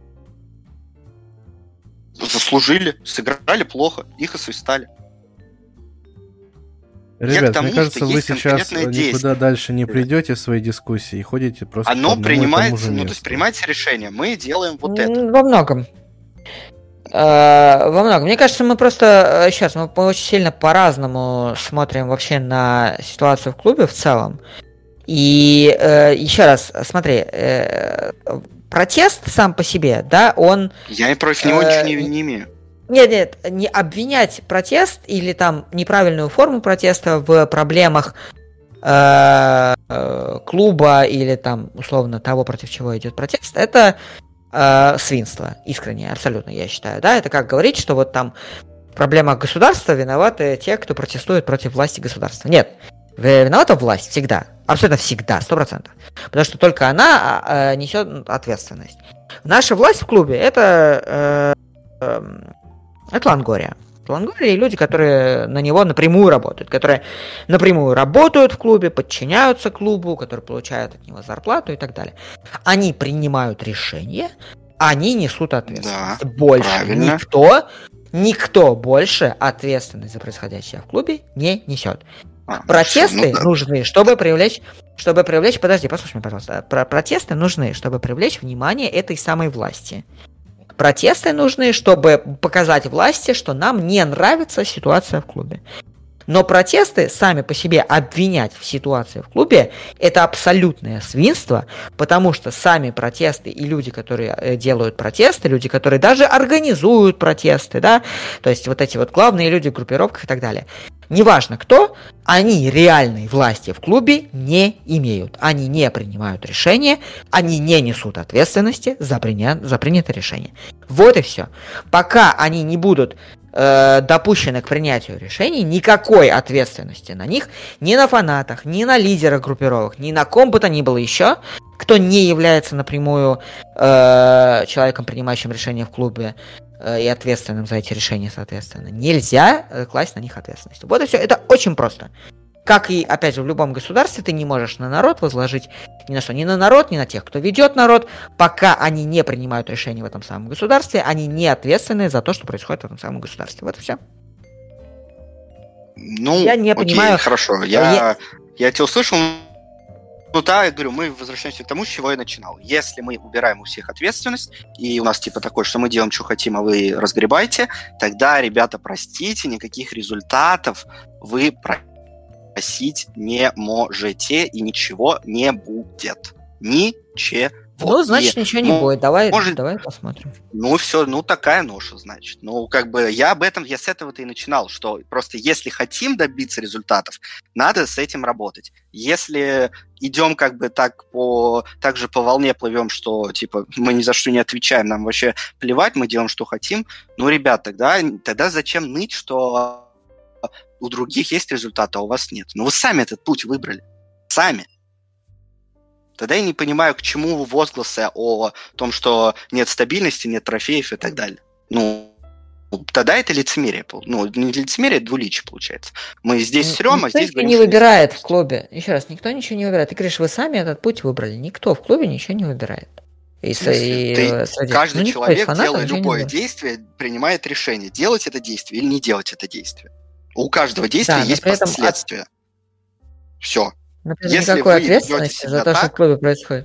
Заслужили, сыграли плохо, их освистали. Ребят, мне кажется, вы сейчас никуда дальше не придете в своей дискуссии и ходите просто... Оно принимается, то есть принимается решение, мы делаем вот это. Во многом. Мне кажется, мы просто сейчас мы очень сильно по-разному смотрим вообще на ситуацию в клубе в целом. И еще раз, смотри, протест сам по себе, да, он... Я и против него ничего не имею. Нет, не обвинять протест или там неправильную форму протеста в проблемах клуба или там, условно, того, против чего идет протест, это свинство, искренне, абсолютно, я считаю, да, это как говорить, что вот там в проблемах государства виноваты те, кто протестует против власти государства. Нет, виновата власть всегда, абсолютно всегда, 100%, потому что только она несет ответственность. Наша власть в клубе это Лонгория. Лонгория и люди, которые на него напрямую работают, которые напрямую работают в клубе, подчиняются клубу, которые получают от него зарплату и так далее. Они принимают решения, они несут ответственность. Да, больше правильно. Никто больше ответственность за происходящее в клубе не несет. Протесты нужны, чтобы привлечь... Подожди, послушай меня, пожалуйста. Протесты нужны, чтобы привлечь внимание этой самой власти. Протесты нужны, чтобы показать власти, что нам не нравится ситуация в клубе. Но протесты сами по себе обвинять в ситуации в клубе – это абсолютное свинство, потому что сами протесты и люди, которые делают протесты, люди, которые даже организуют протесты, да, то есть вот эти вот главные люди в группировках и так далее, неважно кто, они реальной власти в клубе не имеют. Они не принимают решения, они не несут ответственности за принятое решение. Вот и все. Пока они не будут допущены к принятию решений, никакой ответственности на них, ни на фанатах, ни на лидерах группировок, ни на ком бы то ни было еще, кто не является напрямую человеком, принимающим решения в клубе и ответственным за эти решения, соответственно. Нельзя класть на них ответственность. Вот и все. Это очень просто. Как и, опять же, в любом государстве, ты не можешь на народ возложить ни на что. Ни на народ, ни на тех, кто ведет народ. Пока они не принимают решения в этом самом государстве, они не ответственны за то, что происходит в этом самом государстве. Вот и все. Ну, я не понимаю. Хорошо. Я тебя услышал. Ну да, я говорю, мы возвращаемся к тому, с чего я начинал. Если мы убираем у всех ответственность, и у нас типа такое, что мы делаем, что хотим, а вы разгребайте, тогда, ребята, простите, никаких результатов вы просить не можете, и ничего не будет. Ничего. Ну, значит, ничего не будет. Давай посмотрим. Ну, все, ну, такая ноша, значит. Ну, как бы, я с этого-то и начинал, что просто если хотим добиться результатов, надо с этим работать. Если идем как бы так же по волне плывем, что, типа, мы ни за что не отвечаем, нам вообще плевать, мы делаем, что хотим, ну, ребят, тогда зачем ныть, что у других есть результат, а у вас нет? Ну, вы сами этот путь выбрали. Сами. Тогда я не понимаю, к чему возгласы о том, что нет стабильности, нет трофеев и так далее. Ну, тогда это лицемерие. Ну, не лицемерие, это двуличие получается. Мы здесь срем, а здесь говорим, никто не выбирает в клубе. Еще раз, никто ничего не выбирает. Ты говоришь, вы сами этот путь выбрали. Никто в клубе ничего не выбирает. Каждый человек, делая любое действие, принимает решение, делать это действие или не делать это действие. У каждого действия есть последствия. Все. Например, никакой ответственности за то, что в клубе происходит.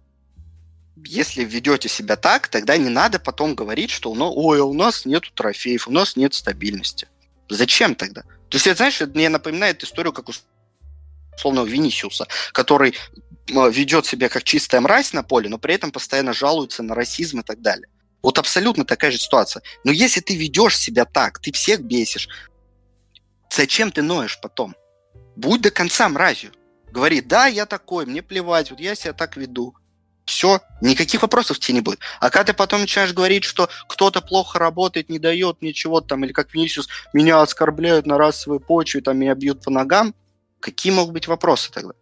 Если ведете себя так, тогда не надо потом говорить, что у нас нет трофеев, у нас нет стабильности. Зачем тогда? То есть, знаешь, это мне напоминает историю, как условного Винисиуса, который ведет себя как чистая мразь на поле, но при этом постоянно жалуется на расизм и так далее. Вот абсолютно такая же ситуация. Но если ты ведешь себя так, ты всех бесишь, зачем ты ноешь потом? Будь до конца мразью. Говори, да, я такой, мне плевать, вот я себя так веду. Все, никаких вопросов тебе не будет. А когда ты потом начинаешь говорить, что кто-то плохо работает, не дает ничего там, или как Винисиус, меня оскорбляют на расовой почве, там меня бьют по ногам, какие могут быть вопросы тогда?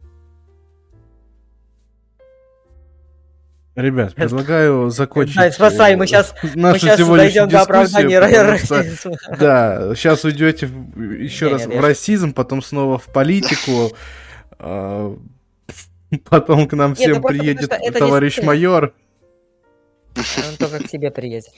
Ребят, предлагаю закончить спасай, мы сейчас дойдем до оправдания расизма. Да, сейчас уйдете еще раз в расизм, потом снова в политику, потом к нам всем приедет товарищ майор. Он только к тебе приедет.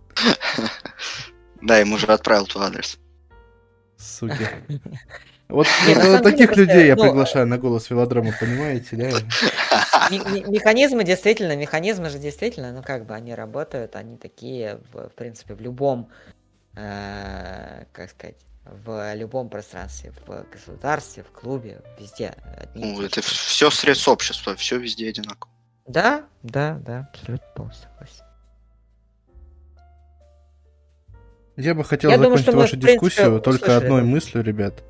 Да, ему уже отправил твой адрес. Суки. Вот таких людей я приглашаю на голос велодрома, понимаете, да? Механизмы же действительно, ну как бы они работают, они такие, в принципе, в любом, как сказать, в любом пространстве, в государстве, в клубе, везде. Ну, это все средств общества, все везде одинаково. Да, абсолютно полностью согласен. Я бы хотел закончить вашу дискуссию только одной мыслью, ребят.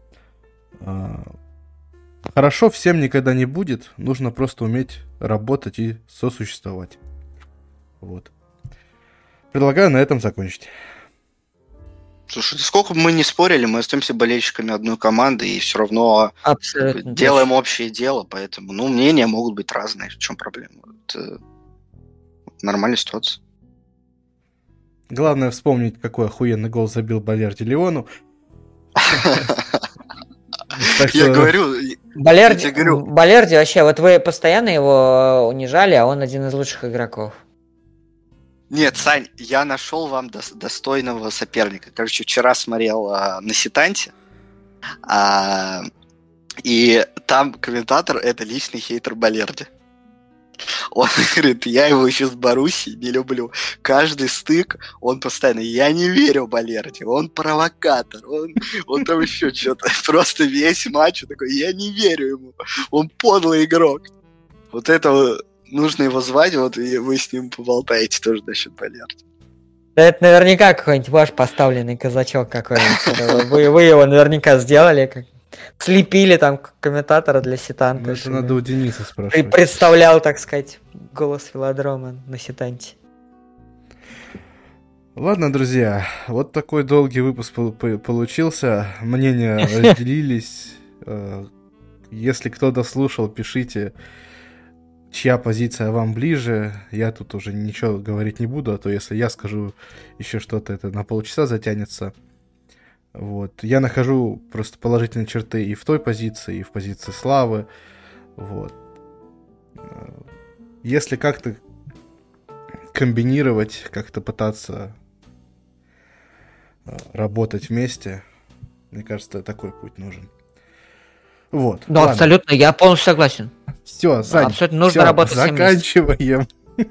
Хорошо всем никогда не будет, нужно просто уметь работать и сосуществовать. Вот. Предлагаю на этом закончить. Слушай, сколько бы мы ни спорили, мы остаемся болельщиками одной команды и все равно делаем общее дело, поэтому, мнения могут быть разные, в чем проблема. Это нормальная ситуация. Главное вспомнить, какой охуенный гол забил Балерди Леону. Я говорю... Балерди вообще, вот вы постоянно его унижали, а он один из лучших игроков. Нет, Сань, я нашел вам достойного соперника. Короче, вчера смотрел на Сетанте, и там комментатор — это личный хейтер Балерди. Он говорит, я его еще с Боруссией не люблю. Каждый стык, он постоянно, я не верю Балерди, он провокатор, он там еще что-то. Просто весь матч такой, я не верю ему, он подлый игрок. Вот это нужно его звать, вот и вы с ним поболтаете тоже насчет Балерди. Да это наверняка какой-нибудь ваш поставленный казачок какой-нибудь. Вы его наверняка сделали, слепили там комментатора для Сетанта. Это надо у Дениса спрашивать. Представлял, так сказать, голос велодрома на Сетанте. Ладно, друзья, вот такой долгий выпуск получился. Мнения разделились. Если кто дослушал, пишите, чья позиция вам ближе. Я тут уже ничего говорить не буду, а то если я скажу еще что-то, это на полчаса затянется. Вот. Я нахожу просто положительные черты и в той позиции, и в позиции Славы. Вот. Если как-то комбинировать, как-то пытаться работать вместе, мне кажется, такой путь нужен. Вот. Ну, абсолютно, я полностью согласен. Все, Сань, абсолютно нужно работать всем вместе. заканчиваем.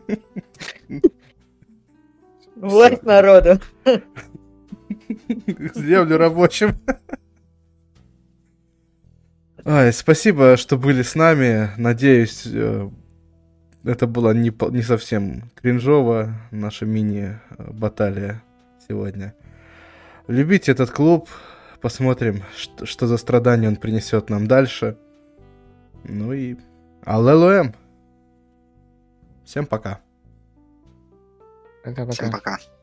Власть народу. Землю рабочим. Спасибо, что были с нами. Надеюсь, это было не совсем кринжово, наша мини-баталия сегодня. Любите этот клуб. Посмотрим, что за страдания он принесет нам дальше. Ну и аллилуйя. Всем пока. Пока-пока. Всем пока.